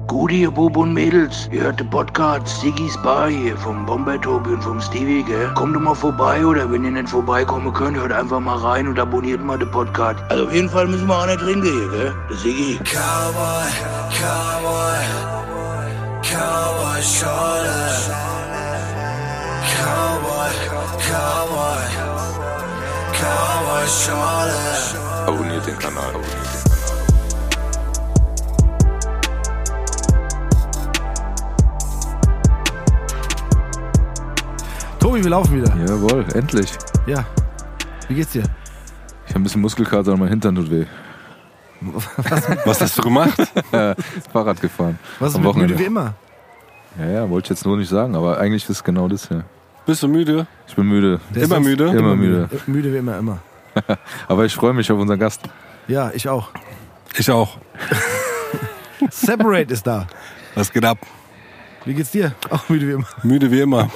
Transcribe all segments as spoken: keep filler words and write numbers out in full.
Gute, ihr Bub und Mädels, ihr hört den Podcast Siggy's Bar hier vom Bombay Tobi und vom Stevie, gell? Kommt doch mal vorbei, oder wenn ihr nicht vorbeikommen könnt, hört einfach mal rein und abonniert mal den Podcast. Also auf jeden Fall müssen wir auch nicht trinken hier, gell? Der Siggy. Cowboy, Cowboy, Cowboy Schorle. Cowboy, Cowboy, Cowboy Schorle. Abonniert den Kanal, abonniert den Kanal. Tobi, wir laufen wieder. Jawohl, endlich. Ja. Wie geht's dir? Ich habe ein bisschen Muskelkater und mein Hintern tut weh. Was, Was hast du gemacht? Fahrrad gefahren. was ist Am mit Wochenende. müde wie immer? Ja, ja, wollte ich jetzt nur nicht sagen, aber eigentlich ist es genau das hier. Bist du müde? Ich bin müde. Der ist Immer sonst müde? Immer müde. Müde wie immer, immer. Aber ich freue mich auf unseren Gast. Ja, ich auch. Ich auch. Separate ist da. Was geht ab? Wie geht's dir? Auch müde wie immer. Müde wie immer.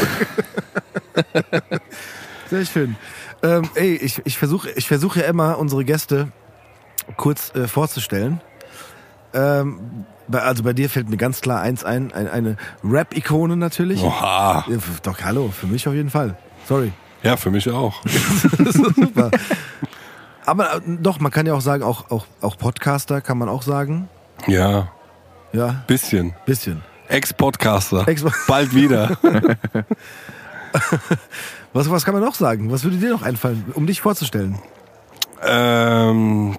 Sehr schön. Ähm, ey, ich, ich versuche ich versuch ja immer, unsere Gäste kurz äh, vorzustellen. Ähm, bei, also bei dir fällt mir ganz klar eins ein, ein eine Rap-Ikone natürlich. Oha. Ja, f- doch, hallo, für mich auf jeden Fall. Sorry. Ja, für mich auch. Das ist super. Aber äh, doch, man kann ja auch sagen, auch, auch, auch Podcaster kann man auch sagen. Ja, Ja, bisschen. bisschen. Ex-Podcaster. Ex- Bald wieder. Was, was kann man noch sagen? Was würde dir noch einfallen, um dich vorzustellen? ähm,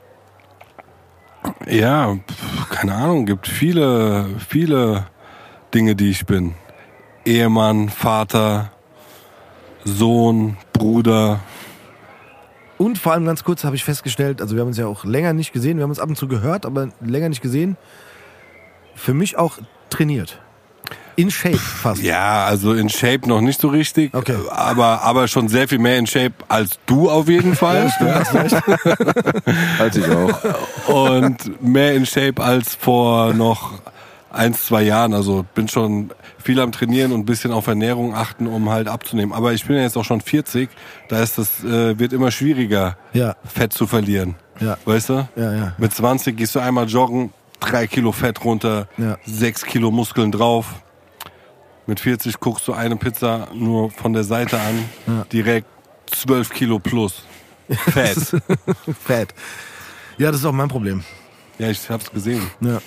ja, pf, keine Ahnung, gibt viele, viele Dinge, die ich bin. Ehemann, Vater, Sohn, Bruder. Und vor allem ganz kurz habe ich festgestellt, also wir haben uns ja auch länger nicht gesehen, wir haben uns ab und zu gehört, aber länger nicht gesehen. Für mich auch trainiert. In Shape fast. Ja, also in Shape noch nicht so richtig, Okay. aber, aber schon sehr viel mehr in Shape als du auf jeden Fall. Als ich auch. Und mehr in Shape als vor noch ein, zwei Jahren. Also bin schon viel am Trainieren und ein bisschen auf Ernährung achten, um halt abzunehmen. Aber ich bin ja jetzt auch schon vierzig, da ist das, äh, wird immer schwieriger, Ja, Fett zu verlieren. ja, Weißt du? ja, ja. Mit zwanzig gehst du einmal joggen, drei Kilo Fett runter, Ja. sechs Kilo Muskeln drauf. Mit vierzig guckst du eine Pizza nur von der Seite an, Ja. direkt zwölf Kilo plus Fett. Fett. Ja, das ist auch mein Problem. Ja, ich hab's gesehen. Ja.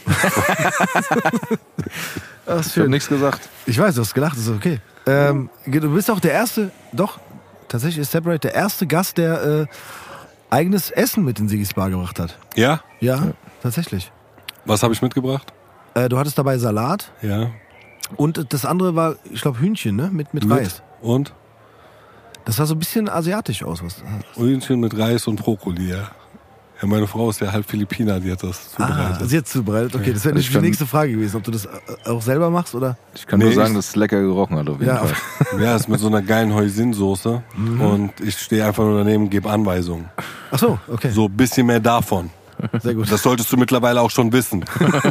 Ach, Ich habe schön. nichts gesagt. Ich weiß, du hast gelacht, das ist okay. Ähm, du bist auch der erste, doch, tatsächlich ist Separate der erste Gast, der äh, eigenes Essen mit in Siggy's Bar gebracht hat. Ja? Ja, tatsächlich. Was habe ich mitgebracht? Äh, du hattest dabei Salat Ja. und das andere war, ich glaube, Hühnchen, ne? Mit, mit Mit. Reis. Und? Das sah so ein bisschen asiatisch aus. Was, Hühnchen mit Reis und Brokkoli, ja. Ja, meine Frau ist ja halb Philippiner, die hat das ah, zubereitet. sie hat zubereitet. Okay, das wäre Also nicht ich die kann- nächste Frage gewesen, ob du das äh, auch selber machst, oder? Ich kann Nee, nur sagen, ich- dass es lecker gerochen hat auf jeden Ja, Fall. Ja, ist mit so einer geilen Hoisin-Soße. Mhm. Und ich stehe einfach nur daneben und gebe Anweisungen. Ach so, okay, So ein bisschen mehr davon. sehr gut. Das solltest du mittlerweile auch schon wissen.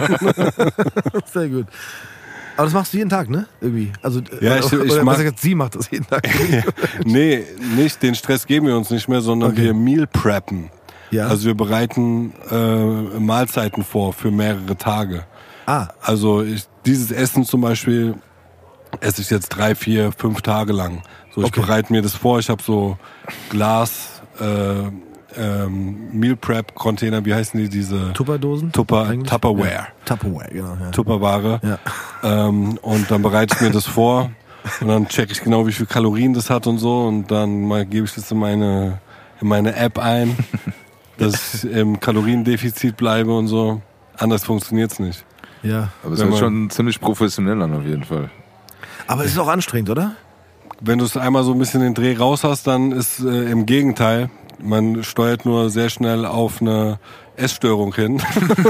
Sehr gut. Aber das machst du jeden Tag, ne? Irgendwie. Also, Ja, oder, ich- ich oder mach- besser gesagt, sie macht das jeden Tag. Nee, nicht, den Stress geben wir uns nicht mehr, sondern Okay. wir Meal preppen. Ja. Also wir bereiten äh, Mahlzeiten vor für mehrere Tage. Ah, Also ich, dieses Essen zum Beispiel esse ich jetzt drei, vier, fünf Tage lang. So, ich Okay. bereite mir das vor. Ich habe so Glas äh, ähm, Meal Prep Container, wie heißen die diese Tupperdosen? Tupper, eigentlich? Tupperware, Ja. Tupperware, genau. Ja. Tupperware. Ja. Ähm, und dann bereite ich mir das vor und dann checke ich genau, wie viel Kalorien das hat und so und dann mal gebe ich das in meine in meine App ein, dass ich im Kaloriendefizit bleibe und so. Anders funktioniert's nicht. ja. Aber es Wenn hört man- schon ziemlich professionell an auf jeden Fall. Aber es ist auch anstrengend, oder? Wenn du es einmal so ein bisschen den Dreh raus hast, dann ist äh, im Gegenteil, man steuert nur sehr schnell auf eine Essstörung hin.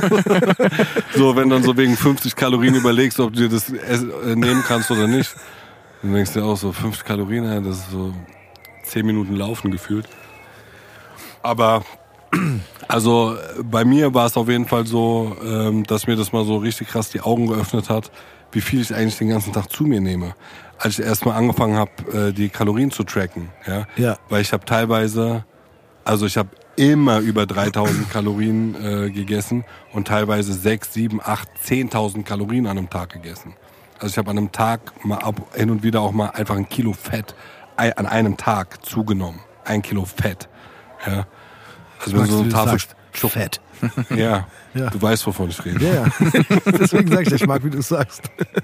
So, wenn dann so wegen fünfzig Kalorien überlegst, ob du dir das ess- äh, nehmen kannst oder nicht. Dann denkst du dir auch so, fünfzig Kalorien, ja, das ist so zehn Minuten Laufen gefühlt. Aber also äh, bei mir war es auf jeden Fall so, ähm, dass mir das mal so richtig krass die Augen geöffnet hat, wie viel ich eigentlich den ganzen Tag zu mir nehme. Als ich erstmal angefangen habe, äh, die Kalorien zu tracken, ja, Ja. weil ich habe teilweise, also ich habe immer über dreitausend Kalorien äh, gegessen und teilweise sechs, sieben, acht, zehntausend Kalorien an einem Tag gegessen. Also ich habe an einem Tag mal ab, hin und wieder auch mal einfach ein Kilo Fett an einem Tag zugenommen. Ein Kilo Fett. Ja. Also wenn so eine Tafel Schuck. Fett. Ja. Ja, du weißt, wovon ich rede. Ja, ja. Deswegen sag ich, ich mag, wie du es sagst.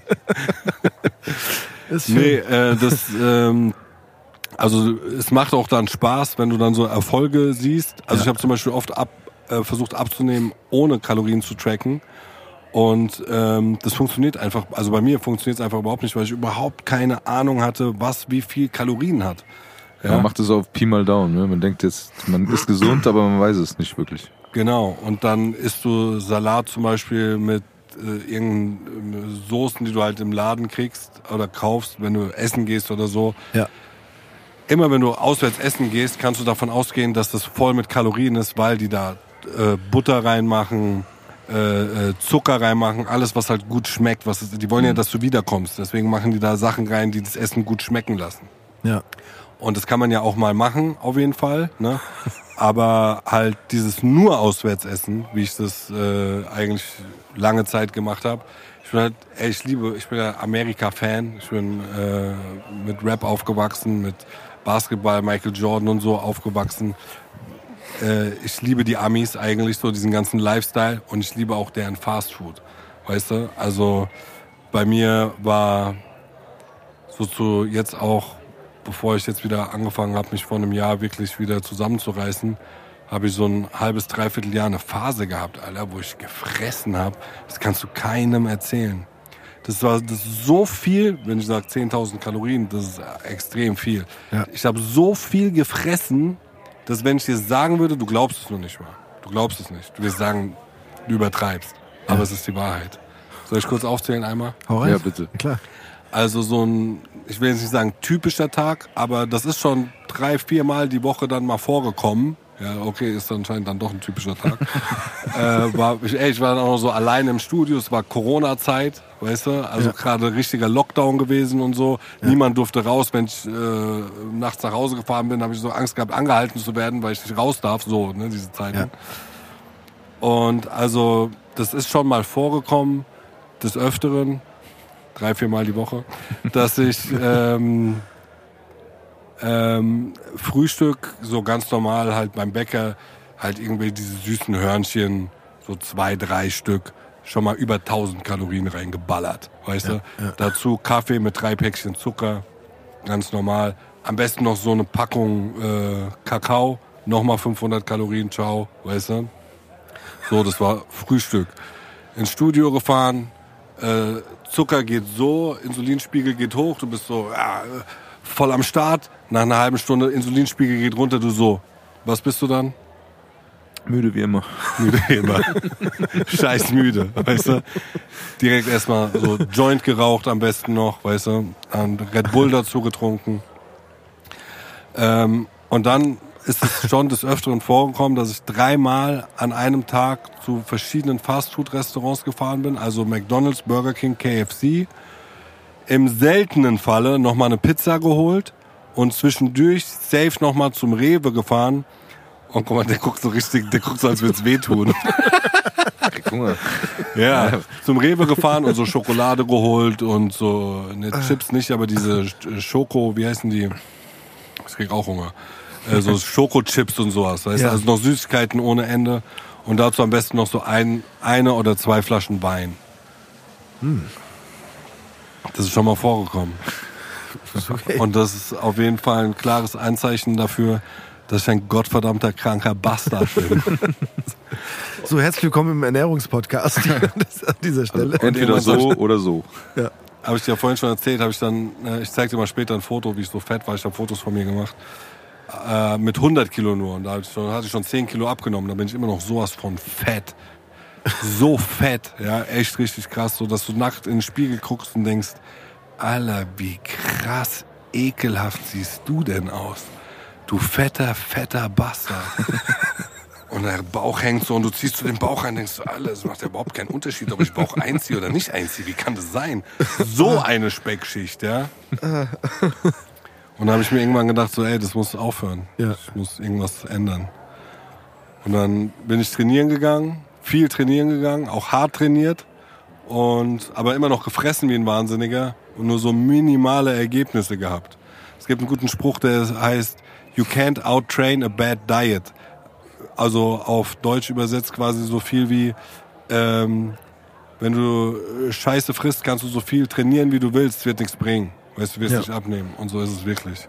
Ist schön. Nee, äh, das, ähm, also es macht auch dann Spaß, wenn du dann so Erfolge siehst. Also ja. ich habe zum Beispiel oft ab, äh, versucht abzunehmen, ohne Kalorien zu tracken. Und ähm, das funktioniert einfach, also bei mir funktioniert es einfach überhaupt nicht, weil ich überhaupt keine Ahnung hatte, was wie viel Kalorien hat. Ja? Man macht es auf Pi mal Down. Ne? Man denkt jetzt, man ist gesund, aber man weiß es nicht wirklich. Genau, und dann isst du Salat zum Beispiel mit äh, irgendeinen Soßen, die du halt im Laden kriegst oder kaufst, wenn du essen gehst oder so. Ja. Immer wenn du auswärts essen gehst, kannst du davon ausgehen, dass das voll mit Kalorien ist, weil die da äh, Butter reinmachen, äh, äh, Zucker reinmachen, alles was halt gut schmeckt. Was ist, die wollen ja, dass du wiederkommst. Deswegen machen die da Sachen rein, die das Essen gut schmecken lassen. Ja. Und das kann man ja auch mal machen, auf jeden Fall. Ne? Aber halt dieses nur Auswärtsessen, wie ich das äh, eigentlich lange Zeit gemacht habe. Ich bin halt, ey, ich liebe, ich bin ja Amerika-Fan. Ich bin äh, mit Rap aufgewachsen, mit Basketball, Michael Jordan und so aufgewachsen. Äh, ich liebe die Amis eigentlich, so diesen ganzen Lifestyle. Und ich liebe auch deren Fastfood, weißt du? Also bei mir war so zu jetzt auch, bevor ich jetzt wieder angefangen habe, mich vor einem Jahr wirklich wieder zusammenzureißen, habe ich so ein halbes, dreiviertel Jahr eine Phase gehabt, Alter, wo ich gefressen habe. Das kannst du keinem erzählen. Das war das ist so viel, wenn ich sage zehntausend Kalorien, das ist extrem viel. Ja. Ich habe so viel gefressen, dass wenn ich dir sagen würde, du glaubst es nur nicht mal. Du glaubst es nicht. Du wirst sagen, du übertreibst. Aber ja. Es ist die Wahrheit. Soll ich kurz aufzählen einmal? Hau rein. Ja, bitte. Klar. Also so ein, ich will jetzt nicht sagen typischer Tag, aber das ist schon drei, vier Mal die Woche dann mal vorgekommen. Ja, okay, ist anscheinend dann doch ein typischer Tag. äh, war, ich, ey, ich war dann auch noch so allein im Studio, es war Corona-Zeit, weißt du, also ja. gerade richtiger Lockdown gewesen und so. Ja. Niemand durfte raus, wenn ich äh, nachts nach Hause gefahren bin, habe ich so Angst gehabt, angehalten zu werden, weil ich nicht raus darf, so, ne, diese Zeiten. Ja. Und also, das ist schon mal vorgekommen, des Öfteren, drei, vier Mal die Woche, dass ich ähm, ähm, Frühstück so ganz normal halt beim Bäcker halt irgendwie diese süßen Hörnchen, so zwei, drei Stück, schon mal über tausend Kalorien reingeballert, weißt ja, du? Ja. Dazu Kaffee mit drei Päckchen Zucker, ganz normal. Am besten noch so eine Packung äh, Kakao, nochmal fünfhundert Kalorien, ciao, weißt du? So, das war Frühstück. Ins Studio gefahren, äh, Zucker geht so, Insulinspiegel geht hoch, du bist so ja, voll am Start. Nach einer halben Stunde Insulinspiegel geht runter, du so. Was bist du dann? Müde wie immer. Müde wie immer. Scheiß müde, weißt du? Direkt erstmal so Joint geraucht am besten noch, weißt du? Dann Red Bull dazu getrunken. Ähm, und dann ist es schon des Öfteren vorgekommen, dass ich dreimal an einem Tag zu verschiedenen Fastfood-Restaurants gefahren bin, also McDonald's, Burger King, K F C. Im seltenen Falle nochmal eine Pizza geholt und zwischendurch safe nochmal zum Rewe gefahren. Und guck mal, der guckt so richtig, der guckt so, als würde es wehtun. Guck mal. Ja, zum Rewe gefahren und so Schokolade geholt und so, ne, Chips nicht, aber diese Schoko, wie heißen die? Ich krieg auch Hunger. So Schokochips und sowas, weißt du? Ja. Also noch Süßigkeiten ohne Ende und dazu am besten noch so ein, eine oder zwei Flaschen Wein. Hm. Das ist schon mal vorgekommen. Okay. Und das ist auf jeden Fall ein klares Anzeichen dafür, dass ich ein gottverdammter kranker Bastard bin. So, herzlich willkommen im Ernährungspodcast das an dieser Stelle. Also entweder so oder so. Ja. Habe ich dir vorhin schon erzählt, habe ich dann, ich zeig dir mal später ein Foto, wie ich so fett war, ich habe Fotos von mir gemacht. Äh, mit hundert Kilo nur. Und da hatte ich, schon, hatte ich schon zehn Kilo abgenommen. Da bin ich immer noch sowas von fett. So fett. Ja, echt richtig krass. So, dass du nackt in den Spiegel guckst und denkst, Alter, wie krass ekelhaft siehst du denn aus? Du fetter, fetter Bastard. Und der Bauch hängt so und du ziehst so den Bauch rein und denkst, Alter, das macht ja überhaupt keinen Unterschied, ob ich Bauch einziehe oder nicht einziehe. Wie kann das sein? So eine Speckschicht, ja. Und da habe ich mir irgendwann gedacht, so, ey, das muss aufhören. Ja. Ich muss irgendwas ändern. Und dann bin ich trainieren gegangen, viel trainieren gegangen, auch hart trainiert, und aber immer noch gefressen wie ein Wahnsinniger und nur so minimale Ergebnisse gehabt. Es gibt einen guten Spruch, der heißt, you can't outtrain a bad diet. Also auf Deutsch übersetzt quasi so viel wie, ähm, wenn du Scheiße frisst, kannst du so viel trainieren, wie du willst, wird nichts bringen. Weißt du, wirst Ja. nicht abnehmen. Und so ist es wirklich.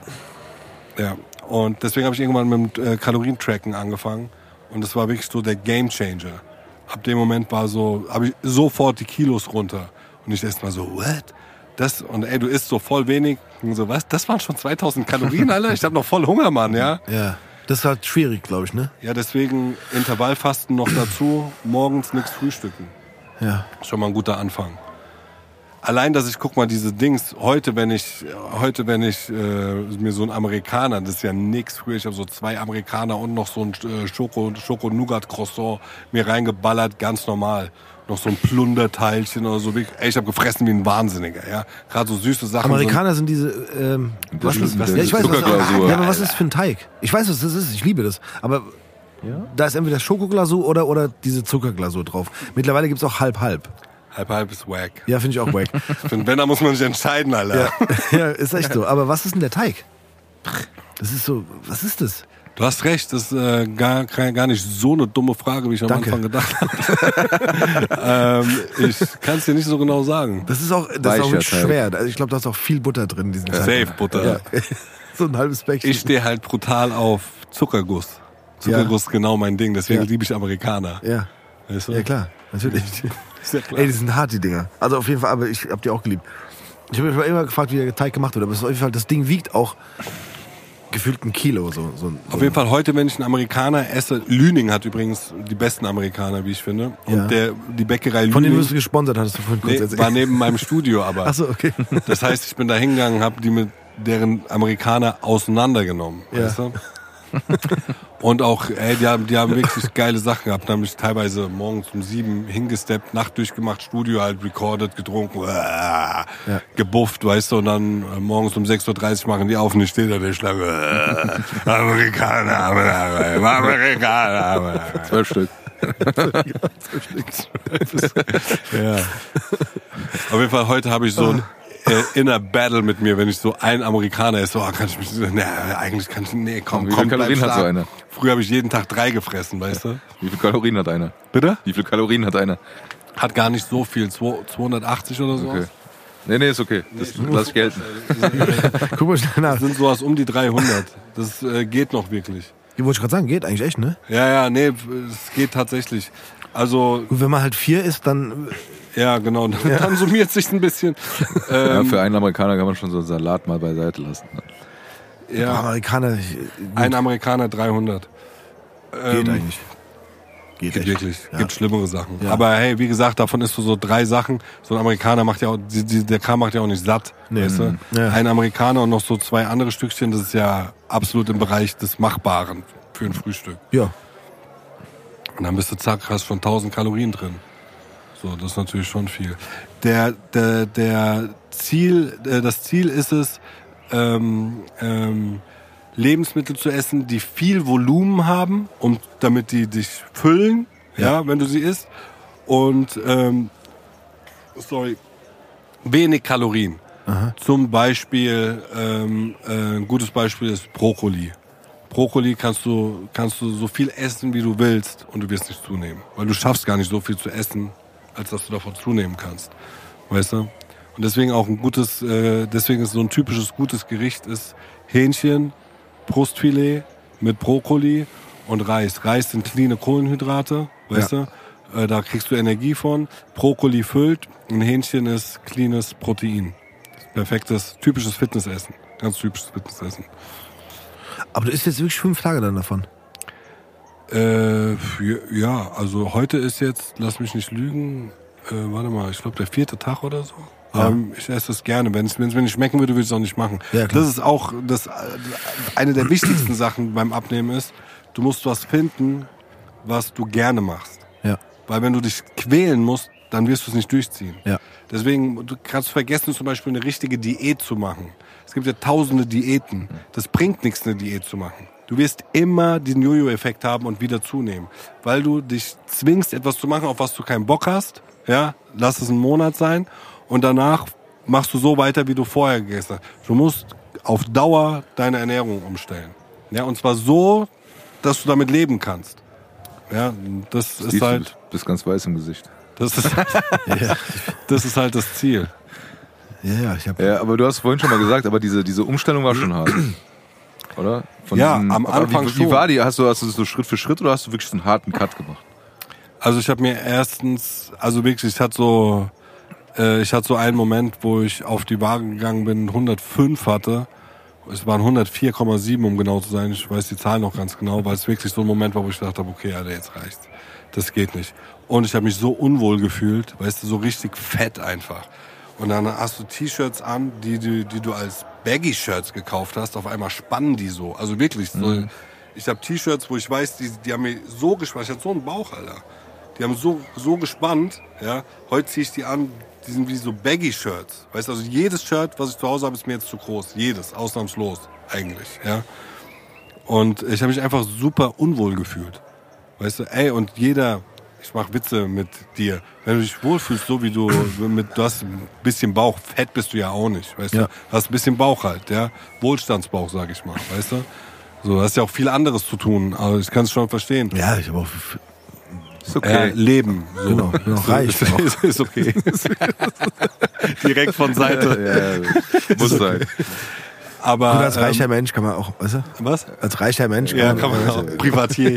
Ja. Und deswegen habe ich irgendwann mit dem äh, Kalorientracken angefangen. Und das war wirklich so der Gamechanger. Ab dem Moment war so, habe ich sofort die Kilos runter. Und ich erst mal so, what? Das, und ey, du isst so voll wenig. Und so, was? Das waren schon zweitausend Kalorien, Alter? Ich hab noch voll Hunger, Mann, ja? Ja. Das ist halt schwierig, glaube ich, ne? Ja, deswegen Intervallfasten noch dazu, morgens nichts frühstücken. Ja. Schon mal ein guter Anfang. Allein, dass ich, guck mal, diese Dings, heute, wenn ich, heute, wenn ich äh, mir so einen Amerikaner, das ist ja nix, früher, ich habe so zwei Amerikaner und noch so ein äh, Schoko, Schoko-Nougat-Croissant mir reingeballert, ganz normal. Noch so ein Plunderteilchen oder so. Ey, ich habe gefressen wie ein Wahnsinniger, ja. Gerade so süße Sachen. Amerikaner sind diese, ähm, was ist das? Ja, ich weiß, was, Zuckerglasur. ja, aber was ist das für ein Teig? Ich weiß, was das ist, ich liebe das. Aber da ist entweder Schokoglasur oder, oder diese Zuckerglasur drauf. Mittlerweile gibt's auch halb-halb. Halb-halb ist wack. Ja, finde ich auch wack. Ich find, wenn, da muss man sich entscheiden, Alter. Ja. Ja, ist echt so. Aber was ist denn der Teig? Das ist so, was ist das? Du hast recht, das ist äh, gar, gar nicht so eine dumme Frage, wie ich am Danke. Anfang gedacht habe. ähm, ich kann es dir nicht so genau sagen. Das ist auch, das ist auch Weicher wirklich Teig. schwer. Also ich glaube, da ist auch viel Butter drin in diesem Teig. Safe Butter. Ja. So ein halbes Päckchen. Ich stehe halt brutal auf Zuckerguss. Zuckerguss ist genau mein Ding, deswegen Ja. liebe ich Amerikaner. Ja. Weißt du? Ja, klar. Natürlich. Ist ja klar. Ey, die sind hart, die Dinger. Also auf jeden Fall, aber ich hab die auch geliebt. Ich habe mich immer gefragt, wie der Teig gemacht wird, aber es ist auf jeden Fall, das Ding wiegt auch gefühlt ein Kilo. So, so, so. Auf jeden Fall heute, wenn ich einen Amerikaner esse, Lüning hat übrigens die besten Amerikaner, wie ich finde. Und Ja. der, die Bäckerei Von denen Lüning wirst du gesponsert, hattest du vorhin kurz nee, erzählt. war neben meinem Studio, aber. Achso, okay. Das heißt, ich bin da hingegangen, habe die mit deren Amerikaner auseinandergenommen. Ja. Weißt du? Und auch, ey, die haben, die haben wirklich geile Sachen gehabt. Da haben mich teilweise morgens um sieben hingesteppt, Nacht durchgemacht, Studio halt recorded, getrunken, äh, ja. gebufft, weißt du, und dann äh, morgens um sechs Uhr dreißig machen die auf und ich stehe da der Schlange. Äh, Amerikaner, Amerikaner, Amerikaner. Zwölf Stück. Ja. Auf jeden Fall, heute habe ich so ein äh, inner Battle mit mir, wenn ich so ein Amerikaner esse. Oh, kann ich mich, nee, eigentlich kann ich, nee, komm, Wie viele komm, bleib Kalorien hat so schlafen. einer? Früher habe ich jeden Tag drei gefressen, weißt du? Wie viele Kalorien hat einer? Bitte? Wie viele Kalorien hat einer? Hat gar nicht so viel, zweihundertachtzig oder so. Okay. Nee, nee, ist okay. Das lass ich gelten. Guck mal schnell nach. Das sind sowas um die dreihundert. Das äh, geht noch wirklich. Die wollte ich gerade sagen, geht eigentlich echt, ne? Ja, ja, nee, es geht tatsächlich. Also, Gut, wenn man halt vier ist, dann ja, genau, dann, dann summiert sich's ein bisschen. Ja, Ähm, für einen Amerikaner kann man schon so einen Salat mal beiseite lassen. ja, Amerikaner ich- gut, ein Amerikaner dreihundert. geht Ähm, eigentlich. Geht Gibt echt. wirklich, Ja. gibt schlimmere Sachen. Ja. Aber hey, wie gesagt, davon isst du so drei Sachen. So ein Amerikaner macht ja auch, die, die, der Kram macht ja auch nicht satt. Nee. Weißt du? Ja. Ein Amerikaner und noch so zwei andere Stückchen, das ist ja absolut im Bereich des Machbaren für ein Frühstück. Ja. Und dann bist du zack, hast schon tausend Kalorien drin. So, das ist natürlich schon viel. Der, der, der Ziel, äh, das Ziel ist es, ähm, ähm, Lebensmittel zu essen, die viel Volumen haben, um, damit die dich füllen, ja, wenn du sie isst. Und, ähm, sorry, wenig Kalorien. Zum Beispiel, ähm, äh, ein gutes Beispiel ist Brokkoli. Brokkoli kannst du, kannst du so viel essen, wie du willst, und du wirst nicht zunehmen. Weil du schaffst gar nicht so viel zu essen, als dass du davon zunehmen kannst. Weißt du? Und deswegen auch ein gutes, äh, deswegen ist so ein typisches gutes Gericht ist Hähnchen, Brustfilet mit Brokkoli und Reis. Reis sind cleane Kohlenhydrate, weißt Ja. du? Äh, da kriegst du Energie von. Brokkoli füllt, und Hähnchen ist cleanes Protein. Perfektes, typisches Fitnessessen. Ganz typisches Fitnessessen. Aber du isst jetzt wirklich fünf Tage dann davon. Äh, ja, also heute ist jetzt, lass mich nicht lügen, äh, warte mal, ich glaube der vierte Tag oder so. Ja. Ähm, ich esse das gerne. Wenn es mir nicht schmecken würde, würde ich es auch nicht machen. Ja, klar. Das ist auch das, äh, eine der wichtigsten Sachen beim Abnehmen ist, du musst was finden, was du gerne machst. Ja. Weil wenn du dich quälen musst, dann wirst du es nicht durchziehen. Ja. Deswegen, du kannst vergessen, zum Beispiel eine richtige Diät zu machen. Es gibt ja tausende Diäten. Das bringt nichts, eine Diät zu machen. Du wirst immer diesen Jojo-Effekt haben und wieder zunehmen. Weil du dich zwingst, etwas zu machen, auf was du keinen Bock hast. Ja, lass es einen Monat sein. Und danach machst du so weiter, wie du vorher gegessen hast. Du musst auf Dauer deine Ernährung umstellen. Ja, und zwar so, dass du damit leben kannst. Ja, das ist Steve, halt... Du bist ganz weiß im Gesicht. Das ist, das ist halt das Ziel. Ja, ja, ich hab Ja, aber du hast vorhin schon mal gesagt, aber diese, diese Umstellung war schon hart. Oder? Von Ja, diesen, am Anfang wie, schon. Wie war die? Hast du, hast du das so Schritt für Schritt oder hast du wirklich so einen harten Cut gemacht? Also ich habe mir erstens, also wirklich, ich hatte so, äh, ich hatte so einen Moment, wo ich auf die Waage gegangen bin, hundertfünf hatte. Es waren hundertvier Komma sieben, um genau zu sein. Ich weiß die Zahl noch ganz genau, weil es wirklich so ein Moment war, wo ich gedacht habe, okay, Alter, jetzt reicht's. Das geht nicht. Und ich habe mich so unwohl gefühlt, weißt du, so richtig fett einfach. Und dann hast du T-Shirts an, die, die, die du als Baggy-Shirts gekauft hast. Auf einmal spannen die so. Also wirklich so. Mhm. Ich habe T-Shirts, wo ich weiß, die, die haben mir so gespannt. Ich hatte so einen Bauch, Alter. Die haben so, so gespannt. Ja. Heute ziehe ich die an, die sind wie so Baggy-Shirts. Weißt du, also jedes Shirt, was ich zu Hause habe, ist mir jetzt zu groß. Jedes, ausnahmslos eigentlich. Ja. Und ich habe mich einfach super unwohl gefühlt. Weißt du, ey, und jeder... Ich mache Witze mit dir. Wenn du dich wohlfühlst, so wie du, mit, du hast ein bisschen Bauch, fett bist du ja auch nicht, weißt ja. du? Hast ein bisschen Bauch halt, ja. Wohlstandsbauch, sag ich mal, weißt du? So, hast ja auch viel anderes zu tun, aber ich kann es schon verstehen. Ja, ich habe auch... Ist okay. Äh, Leben. So. Genau, ich bin auch reich. Ist, ist, ist okay. Direkt von Seite. Ja, muss sein. Aber, und als reicher ähm, Mensch kann man auch, weißt du? Was? Als reicher Mensch kann Ja, man, kann man auch. Privatier.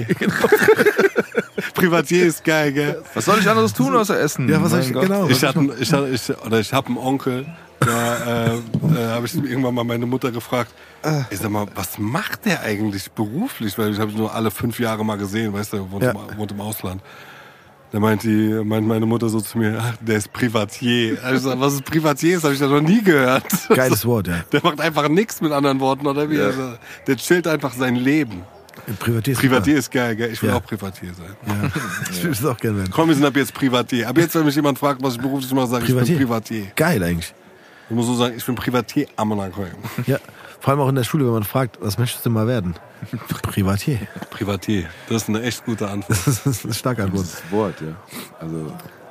Privatier ist geil, gell? Was soll ich anderes tun, außer essen? Ja, was soll Mein ich, Gott. genau. Ich hatte, ich hatte, ich, oder ich habe einen Onkel, da äh, äh, habe ich irgendwann mal meine Mutter gefragt, ich sag mal, was macht der eigentlich beruflich? Weil ich habe ihn nur alle fünf Jahre mal gesehen, weißt du, wohnt, Ja. im, wohnt im Ausland. Da meint, die, meint meine Mutter so zu mir, ach, der ist Privatier. Also ich sag, was ist Privatier? Das habe ich ja noch nie gehört. Geiles Wort, ja. Der macht einfach nichts mit anderen Worten, oder wie? Ja. Also, der chillt einfach sein Leben. Privatier ist Privatier ist geil, gell? Ich will Ja. auch Privatier sein. super. Ja. Ich will es auch gerne werden. Komm, wir sind ab jetzt Privatier. Aber jetzt, wenn mich jemand fragt, was ich beruflich mache, sage ich, ich bin Privatier. Geil eigentlich. Ich muss so sagen, ich bin Privatier am Monaco. Ja. Vor allem auch in der Schule, wenn man fragt, was möchtest du mal werden? Privatier. Privatier. Das ist eine echt gute Antwort. Das ist eine starke Antwort. Das Wort, ja. Also,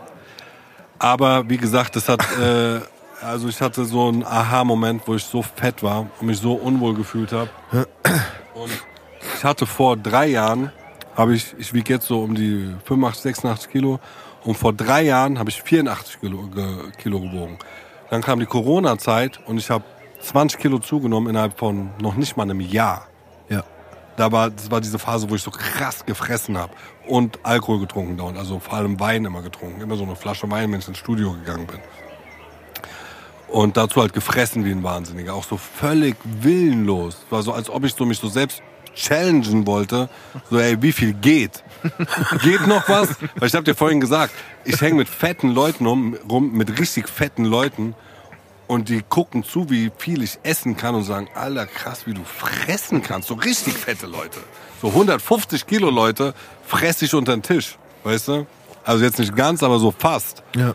Aber wie gesagt, das hat, äh, also ich hatte so einen Aha-Moment, wo ich so fett war und mich so unwohl gefühlt habe. Und ich hatte vor drei Jahren, habe ich, ich wiege jetzt so um die fünfundachtzig, sechsundachtzig Kilo. Und vor drei Jahren habe ich vierundachtzig Kilo, ge, Kilo gewogen. Dann kam die Corona-Zeit und ich habe zwanzig Kilo zugenommen innerhalb von noch nicht mal einem Jahr. Ja. Da war, das war diese Phase, wo ich so krass gefressen habe und Alkohol getrunken dauernd, also vor allem Wein immer getrunken, immer so eine Flasche Wein, wenn ich ins Studio gegangen bin. Und dazu halt gefressen wie ein Wahnsinniger, auch so völlig willenlos. War so, als ob ich so mich so selbst challengen wollte, so ey, wie viel geht? Geht noch was? Weil ich hab dir vorhin gesagt, ich hänge mit fetten Leuten um, rum, mit richtig fetten Leuten. Und die gucken zu, wie viel ich essen kann und sagen, Alter, krass, wie du fressen kannst. So richtig fette Leute. So hundertfünfzig Kilo Leute fress ich unter den Tisch. Weißt du? Also jetzt nicht ganz, aber so fast. Ja.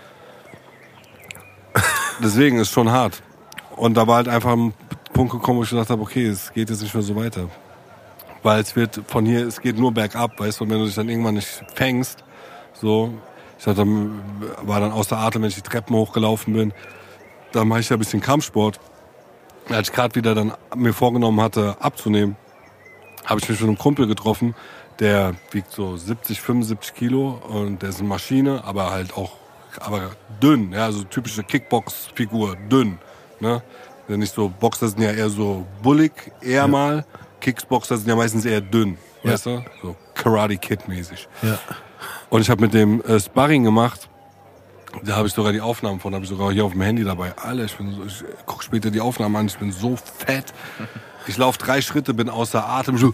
Deswegen ist schon hart. Und da war halt einfach ein Punkt gekommen, wo ich gedacht habe, okay, es geht jetzt nicht mehr so weiter. Weil es wird von hier, es geht nur bergab, weißt du? Und wenn du dich dann irgendwann nicht fängst, so, ich hatte, war dann außer Atem, wenn ich die Treppen hochgelaufen bin. Da mache ich ja ein bisschen Kampfsport. Als ich gerade wieder dann mir vorgenommen hatte, abzunehmen, habe ich mich mit einem Kumpel getroffen, der wiegt so siebzig, fünfundsiebzig Kilo und der ist eine Maschine, aber halt auch aber dünn, ja, also typische Kickbox-Figur, dünn. Ne? Nicht so, Boxer sind ja eher so bullig, eher ja. mal. Kickboxer sind ja meistens eher dünn, ja. Weißt du? So Karate-Kid-mäßig. Ja. Und ich habe mit dem äh, Sparring gemacht. Da habe ich sogar die Aufnahmen von, habe ich sogar hier auf dem Handy dabei. Alter, ich, bin so, ich guck später die Aufnahmen an, ich bin so fett. Ich laufe drei Schritte, bin außer Atem, so,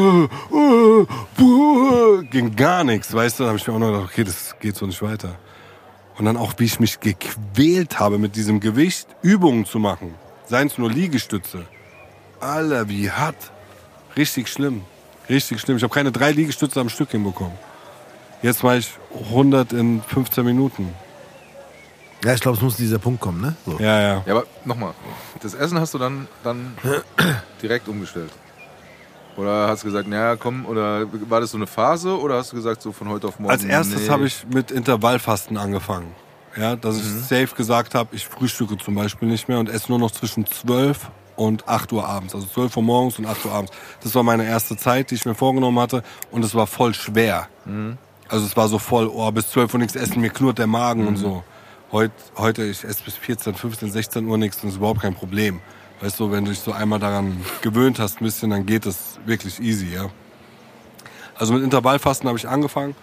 ging gar nichts, weißt du. Da habe ich mir auch noch gedacht, okay, das geht so nicht weiter. Und dann auch, wie ich mich gequält habe, mit diesem Gewicht Übungen zu machen. Seien es nur Liegestütze. Alter, wie hart. Richtig schlimm. Richtig schlimm. Ich habe keine drei Liegestütze am Stück hinbekommen. Jetzt mache ich hundert in fünfzehn Minuten. Ja, ich glaube, es muss dieser Punkt kommen, ne? So. Ja, ja. ja, aber nochmal, das Essen hast du dann, dann direkt umgestellt. Oder hast du gesagt, naja, komm, oder war das so eine Phase oder hast du gesagt, so von heute auf morgen? Als erstes nee. habe ich mit Intervallfasten angefangen. Ja, dass ich Mhm. safe gesagt habe, ich frühstücke zum Beispiel nicht mehr und esse nur noch zwischen zwölf und acht Uhr abends. Also zwölf Uhr morgens und acht Uhr abends. Das war meine erste Zeit, die ich mir vorgenommen hatte und es war voll schwer. Mhm. Also es war so voll, oh, bis zwölf Uhr nichts essen, mir knurrt der Magen mhm. und so. Heut, heute, ich esse bis vierzehn, fünfzehn, sechzehn Uhr nichts und das ist überhaupt kein Problem. Weißt du, wenn du dich so einmal daran gewöhnt hast ein bisschen, dann geht es wirklich easy, ja. Also mit Intervallfasten habe ich angefangen.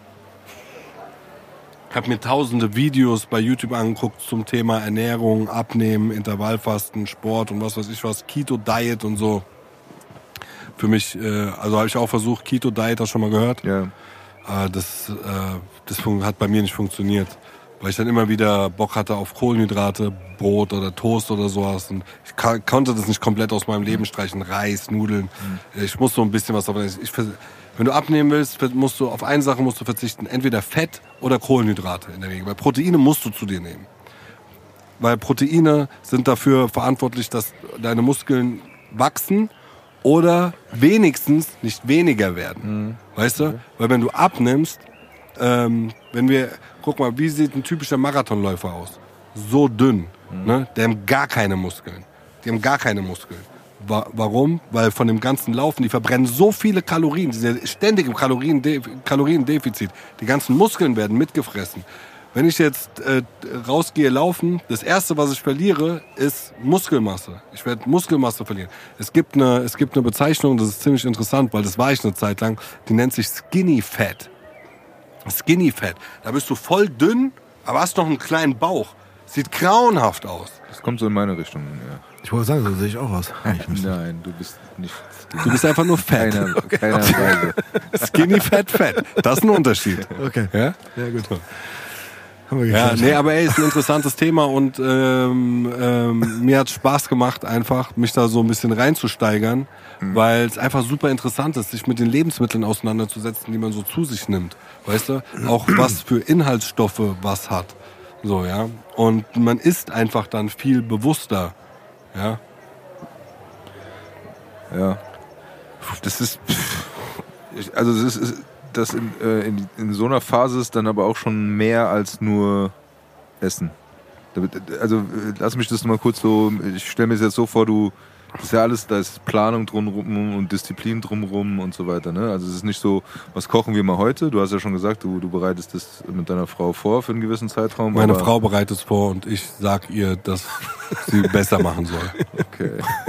Habe mir tausende Videos bei YouTube angeguckt zum Thema Ernährung, Abnehmen, Intervallfasten, Sport und was weiß ich was, Keto-Diet und so. Für mich, äh, also habe ich auch versucht, Keto-Diet, hast du schon mal gehört? Ja. Äh, das äh, das fun- hat bei mir nicht funktioniert. Weil ich dann immer wieder Bock hatte auf Kohlenhydrate, Brot oder Toast oder sowas. Und ich ka- konnte das nicht komplett aus meinem Leben streichen. Reis, Nudeln. Mhm. Ich muss so ein bisschen was davon. Ich, wenn du abnehmen willst, musst du auf eine Sache musst du verzichten. Entweder Fett oder Kohlenhydrate in der Regel. Weil Proteine musst du zu dir nehmen. Weil Proteine sind dafür verantwortlich, dass deine Muskeln wachsen oder wenigstens nicht weniger werden. Mhm. Weißt du? Weil wenn du abnimmst, ähm, wenn wir, guck mal, wie sieht ein typischer Marathonläufer aus? So dünn, mhm. ne? Die haben gar keine Muskeln. Die haben gar keine Muskeln. Wa- warum? Weil von dem ganzen Laufen, die verbrennen so viele Kalorien, die sind ständig im Kaloriende- Kaloriendefizit. Die ganzen Muskeln werden mitgefressen. Wenn ich jetzt äh, rausgehe laufen, das Erste, was ich verliere, ist Muskelmasse. Ich werde Muskelmasse verlieren. Es gibt eine, es gibt eine Bezeichnung, das ist ziemlich interessant, weil das war ich eine Zeit lang, die nennt sich Skinny Fat. Skinny Fat. Da bist du voll dünn, aber hast noch einen kleinen Bauch. Sieht grauenhaft aus. Das kommt so in meine Richtung, ja. Ich wollte sagen, so sehe ich auch aus. Nein, du bist nicht. Du bist einfach nur fett. Keiner, keiner Weise. Skinny Fat Fat. Das ist ein Unterschied. Okay. Ja? Ja, gut. Haben wir Ja, geklärt. nee, aber ey, ist ein interessantes Thema und ähm, ähm, mir hat Spaß gemacht, einfach mich da so ein bisschen reinzusteigern, mhm. weil es einfach super interessant ist, sich mit den Lebensmitteln auseinanderzusetzen, die man so zu sich nimmt. Weißt du? Auch was für Inhaltsstoffe was hat. So, ja. Und man isst einfach dann viel bewusster. Ja. Ja. Das ist. Ich, also, das ist. Das in, äh, in, in so einer Phase ist dann aber auch schon mehr als nur Essen. Also äh, lass mich das mal kurz so, ich stelle mir das jetzt so vor, du, das ist ja alles, da ist Planung drumherum und Disziplin drumherum und so weiter. Ne? Also es ist nicht so, was kochen wir mal heute? Du hast ja schon gesagt, du, du bereitest das mit deiner Frau vor für einen gewissen Zeitraum. Meine aber Frau bereitet es vor und ich sag ihr, dass sie besser machen soll. Okay.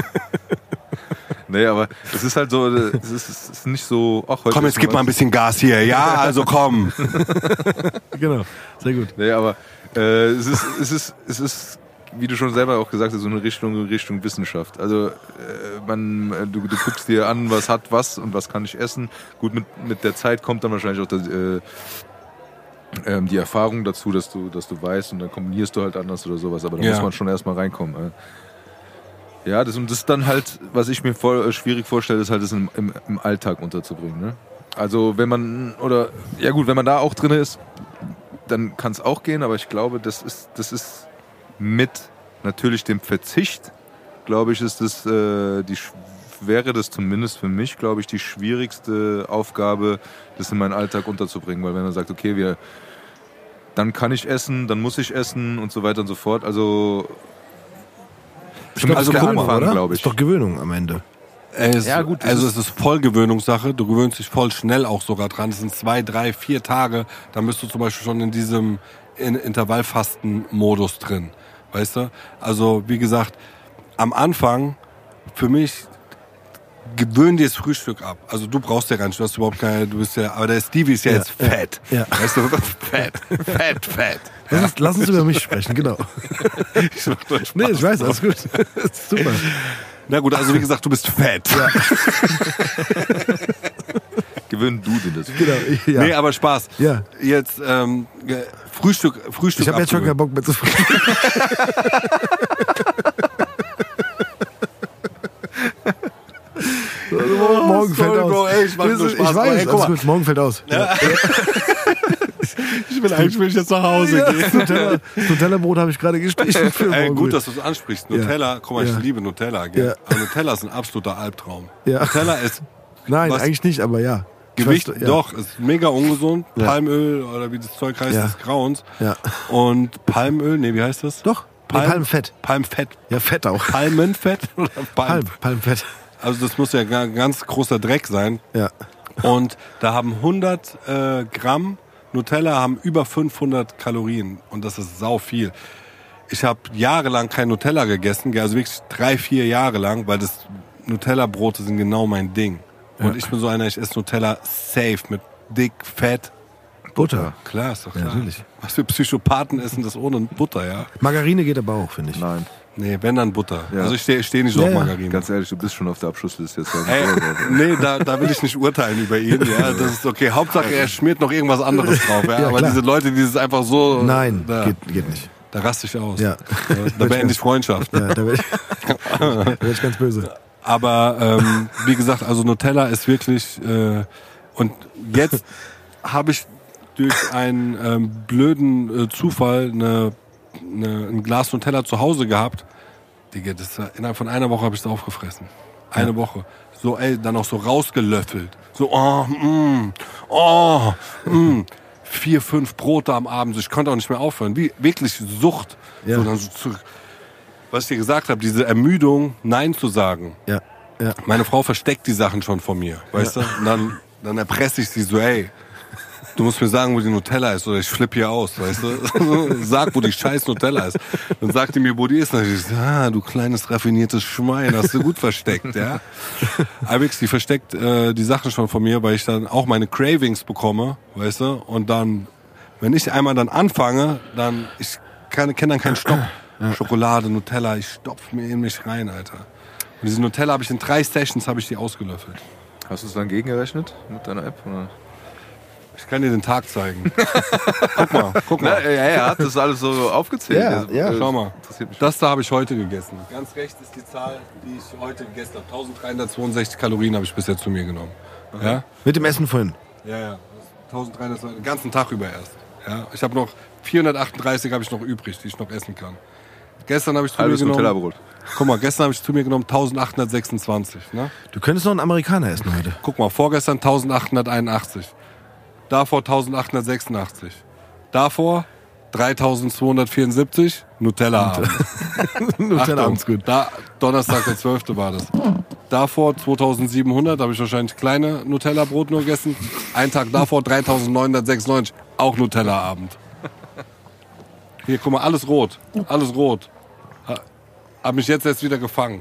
Nee, aber es ist halt so, es ist, es ist nicht so, ach, heute Komm, jetzt gib mal ein bisschen Gas hier. Ja, also komm. Genau, sehr gut. Nee, aber äh, es ist, es ist, es ist, wie du schon selber auch gesagt hast, so eine Richtung, Richtung Wissenschaft. Also äh, man, du, du guckst dir an, was hat was und was kann ich essen. Gut, mit, mit der Zeit kommt dann wahrscheinlich auch das, äh, ähm, die Erfahrung dazu, dass du, dass du weißt und dann kombinierst du halt anders oder sowas. Aber da Ja. muss man schon erstmal reinkommen. Äh. Ja, das und das ist dann halt, was ich mir voll, äh, schwierig vorstelle, ist halt das im, im, im Alltag unterzubringen. Ne? Also wenn man, oder, ja gut, wenn man da auch drin ist, dann kann es auch gehen, aber ich glaube, das ist, das ist mit natürlich dem Verzicht, glaube ich, ist das, äh, die, wäre das zumindest für mich, glaube ich, die schwierigste Aufgabe, das in meinen Alltag unterzubringen, weil wenn man sagt, okay, wir, dann kann ich essen, dann muss ich essen und so weiter und so fort, also Stimmt, also das der guck mal, Anfang, oder? glaube ich. Ist doch Gewöhnung am Ende. Es, Ja, gut, das also ist- es ist voll Gewöhnungssache. Du gewöhnst dich voll schnell auch sogar dran. Es sind zwei, drei, vier Tage. Dann bist du zum Beispiel schon in diesem in Intervallfasten-Modus drin. Weißt du? Also wie gesagt, am Anfang für mich gewöhn dir das Frühstück ab. Also du brauchst ja gar nicht, du hast überhaupt keine, du bist ja, aber der Stevie ist ja, Ja, jetzt ja, fett. ja. Weißt du, fett, fett, fett. Lass uns, lass uns über mich sprechen, genau. Ich mach doch Spaß. Nee, ich weiß, alles gut. Super. Na gut, also wie gesagt, du bist fett. Gewöhn du dir das. Genau. Ja. Nee, aber Spaß. Ja. Jetzt ähm, ge- Frühstück, Frühstück. Ich habe jetzt schon keinen abgewöhnen. Bock mehr zu fragen. Also, morgen sorry, fällt aus. Bro, ey, ich mach nur Ich Spaß, weiß, aber ey, guck alles mal. gut, morgen fällt aus. Ja. Ich will eigentlich will ich jetzt nach Hause Ja, gehen. das Nutella, das Nutella-Brot habe ich gerade gestrichen. Für Ey, morgen. gut, dass du es ansprichst. Nutella, guck mal, ich Ja. liebe Nutella. Gell? Ja. Aber Nutella ist ein absoluter Albtraum. Ja. Nutella ist Nein, was- eigentlich nicht, aber ja. Ich Gewicht, weiß, ja. doch, ist mega ungesund. Ja. Palmöl oder wie das Zeug heißt, Ja. des Grauens. Ja. Und Palmöl, nee, wie heißt das? Doch, nee, Palm- Palmfett. Palmfett. Ja, Fett auch. Palmenfett oder Palm? Palm, Palmfett. Also das muss ja ga- ganz großer Dreck sein. Ja. Und da haben hundert äh, Gramm Nutella haben über fünfhundert Kalorien. Und das ist sau viel. Ich habe jahrelang kein Nutella gegessen, also wirklich drei, vier Jahre lang, weil das Nutella-Brote sind genau mein Ding. Und ich bin so einer, ich esse Nutella safe mit dick, fett. Butter. Klar, ist doch klar. Ja, natürlich. Was für Psychopathen essen das ohne Butter, ja? Margarine geht aber auch, finde ich. Nein. Nee, wenn dann Butter. Ja. Also ich stehe steh nicht so Ja, auf ja. Margarine. Ganz ehrlich, du bist schon auf der Abschlussliste jetzt. Ey, nee, da, da will ich nicht urteilen über ihn. Ja, das ist okay. Hauptsache, er schmiert noch irgendwas anderes drauf. Ja? Ja, Aber klar. diese Leute, die es einfach so... Nein, da, geht, geht nicht. da raste ich aus. Ja. Da beende ich Freundschaft. Ja, da werde ich, da werd ich ganz böse. Aber ähm, wie gesagt, also Nutella ist wirklich... Äh, und jetzt habe ich durch einen ähm, blöden äh, Zufall eine, eine, ein Glas Nutella zu Hause gehabt. Digga, das, innerhalb von einer Woche habe ich es aufgefressen. Eine ja. Woche. So, ey, dann auch so rausgelöffelt. So, oh, mm, oh, mm. Vier, fünf Brote am Abend. Ich konnte auch nicht mehr aufhören. Wie, wirklich Sucht. Ja. So, dann so zurück. Was ich dir gesagt habe, diese Ermüdung, Nein zu sagen. Ja. Ja. Meine Frau versteckt die Sachen schon von mir, weißt ja. du? Und dann, dann erpresse ich sie so, ey, du musst mir sagen, wo die Nutella ist, oder ich flippe hier aus, weißt du? Sag, wo die scheiß Nutella ist. Dann sagt die mir, wo die ist. Und dann ich so, ah, du kleines raffiniertes Schwein, hast du gut versteckt, ja? Aber wirklich, die versteckt äh, die Sachen schon von mir, weil ich dann auch meine Cravings bekomme, weißt du? Und dann, wenn ich einmal dann anfange, dann, ich kenne dann keinen Stopp. Ja. Schokolade, Nutella, ich stopf mir in mich rein, Alter. Und diese Nutella habe ich in drei Sessions habe ich die ausgelöffelt. Hast du es dann gegengerechnet mit deiner App? Oder? Ich kann dir den Tag zeigen. Guck mal, guck mal. Na, ja, er hat das alles so aufgezählt. Ja, Also, ja. äh, Schau mal. interessiert mich. Das da habe ich heute gegessen. Ganz rechts ist die Zahl, die ich heute gegessen habe. eintausenddreihundertzweiundsechzig Kalorien habe ich bisher zu mir genommen. Ja? Mit dem Essen vorhin. Ja, ja. eintausenddreihundertzweiundsechzig, den ganzen Tag über erst. Ja? Ich habe noch vierhundertachtunddreißig habe ich noch übrig, die ich noch essen kann. Gestern habe ich zu Halbes mir genommen. Nutella-Brot. Guck mal, gestern habe ich zu mir genommen eintausendachthundertsechsundzwanzig. Ne? Du könntest noch einen Amerikaner essen heute. Guck mal, vorgestern eintausendachthunderteinundachtzig. Davor eintausendachthundertsechsundachtzig. Davor dreitausendzweihundertvierundsiebzig. Nutella-Abend. Nutella ist gut. Da, Donnerstag, der zwölfte war das. Davor zweitausendsiebenhundert, habe ich wahrscheinlich kleine Nutella-Brot nur gegessen. Einen Tag davor dreitausendneunhundertsechsundneunzig. Auch Nutella-Abend. Hier, guck mal, alles rot. Alles rot. Ha, hab mich jetzt erst wieder gefangen.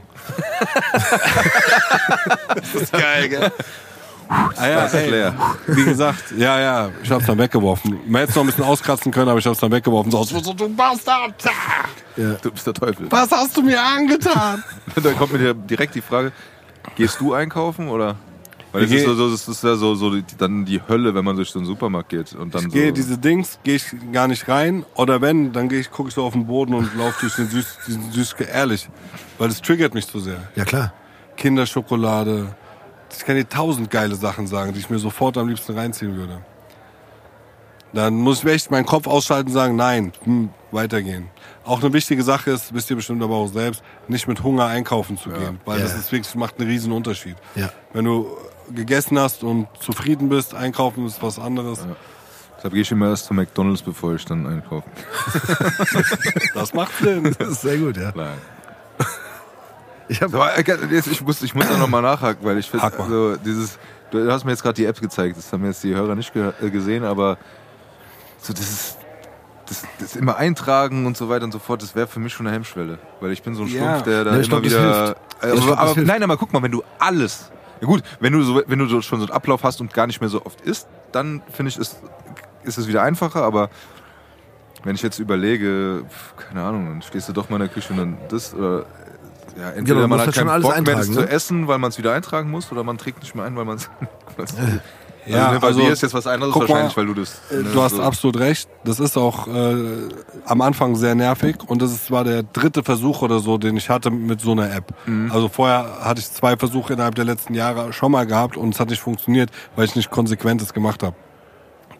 Das ist geil, gell? Ah ja, Das ist ey, leer. wie gesagt, ja, ja, ich hab's dann weggeworfen. Man hätte es noch ein bisschen auskratzen können, aber ich hab's dann weggeworfen. So, so, du Bastard! Du bist der Teufel. Was hast du mir angetan? Da kommt mir direkt die Frage, gehst du einkaufen oder? Weil das Ich ist, geh- so, so, das ist ja so, so die, dann die Hölle, wenn man durch so einen Supermarkt geht. Und dann Ich gehe so, diese Dings, gehe ich gar nicht rein. Oder wenn, dann gehe ich, gucke ich so auf den Boden und laufe durch den Süß, diesen Süß, ehrlich. Weil das triggert mich zu sehr. Ja, klar. Kinderschokolade. Ich kann dir tausend geile Sachen sagen, die ich mir sofort am liebsten reinziehen würde. Dann muss ich echt meinen Kopf ausschalten und sagen, nein, hm, weitergehen. Auch eine wichtige Sache ist, wisst ihr bestimmt aber auch selbst, nicht mit Hunger einkaufen zu gehen. Weil Ja. das ist wirklich, macht einen riesen Unterschied. Ja. Wenn du gegessen hast und zufrieden bist, einkaufen ist was anderes. Deshalb gehe ich immer erst zu McDonalds, bevor ich dann einkaufe. Das macht Sinn. Das ist sehr gut, ja. Nein. Ich hab, Aber, äh, jetzt, ich muss, ich muss da nochmal nachhaken, weil ich finde, Hack mal. also, dieses, du hast mir jetzt gerade die App gezeigt, das haben jetzt die Hörer nicht ge äh, gesehen, aber so dieses, das, das immer eintragen und so weiter und so fort, das wäre für mich schon eine Hemmschwelle, weil ich bin so ein Ja. Stumpf, der da Ja, ich immer glaub, das wieder. hilft. Äh, Ja, ich aber, glaub, das aber hilft. nein, aber guck mal, wenn du alles, ja gut, wenn du so, wenn du so schon so einen Ablauf hast und gar nicht mehr so oft isst, dann finde ich, ist, ist es wieder einfacher, aber wenn ich jetzt überlege, pf, keine Ahnung, dann stehst du doch mal in der Küche und dann das, oder, ja, entweder Genau, du man musst hat das schon keinen alles Bock mehr, das eintragen, zu ne? essen, weil man es wieder eintragen muss, oder man trägt nicht mehr ein, weil man es... Ja, also, ne, bei also, dir ist jetzt was anderes guck wahrscheinlich, mal, weil du das... Äh, ne, Du hast so- absolut recht. Das ist auch äh, am Anfang sehr nervig und das ist zwar der dritte Versuch oder so, den ich hatte mit so einer App. Mhm. Also vorher hatte ich zwei Versuche innerhalb der letzten Jahre schon mal gehabt und es hat nicht funktioniert, weil ich nicht Konsequentes gemacht habe.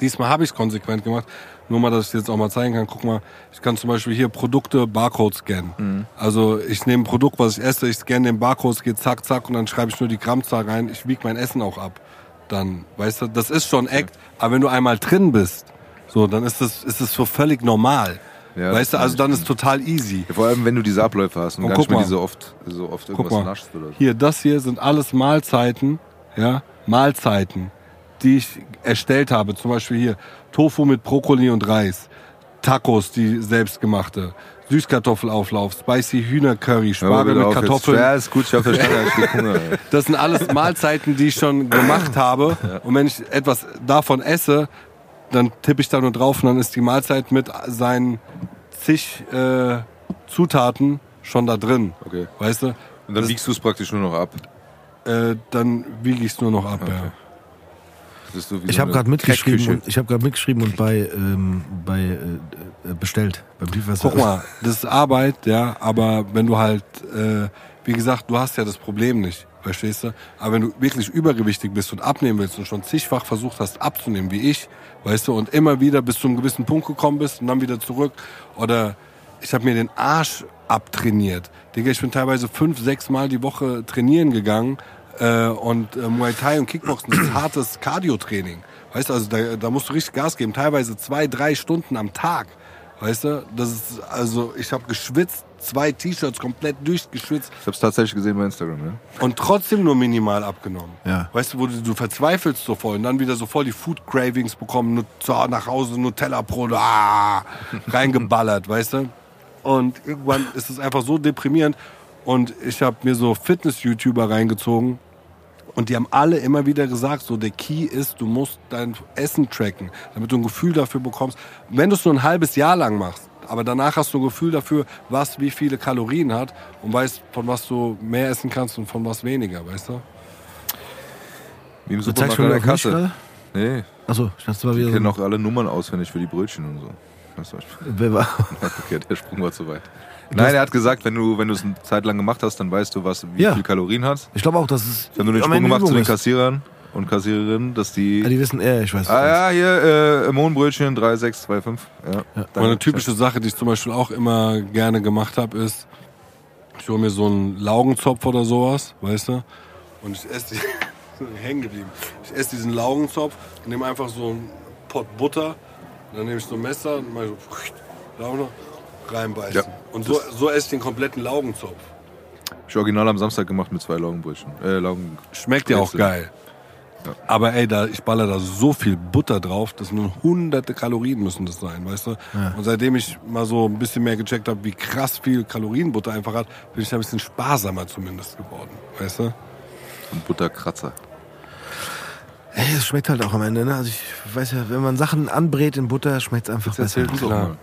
Diesmal habe ich es konsequent gemacht. Nur mal, dass ich jetzt auch mal zeigen kann. Guck mal, ich kann zum Beispiel hier Produkte Barcode scannen. Mhm. Also ich nehme ein Produkt, was ich esse, ich scanne den Barcode, es geht zack, zack und dann schreibe ich nur die Grammzahl rein. Ich wiege mein Essen auch ab. Dann, weißt du, das ist schon Act. Aber wenn du einmal drin bist, so, dann ist das, ist das so völlig normal. Ja, weißt du, also dann ist total easy. Ja, vor allem, wenn du diese Abläufe hast und, und gar nicht mehr mal, diese oft, so oft irgendwas naschst oder so. Hier, das hier sind alles Mahlzeiten, ja, Mahlzeiten, die ich erstellt habe. Zum Beispiel hier Tofu mit Brokkoli und Reis, Tacos, die selbstgemachte, Süßkartoffelauflauf, Spicy Hühnercurry, Spargel mit Kartoffeln. Ja, ist gut, ich habe verstanden, ich krieg Hunger. Das sind alles Mahlzeiten, die ich schon gemacht habe. Ja. Und wenn ich etwas davon esse, dann tippe ich da nur drauf und dann ist die Mahlzeit mit seinen zig äh, Zutaten schon da drin. Okay. Weißt du? Und dann wiegst du es praktisch nur noch ab? Äh, dann wiege ich es nur noch ab, okay. Ja. So ich so habe gerade mitgeschrieben und ich habe gerade mitgeschrieben und bei ähm, bei äh, bestellt beim Lieferservice. Guck mal, das ist Arbeit, ja, aber wenn du halt, äh, wie gesagt, du hast ja das Problem nicht, verstehst du? Aber wenn du wirklich übergewichtig bist und abnehmen willst und schon zigfach versucht hast abzunehmen, wie ich, weißt du, und immer wieder bis zu einem gewissen Punkt gekommen bist und dann wieder zurück, oder ich habe mir den Arsch abtrainiert. Digga, ich bin teilweise fünf, sechs Mal die Woche trainieren gegangen. Äh, und äh, Muay Thai und Kickboxen, das ist hartes Cardio-Training. Weißt du, also da, da musst du richtig Gas geben. Teilweise zwei, drei Stunden am Tag. Weißt du, das ist, also ich habe geschwitzt, zwei T-Shirts komplett durchgeschwitzt. Ich habe es tatsächlich gesehen bei Instagram, ja. Und trotzdem nur minimal abgenommen. Ja. Weißt du, wo du, du verzweifelst so voll und dann wieder so voll die Food-Cravings bekommen, nur so nach Hause Nutella-Brot, ah, reingeballert, weißt du. Und irgendwann ist es einfach so deprimierend. Und ich habe mir so Fitness-YouTuber reingezogen und die haben alle immer wieder gesagt, so der Key ist, du musst dein Essen tracken, damit du ein Gefühl dafür bekommst. Wenn du es nur ein halbes Jahr lang machst, aber danach hast du ein Gefühl dafür, was wie viele Kalorien hat und weißt, von was du mehr essen kannst und von was weniger, weißt du? Wie im Supermarkt an der Kasse. Nee. Achso, ich dachte, mal wieder. Ich kenne auch alle Nummern auswendig für die Brötchen und so. Wer war? Okay, der Sprung war zu weit. Nein, er hat gesagt, wenn du wenn du es eine Zeit lang gemacht hast, dann weißt du, was wie ja. viel Kalorien hat. Ich glaube auch, dass es. Ich habe nur den Sprung gemacht zu den Kassierern und Kassiererinnen, dass die. Ja, die wissen, ja, ich weiß. Ah ja, hier äh, Mohnbrötchen drei sechs zwei fünf. Ja. Ja. Und eine typische Sache, die ich zum Beispiel auch immer gerne gemacht habe, ist, ich hole mir so einen Laugenzopf oder sowas, weißt du, und ich esse die, hängen geblieben. Ich esse diesen Laugenzopf, nehme einfach so einen Pott Butter, dann nehme ich so ein Messer und mache so Lauge reinbeißen. Ja. Und so, so esse ich den kompletten Laugenzopf. Ich original am Samstag gemacht mit zwei Laugenbrötchen. Äh, Laugen Schmeckt ja auch geil. Ja. Aber ey, da, ich baller da so viel Butter drauf, das nur hunderte Kalorien müssen das sein, weißt du? Ja. Und seitdem ich mal so ein bisschen mehr gecheckt habe, wie krass viel Kalorien Butter einfach hat, bin ich da ein bisschen sparsamer zumindest geworden, weißt du? Ein Butterkratzer. Ey, es schmeckt halt auch am Ende, ne? Also ich weiß ja, wenn man Sachen anbrät in Butter, schmeckt es einfach besser. Klar.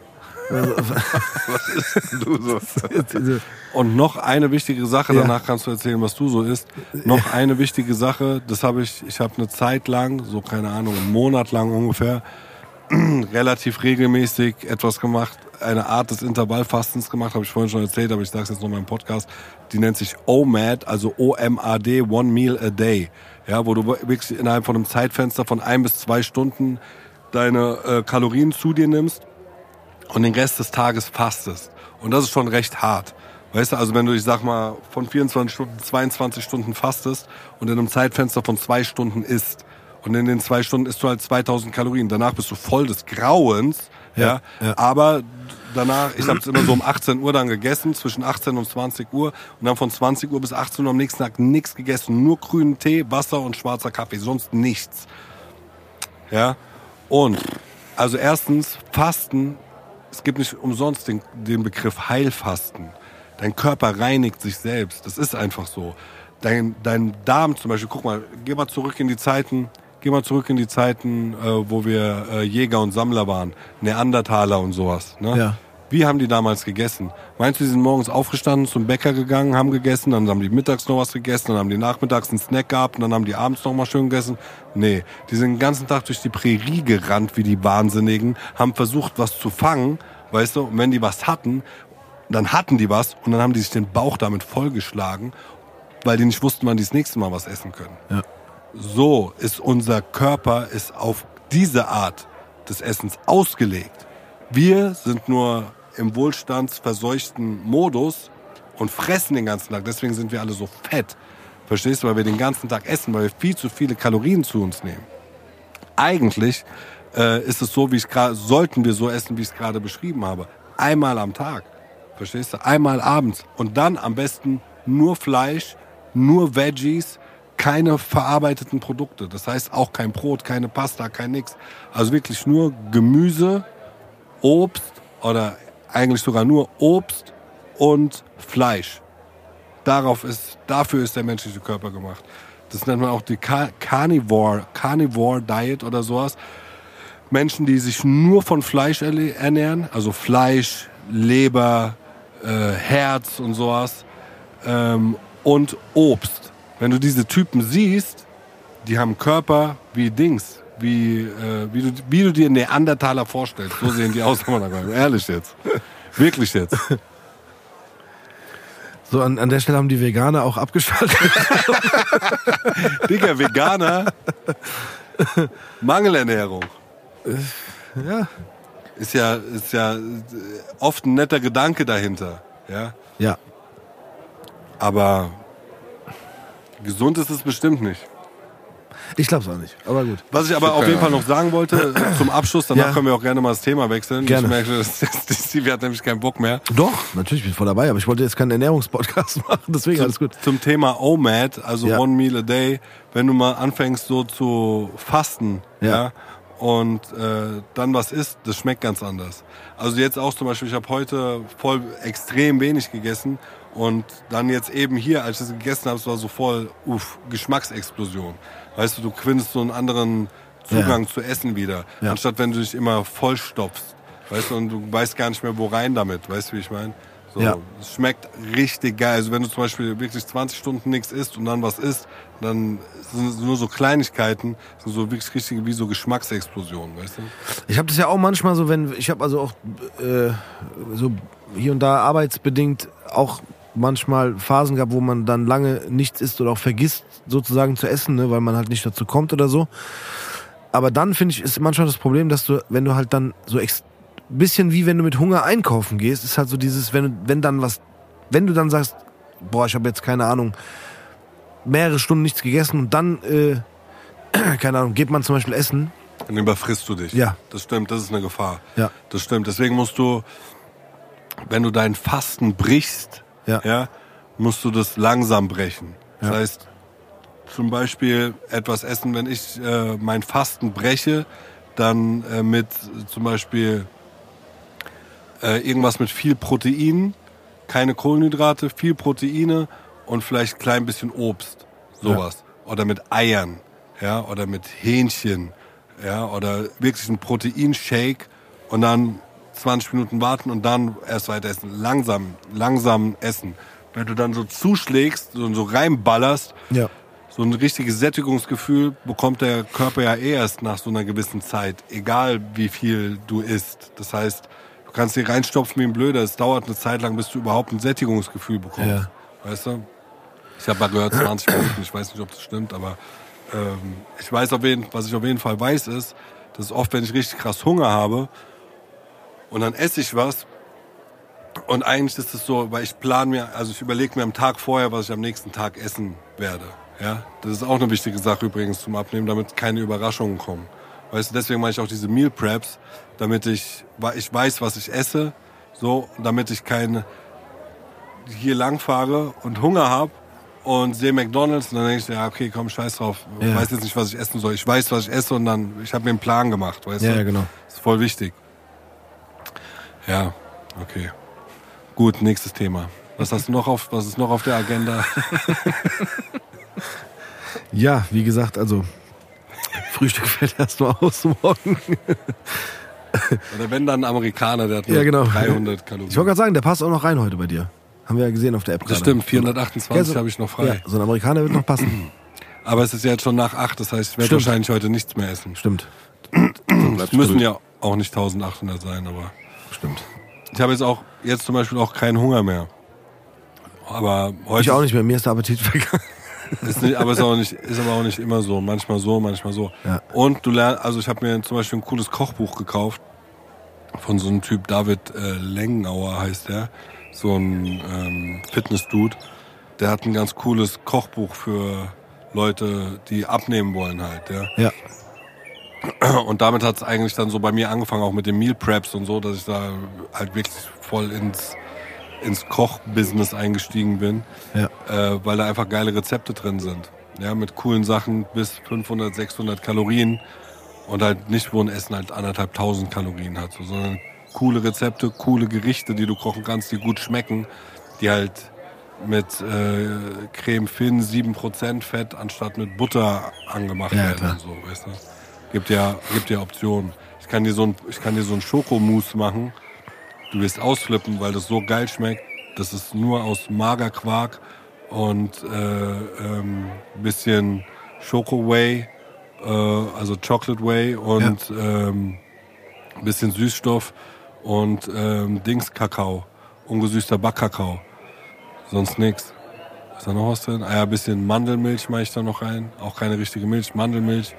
Was ist denn du so? Und noch eine wichtige Sache, Ja. danach kannst du erzählen, was du so isst. Noch eine wichtige Sache, das habe ich, ich habe eine Zeit lang, so keine Ahnung, einen Monat lang ungefähr, relativ regelmäßig etwas gemacht, eine Art des Intervallfastens gemacht, habe ich vorhin schon erzählt, aber ich sage es jetzt noch mal im Podcast. Die nennt sich O M A D, also O M A D, One Meal a Day. Ja, wo du wirklich innerhalb von einem Zeitfenster von ein bis zwei Stunden deine äh, Kalorien zu dir nimmst und den Rest des Tages fastest. Und das ist schon recht hart. Weißt du, also wenn du, ich sag mal, von vierundzwanzig Stunden, zweiundzwanzig Stunden fastest und in einem Zeitfenster von zwei Stunden isst und in den zwei Stunden isst du halt zweitausend Kalorien. Danach bist du voll des Grauens, ja. Ja, ja. Aber danach, ich habe es immer so um achtzehn Uhr dann gegessen, zwischen achtzehn und zwanzig Uhr und dann von zwanzig Uhr bis achtzehn Uhr am nächsten Tag nichts gegessen, nur grünen Tee, Wasser und schwarzer Kaffee, sonst nichts. Ja. Und also erstens Fasten. Es gibt nicht umsonst den, den Begriff Heilfasten. Dein Körper reinigt sich selbst. Das ist einfach so. Dein, dein Darm zum Beispiel, guck mal, geh mal zurück in die Zeiten, geh mal zurück in die Zeiten, äh, wo wir äh, Jäger und Sammler waren, Neandertaler und sowas. Ne? Ja. Wie haben die damals gegessen? Meinst du, die sind morgens aufgestanden, zum Bäcker gegangen, haben gegessen, dann haben die mittags noch was gegessen, dann haben die nachmittags einen Snack gehabt und dann haben die abends noch mal schön gegessen? Nee, die sind den ganzen Tag durch die Prärie gerannt wie die Wahnsinnigen, haben versucht, was zu fangen, weißt du, und wenn die was hatten, dann hatten die was und dann haben die sich den Bauch damit vollgeschlagen, weil die nicht wussten, wann die das nächste Mal was essen können. Ja. So ist unser Körper ist auf diese Art des Essens ausgelegt. Wir sind nur im wohlstandsverseuchten Modus und fressen den ganzen Tag. Deswegen sind wir alle so fett. Verstehst du? Weil wir den ganzen Tag essen, weil wir viel zu viele Kalorien zu uns nehmen. Eigentlich äh, ist es so, wie ich gerade, sollten wir so essen, wie ich es gerade beschrieben habe. Einmal am Tag. Verstehst du? Einmal abends. Und dann am besten nur Fleisch, nur Veggies, keine verarbeiteten Produkte. Das heißt auch kein Brot, keine Pasta, kein nix. Also wirklich nur Gemüse, Obst oder eigentlich sogar nur Obst und Fleisch. Darauf ist, dafür ist der menschliche Körper gemacht. Das nennt man auch die Car- Carnivore, Carnivore Diet oder sowas. Menschen, die sich nur von Fleisch ernähren, also Fleisch, Leber, äh, Herz und sowas ähm, und Obst. Wenn du diese Typen siehst, die haben Körper wie Dings, wie, äh, wie, du, wie du dir Neandertaler vorstellst. So sehen die aus, ehrlich jetzt. Wirklich jetzt. So, an, an der Stelle haben die Veganer auch abgeschaltet. Digga, Veganer, Mangelernährung. Ja. Ist ja, ist ja oft ein netter Gedanke dahinter. Ja. Ja. Aber gesund ist es bestimmt nicht. Ich glaube es auch nicht, aber gut. Was ich aber auf jeden Fall noch sagen wollte, zum Abschluss, danach Ja. können wir auch gerne mal das Thema wechseln. Gerne. Ich merke, dass die Stevie hat nämlich keinen Bock mehr. Doch, natürlich bin ich voll dabei, aber ich wollte jetzt keinen Ernährungspodcast machen, deswegen alles gut. Zum Thema O M A D, also Ja. One Meal a Day, wenn du mal anfängst so zu fasten, ja, Ja. und äh, dann was isst, das schmeckt ganz anders. Also jetzt auch zum Beispiel, ich habe heute voll extrem wenig gegessen und dann jetzt eben hier, als ich das gegessen habe, es war so voll, uff, Geschmacksexplosion. Weißt du, du findest so einen anderen Zugang Ja. zu Essen wieder, Ja. anstatt wenn du dich immer vollstopfst. Weißt du, und du weißt gar nicht mehr, wo rein damit. Weißt du, wie ich meine? So, Ja. es schmeckt richtig geil. Also wenn du zum Beispiel wirklich zwanzig Stunden nichts isst und dann was isst, dann sind es nur so Kleinigkeiten, sind so wirklich richtig wie so Geschmacksexplosionen, weißt du? Ich habe das ja auch manchmal so, wenn ich habe also auch äh, so hier und da arbeitsbedingt auch manchmal Phasen gehabt, wo man dann lange nichts isst oder auch vergisst sozusagen zu essen, ne, weil man halt nicht dazu kommt oder so. Aber dann finde ich, ist manchmal das Problem, dass du, wenn du halt dann so ex bisschen wie wenn du mit Hunger einkaufen gehst, ist halt so dieses, wenn, wenn dann was, wenn du dann sagst, boah, ich habe jetzt keine Ahnung, mehrere Stunden nichts gegessen und dann, äh, keine Ahnung, geht man zum Beispiel essen. Dann überfrisst du dich. Ja. Das stimmt, das ist eine Gefahr. Ja. Das stimmt. Deswegen musst du, wenn du dein Fasten brichst, Ja. ja, musst du das langsam brechen. Das Ja. heißt, zum Beispiel etwas essen, wenn ich äh, mein Fasten breche, dann äh, mit äh, zum Beispiel äh, irgendwas mit viel Protein, keine Kohlenhydrate, viel Proteine und vielleicht ein klein bisschen Obst, sowas. Oder mit Eiern, ja, oder mit Hähnchen, ja, oder wirklich ein Proteinshake und dann zwanzig Minuten warten und dann erst weiter essen. Langsam, langsam essen. Wenn du dann so zuschlägst und so reinballerst, Ja. so ein richtiges Sättigungsgefühl bekommt der Körper ja eh erst nach so einer gewissen Zeit, egal wie viel du isst. Das heißt, du kannst dir reinstopfen wie ein Blöder, es dauert eine Zeit lang, bis du überhaupt ein Sättigungsgefühl bekommst. Ja. Weißt du? Ich habe mal gehört, zwanzig Minuten, ich weiß nicht, ob das stimmt, aber ähm, ich weiß auf jeden, was ich auf jeden Fall weiß ist, dass oft, wenn ich richtig krass Hunger habe und dann esse ich was und eigentlich ist es so, weil ich plane mir, also ich überlege mir am Tag vorher, was ich am nächsten Tag essen werde. Ja, das ist auch eine wichtige Sache übrigens zum Abnehmen, damit keine Überraschungen kommen. Weißt du, deswegen mache ich auch diese Meal Preps, damit ich, ich weiß, was ich esse, so, damit ich keine hier lang fahre und Hunger habe und sehe McDonald's und dann denke ich, ja, okay, komm, scheiß drauf. Ich Ja. weiß jetzt nicht, was ich essen soll. Ich weiß, was ich esse und dann, ich habe mir einen Plan gemacht, weißt Ja, du? ja, genau. Das ist voll wichtig. Ja, okay. Gut, nächstes Thema. Was hast du noch auf, was ist noch auf der Agenda? Ja, wie gesagt, also Frühstück fällt erst mal aus morgen. Oder wenn dann ein Amerikaner, der hat nur Ja, genau. dreihundert Kalorien. Ich wollte gerade sagen, der passt auch noch rein heute bei dir. Haben wir ja gesehen auf der App Das gerade. stimmt, vierhundertachtundzwanzig Ja, so- habe ich noch frei. Ja, so ein Amerikaner wird noch passen. Aber es ist ja jetzt schon nach acht, das heißt, ich werde Stimmt. wahrscheinlich heute nichts mehr essen. Stimmt, Es müssen ja auch nicht eintausendachthundert sein, aber stimmt. ich habe jetzt auch jetzt zum Beispiel auch keinen Hunger mehr. Aber heute Ich auch nicht mehr, mir ist der Appetit vergangen. Ist nicht, aber ist, auch nicht, ist aber auch nicht immer so. Manchmal so, manchmal so. Ja. Und du lernst, also ich habe mir zum Beispiel ein cooles Kochbuch gekauft von so einem Typ, David äh, Lengenauer heißt der. So ein ähm, Fitness-Dude. Der hat ein ganz cooles Kochbuch für Leute, die abnehmen wollen halt. Ja. Ja. Und damit hat es eigentlich dann so bei mir angefangen, auch mit den Meal Preps und so, dass ich da halt wirklich voll ins, ins Kochbusiness eingestiegen bin, Ja. äh, weil da einfach geile Rezepte drin sind. Ja, mit coolen Sachen bis fünfhundert, sechshundert Kalorien und halt nicht, wo ein Essen halt anderthalbtausend Kalorien hat, so, sondern coole Rezepte, coole Gerichte, die du kochen kannst, die gut schmecken, die halt mit äh, Creme Fin sieben Prozent Fett anstatt mit Butter angemacht Ja, werden klar. und so, weißt du. Gibt ja, gibt ja Optionen. Ich kann dir so ein, ich kann dir so ein Schokomousse machen. Du wirst ausflippen, weil das so geil schmeckt. Das ist nur aus Magerquark und äh, ähm, bisschen Schoko Whey, äh, also Chocolate Whey und ähm, bisschen Süßstoff und ähm, Dings Kakao, ungesüßter Backkakao. Sonst nix. Ist da noch was drin? Ah ja, ein bisschen Mandelmilch mache ich da noch rein. Auch keine richtige Milch, Mandelmilch.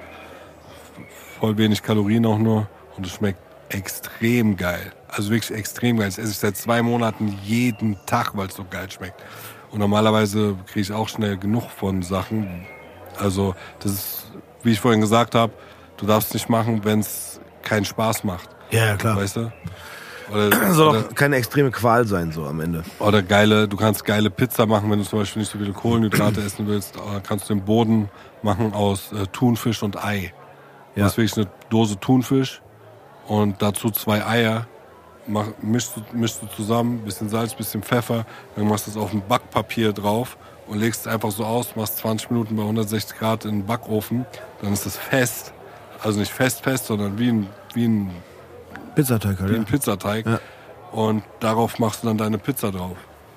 Voll wenig Kalorien auch nur. Und es schmeckt extrem geil. Also wirklich extrem geil. Das esse ich seit zwei Monaten jeden Tag, weil es so geil schmeckt. Und normalerweise kriege ich auch schnell genug von Sachen. Also das ist, wie ich vorhin gesagt habe, du darfst es nicht machen, wenn es keinen Spaß macht. Ja, ja, klar. Weißt du? Oder, Soll oder, doch keine extreme Qual sein, so am Ende. oder geile, du kannst geile Pizza machen, wenn du zum Beispiel nicht so viele Kohlenhydrate essen willst. Oder kannst du den Boden machen aus äh, Thunfisch und Ei. Du Ja. hast wirklich eine Dose Thunfisch und dazu zwei Eier. Mach, mischst, du, mischst du zusammen, bisschen Salz, bisschen Pfeffer. Dann machst du es auf ein Backpapier drauf und legst es einfach so aus. Machst zwanzig Minuten bei hundertsechzig Grad in den Backofen. Dann ist es fest. Also nicht fest, fest, sondern wie ein, wie ein Pizzateig halt, wie ja. ein Pizzateig. Ja. Und darauf machst du dann deine Pizza drauf.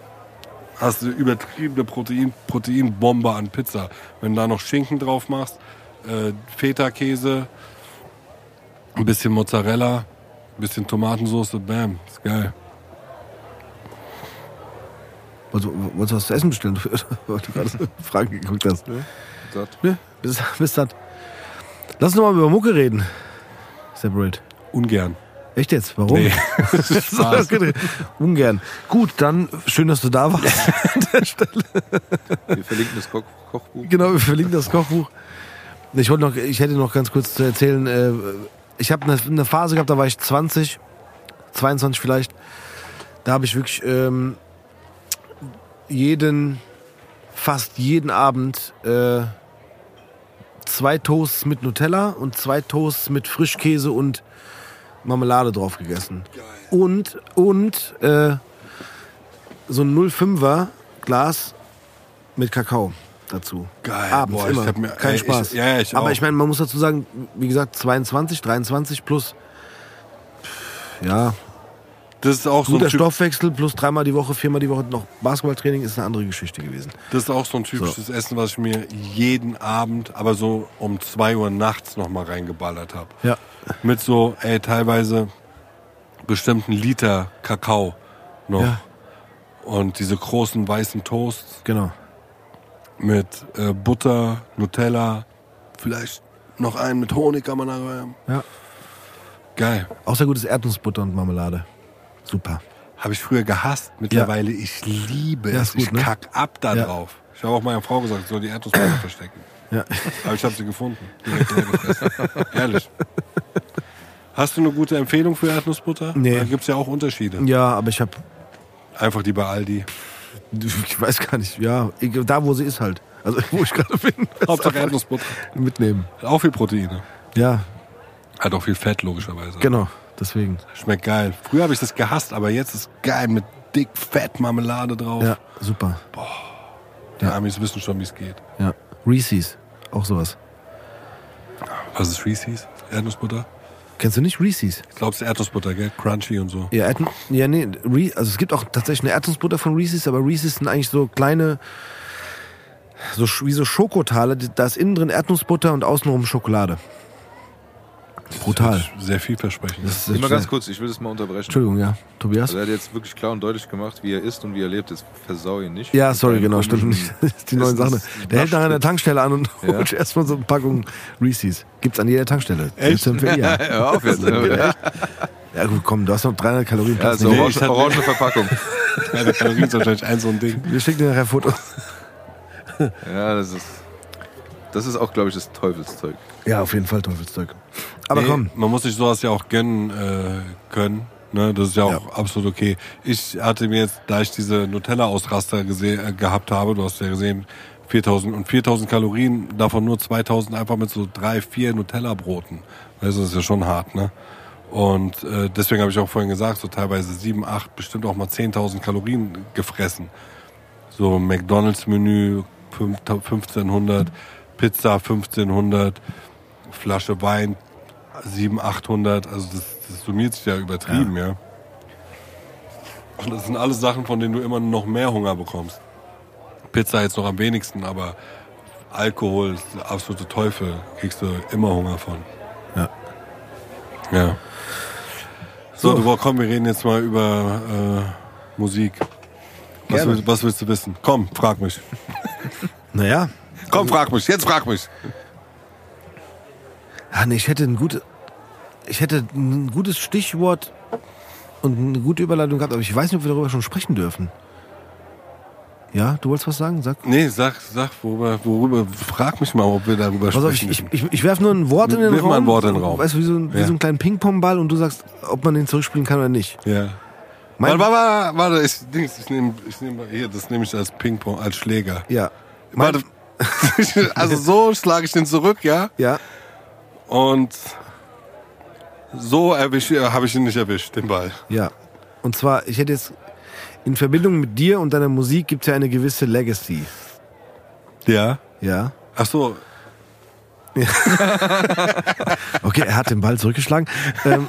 Hast du übertriebene Protein, Proteinbombe an Pizza. Wenn du da noch Schinken drauf machst, äh, Feta-Käse, ein bisschen Mozzarella, ein bisschen Tomatensauce, bam, ist geil. Also, wolltest du was zu essen bestellen? Weil du gerade so Fragen geguckt hast. Satt. Ne? Bis, bis dann. Lass uns noch mal über Mucke reden. Separate. Ungern. Echt jetzt? Warum? Nee, das ist Spaß. Ungern. Gut, dann schön, dass du da warst. Wir verlinken das Koch Kochbuch. Genau, wir verlinken das Kochbuch. Ich wollte noch, ich hätte noch ganz kurz zu erzählen, äh, ich habe eine, eine Phase gehabt, da war ich zwanzig, zweiundzwanzig vielleicht. Da habe ich wirklich ähm, jeden, fast jeden Abend äh, zwei Toasts mit Nutella und zwei Toasts mit Frischkäse und Marmelade drauf gegessen. Und, und äh, so ein null Komma fünfer Glas mit Kakao dazu. Geil. Abends Boah, ich immer. hab mir- Kein ey, ich- Spaß. ja, ja, ich Aber auch. ich meine, man muss dazu sagen, wie gesagt, zweiundzwanzig, dreiundzwanzig plus ja, Das ist auch so ein guter Typ, Stoffwechsel plus dreimal die Woche, viermal die Woche noch Basketballtraining ist eine andere Geschichte gewesen. das ist auch so ein typisches Essen, was ich mir jeden Abend, aber so um zwei Uhr nachts noch mal reingeballert habe. Ja. Mit so, ey, teilweise bestimmt einen Liter Kakao noch. Ja. Und diese großen weißen Toasts Genau. mit äh, Butter, Nutella, vielleicht noch einen mit Honig kann man da rein. Ja. Geil. Auch sehr gutes Erdnussbutter und Marmelade. Super. Habe ich früher gehasst. Mittlerweile, ich liebe Ja, es. ist gut, ich ne? kack ab da Ja. drauf. Ich habe auch meiner Frau gesagt, ich soll die Erdnussbutter verstecken. Ja. Aber ich habe sie gefunden. Direkt reingefressen. Ehrlich. Hast du eine gute Empfehlung für Erdnussbutter? Nee. Da gibt es ja auch Unterschiede. Ja, aber ich habe, Einfach die bei Aldi. ich weiß gar nicht, ja, da wo sie ist halt. Also wo ich gerade bin. Hauptsache Erdnussbutter. Mitnehmen. Hat auch viel Proteine. Ja, Hat auch viel Fett, logischerweise. genau. Deswegen. Schmeckt geil. Früher habe ich das gehasst, aber jetzt ist geil mit dick Fett Marmelade drauf. Ja, super. Die Amis wissen schon, wie es geht. Ja. Reese's, auch sowas. Was ist Reese's? Erdnussbutter? Kennst du nicht Reese's? Ich glaube, es ist Erdnussbutter, gell? Crunchy und so. Ja, Erdn ja nee, Re also es gibt auch tatsächlich eine Erdnussbutter von Reese's, aber Reese's sind eigentlich so kleine, so sch- wie so Schokotale. Da ist innen drin Erdnussbutter und außenrum Schokolade. Brutal. Sehr vielversprechend. Das ist Immer ganz kurz, ich will das mal unterbrechen. Entschuldigung, ja. Tobias? Also er hat jetzt wirklich klar und deutlich gemacht, wie er ist und wie er lebt. Jetzt versau ihn nicht. Ja, sorry, Mit genau, seinen stimmt komischen nicht. Die neuen Sachen. Der hält nachher an der Tankstelle an und Ja. holt erstmal so eine Packung Reese's. Gibt's an jeder Tankstelle. Echt? Ja. Ja. Hör auf jetzt. Ja, ja gut, komm, du hast noch dreihundert Kalorien. ja Platz. so Nee, orange, ich hatte- orange Verpackung. Keine Kalorien ist wahrscheinlich ein so ein Ding. Wir schicken dir nachher Fotos. Ja, das ist, das ist auch, glaube ich, das Teufelszeug. Ja, auf jeden Fall Teufelszeug. Aber Nee, komm. Man muss sich sowas ja auch gönnen äh, können. Ne? Das ist ja auch Ja. absolut okay. Ich hatte mir jetzt, da ich diese Nutella-Ausraster gese- äh, gehabt habe, du hast ja gesehen, viertausend und viertausend Kalorien, davon nur zweitausend einfach mit so drei, vier Nutella-Broten. Weißt du, das ist ja schon hart, ne? Und äh, deswegen habe ich auch vorhin gesagt, so teilweise sieben, acht, bestimmt auch mal zehntausend Kalorien gefressen. So McDonalds-Menü fünfzehnhundert, Pizza fünfzehnhundert, Flasche Wein siebenhundert, achthundert, also das, das summiert sich ja übertrieben, ja. Und das sind alles Sachen, von denen du immer noch mehr Hunger bekommst. Pizza jetzt noch am wenigsten, aber Alkohol ist der absolute Teufel, kriegst du immer Hunger von. Ja. Ja. So, So. du, komm, wir reden jetzt mal über äh, Musik. Was, Gerne. will, was willst du wissen? Komm, frag mich. Naja. Komm, frag mich. Jetzt frag mich. Ah, nee, ich hätte ein gutes, ich hätte ein gutes Stichwort und eine gute Überleitung gehabt, aber ich weiß nicht, ob wir darüber schon sprechen dürfen. Ja, du wolltest was sagen? Sag. Nee, sag, sag, worüber, worüber, frag mich mal, ob wir darüber Pass auf, ich, sprechen. ich, ich, ich werfe nur ein Wort in den Wirf Raum. mal ein Wort in den Raum. Weißt du, wie so, ein- wie Ja. so einen kleinen Ping-Pong-Ball und du sagst, ob man den zurückspielen kann oder nicht. ja. Mein, Warte, warte, warte, ich, Dings, ich nehme, ich nehme, hier, das nehme ich als Ping-Pong, als Schläger. ja. Mein, Warte, also so schlage ich den zurück, ja? ja. Und so erwisch, habe ich ihn nicht erwischt, den Ball. Ja. Und zwar, ich hätte jetzt, in Verbindung mit dir und deiner Musik gibt es ja eine gewisse Legacy. Ja. Ja. Ach so, Okay, er hat den Ball zurückgeschlagen. ähm,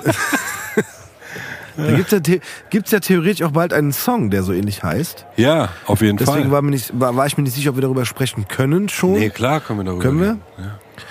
da gibt es ja, the- gibt's ja theoretisch auch bald einen Song, der so ähnlich heißt. ja, auf jeden Deswegen Fall. war, mir nicht, war, war ich mir nicht sicher, ob wir darüber sprechen können schon. Nee, klar können wir darüber Können wir? reden. Ja.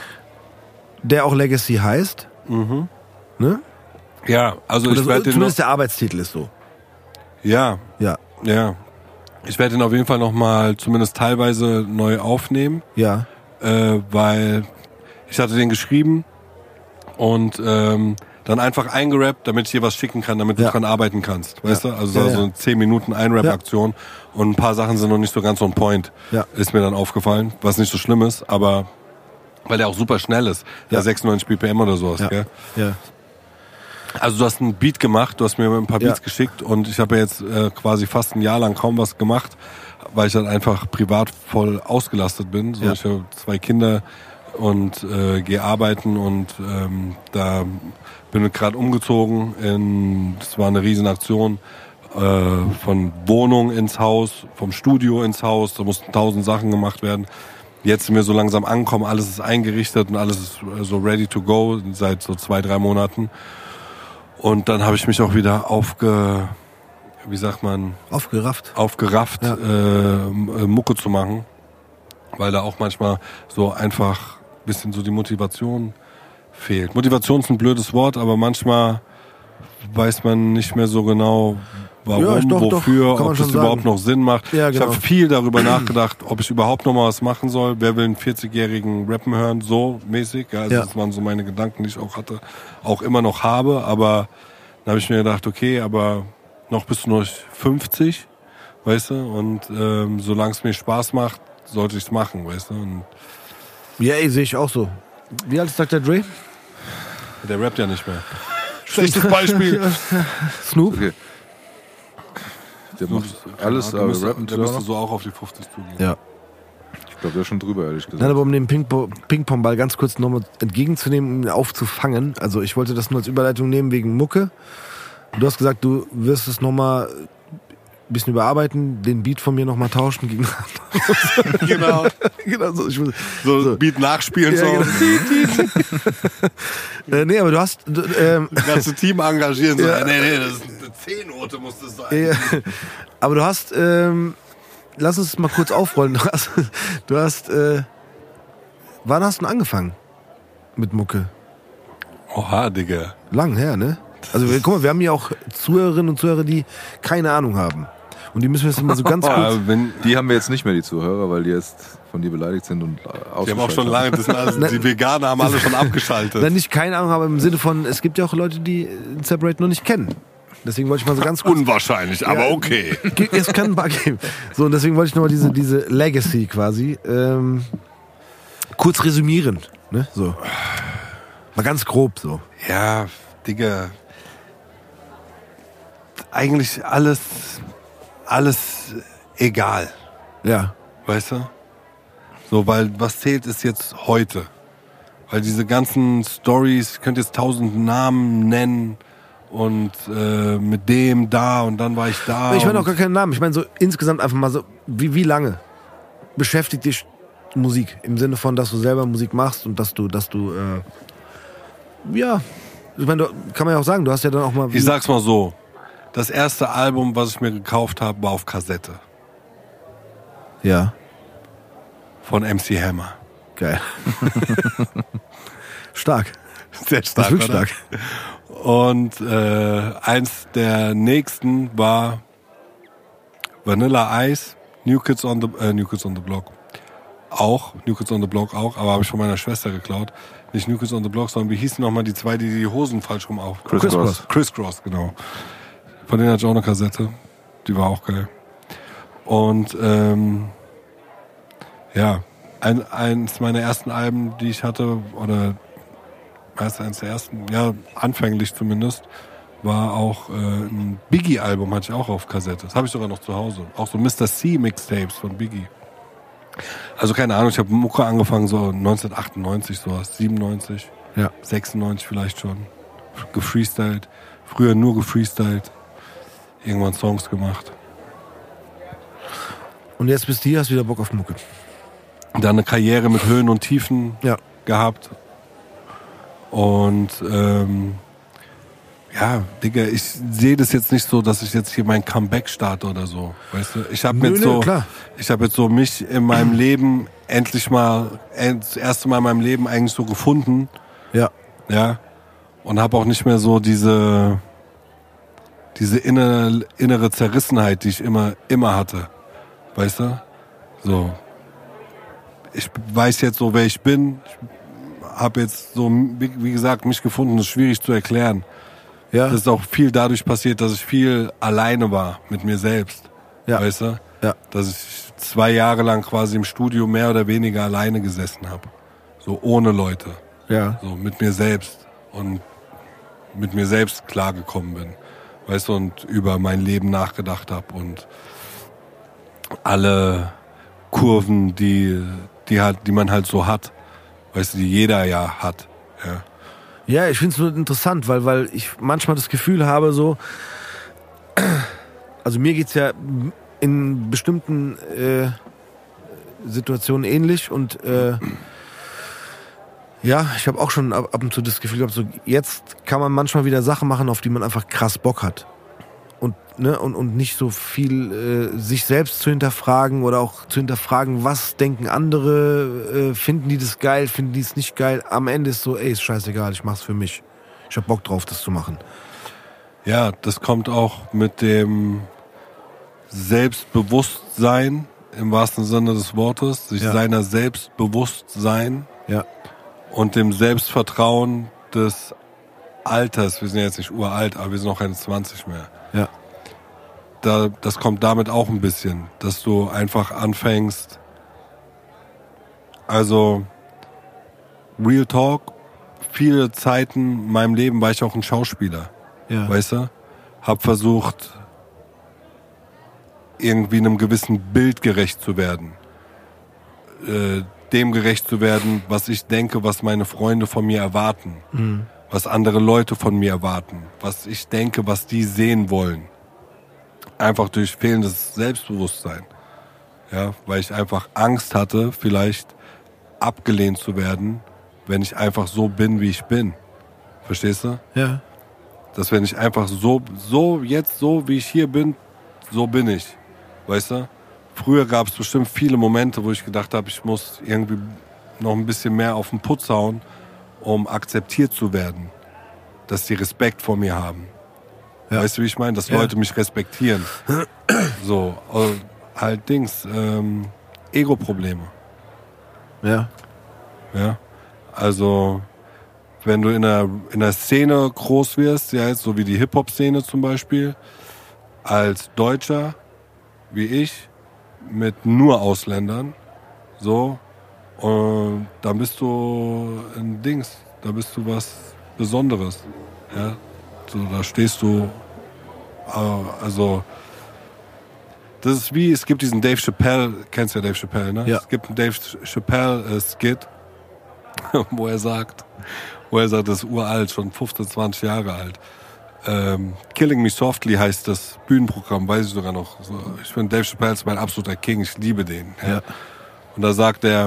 Der auch Legacy heißt. Mhm. Ne? Ja, also Oder ich so, werde den noch, zumindest der Arbeitstitel ist so. ja, Ja. ja. Ich werde den auf jeden Fall noch mal zumindest teilweise neu aufnehmen, Ja. äh, weil ich hatte den geschrieben und ähm, dann einfach eingerappt, damit ich dir was schicken kann, damit Ja. du dran arbeiten kannst, weißt Ja. du? Also Ja, so ja. eine zehn Minuten Einrap-Aktion und ein paar Sachen sind noch nicht so ganz on point, Ja. ist mir dann aufgefallen, was nicht so schlimm ist, aber weil der auch super schnell ist, ja, Ja. sechsundneunzig B P M oder sowas, Ja. gell? Ja. Also du hast einen Beat gemacht, du hast mir ein paar Beats Ja. geschickt und ich habe ja jetzt äh, quasi fast ein Jahr lang kaum was gemacht, weil ich halt einfach privat voll ausgelastet bin. So, Ja. ich habe zwei Kinder und äh, gehe arbeiten und ähm, da bin ich gerade umgezogen. In, das war eine Riesenaktion äh, von Wohnung ins Haus, vom Studio ins Haus. Da mussten tausend Sachen gemacht werden. Jetzt sind wir so langsam angekommen, alles ist eingerichtet und alles ist äh, so ready to go seit so zwei, drei Monaten. Und dann habe ich mich auch wieder aufge, wie sagt man, Aufgerafft. aufgerafft, Ja. äh, Mucke zu machen, weil da auch manchmal so einfach ein bisschen so die Motivation fehlt. Motivation ist ein blödes Wort, aber manchmal weiß man nicht mehr so genau, warum, Ja, doch, doch, wofür, kann man ob schon das sagen. überhaupt noch Sinn macht. Ja, Ich genau. habe viel darüber nachgedacht, ob ich überhaupt noch mal was machen soll. Wer will einen vierzigjährigen rappen hören, so mäßig. Ja, also Ja. das waren so meine Gedanken, die ich auch hatte, auch immer noch habe. Aber dann habe ich mir gedacht, okay, aber noch bist du noch fünfzig, weißt du? Und ähm, solange es mir Spaß macht, sollte ich es machen, weißt du? Und Ja, ey, sehe ich auch so. Wie alt ist Doktor Dre? der rappt ja nicht mehr. Schlechtes Beispiel. Snoop? Okay. Der macht alles, der aber müsste, rappen der tut er müsste noch. so auch auf die fünfzig zugehen. Ja. Ich glaube, der ist schon drüber, ehrlich gesagt. Nein, aber um den Ping-Po- Ping-Pong-Ball ganz kurz nochmal entgegenzunehmen, ihn aufzufangen. Also ich wollte das nur als Überleitung nehmen wegen Mucke. Du hast gesagt, du wirst es nochmal ein bisschen überarbeiten, den Beat von mir nochmal tauschen gegen... Genau. genau so. Ich, will- So, So. Beat nachspielen, ja, so. genau. äh, nee, aber du hast... Du, ähm, Das ganze Team engagieren, so. Ja. Nee, nee, das ist eine C-Note muss das sein. Ja. Aber du hast, ähm, lass uns mal kurz aufrollen. Du hast, du hast äh, wann hast du denn angefangen mit Mucke? Oha, Digga. Lang her, ne? Also wir, guck mal, wir haben hier auch Zuhörerinnen und Zuhörer, die keine Ahnung haben. Und die müssen wir jetzt mal so ganz kurz... Ja, wenn, Die haben wir jetzt nicht mehr, die Zuhörer, weil die jetzt von dir beleidigt sind und ausgeschaltet die haben auch schon lange, das sind alles, die Veganer haben alle schon abgeschaltet. Dann nicht keine Ahnung, aber im Sinne von, es gibt ja auch Leute, die Separate noch nicht kennen. Deswegen wollte ich mal so ganz kurz... Unwahrscheinlich, aber Ja. okay. Es kann ein paar geben. So, und deswegen wollte ich nochmal diese, diese Legacy quasi ähm, kurz resümieren. Ne? So. Mal ganz grob so. Ja, Digga. Eigentlich alles, alles egal, Ja. weißt du? So, weil was zählt ist jetzt heute. Weil diese ganzen Stories, ich könnte jetzt tausend Namen nennen und äh, mit dem da und dann war ich da. Ich meine auch und- gar keinen Namen. Ich meine so insgesamt einfach mal so, wie, wie lange beschäftigt dich Musik? Im Sinne von, dass du selber Musik machst und dass du, dass du, äh, ja, ich meine, du- kann man ja auch sagen, du hast ja dann auch mal... Ich sag's mal so, das erste Album, was ich mir gekauft habe, war auf Kassette Ja, von M C Hammer. geil. Stark. Sehr Das stark, ist wirklich oder? stark. Und äh, eins der nächsten war Vanilla Ice, New Kids on the äh, New Kids on the Block. Auch, New Kids on the Block auch, aber habe ich von meiner Schwester geklaut. Nicht New Kids on the Block, sondern wie hießen nochmal die zwei, die die Hosen falsch rum auf? Criss Cross. Criss Cross, genau. Von denen hatte ich auch eine Kassette. Die war auch geil. Und ähm, ja, ein, eins meiner ersten Alben, die ich hatte, oder meist eins der ersten, ja, anfänglich zumindest, war auch äh, ein Biggie-Album, hatte ich auch auf Kassette. Das habe ich sogar noch zu Hause. Auch so Mister C Mixtapes von Biggie. Also keine Ahnung, ich habe Mucke angefangen so neunzehnhundertachtundneunzig, sowas, siebenundneunzig, Ja. sechsundneunzig vielleicht schon. Gefreestylt. Früher nur gefreestylt. Irgendwann Songs gemacht. Und jetzt bist du hier, hast wieder Bock auf Mucke. Dann eine Karriere mit Höhen und Tiefen Ja. gehabt. Und ähm, ja, Digga, ich sehe das jetzt nicht so, dass ich jetzt hier mein Comeback starte oder so. Weißt du? Ich habe Nö, jetzt nö, so, klar. ich habe jetzt so mich in meinem Leben endlich mal, das erste Mal in meinem Leben eigentlich so gefunden, Ja. ja, und habe auch nicht mehr so diese, diese innere, innere Zerrissenheit, die ich immer, immer hatte. Weißt du? So. Ich weiß jetzt so, wer ich bin. Ich habe jetzt so, wie, wie gesagt, mich gefunden. Das ist schwierig zu erklären. Ja. Das ist auch viel dadurch passiert, dass ich viel alleine war mit mir selbst. Ja. Weißt du? Ja. Dass ich zwei Jahre lang quasi im Studio mehr oder weniger alleine gesessen habe. So ohne Leute. Ja. So mit mir selbst. Und mit mir selbst klargekommen bin. Weißt du? Und über mein Leben nachgedacht habe. Und alle Kurven, die, die, halt, die man halt so hat. Weißt du, die jeder ja hat. Ja. Ja, ich finde es nur interessant, weil, weil ich manchmal das Gefühl habe, so, also mir geht's ja in bestimmten äh, Situationen ähnlich und äh, ja, ich habe auch schon ab, ab und zu das Gefühl gehabt, so jetzt kann man manchmal wieder Sachen machen, auf die man einfach krass Bock hat. Und, ne, und, und nicht so viel äh, sich selbst zu hinterfragen oder auch zu hinterfragen, was denken andere, äh, finden die das geil, finden die es nicht geil. Am Ende ist so, ey, ist scheißegal, ich mach's für mich. Ich hab Bock drauf, das zu machen. Ja, das kommt auch mit dem Selbstbewusstsein im wahrsten Sinne des Wortes, sich Ja. seiner selbst bewusst sein Ja. und dem Selbstvertrauen des Alters. Wir sind ja jetzt nicht uralt, aber wir sind auch keine zwanzig mehr. Ja. Da, das kommt damit auch ein bisschen, dass du einfach anfängst, also Real Talk, viele Zeiten in meinem Leben war ich auch ein Schauspieler, Ja. weißt du? Hab versucht, irgendwie einem gewissen Bild gerecht zu werden. Äh, dem gerecht zu werden, was ich denke, was meine Freunde von mir erwarten. Mhm. Was andere Leute von mir erwarten. Was ich denke, was die sehen wollen. Einfach durch fehlendes Selbstbewusstsein. Ja, weil ich einfach Angst hatte, vielleicht abgelehnt zu werden, wenn ich einfach so bin, wie ich bin. Verstehst du? Ja. Dass wenn ich einfach so, so jetzt so, wie ich hier bin, so bin ich. Weißt du? Früher gab es bestimmt viele Momente, wo ich gedacht habe, ich muss irgendwie noch ein bisschen mehr auf den Putz hauen, um akzeptiert zu werden. dass die Respekt vor mir haben. Ja. Weißt du, wie ich meine? Dass Ja. Leute mich respektieren. So, äh, halt Dings, ähm, Ego-Probleme. Ja. Ja, also wenn du in einer, in einer Szene groß wirst, ja, jetzt so wie die Hip-Hop-Szene zum Beispiel, als Deutscher, wie ich, mit nur Ausländern, so, und dann bist du ein Dings, da bist du was Besonderes, ja, so, da stehst du, äh, also, das ist wie, es gibt diesen Dave Chappelle, kennst du ja Dave Chappelle, ne? Ja. Es gibt einen Dave Chappelle-Skit, wo er sagt, wo er sagt, das ist uralt, schon fünfzehn, zwanzig Jahre alt. Ähm, Killing Me Softly heißt das Bühnenprogramm, weiß ich sogar noch. So, ich finde, Dave Chappelle ist mein absoluter King, ich liebe den. Ja. Ja. Und da sagt er,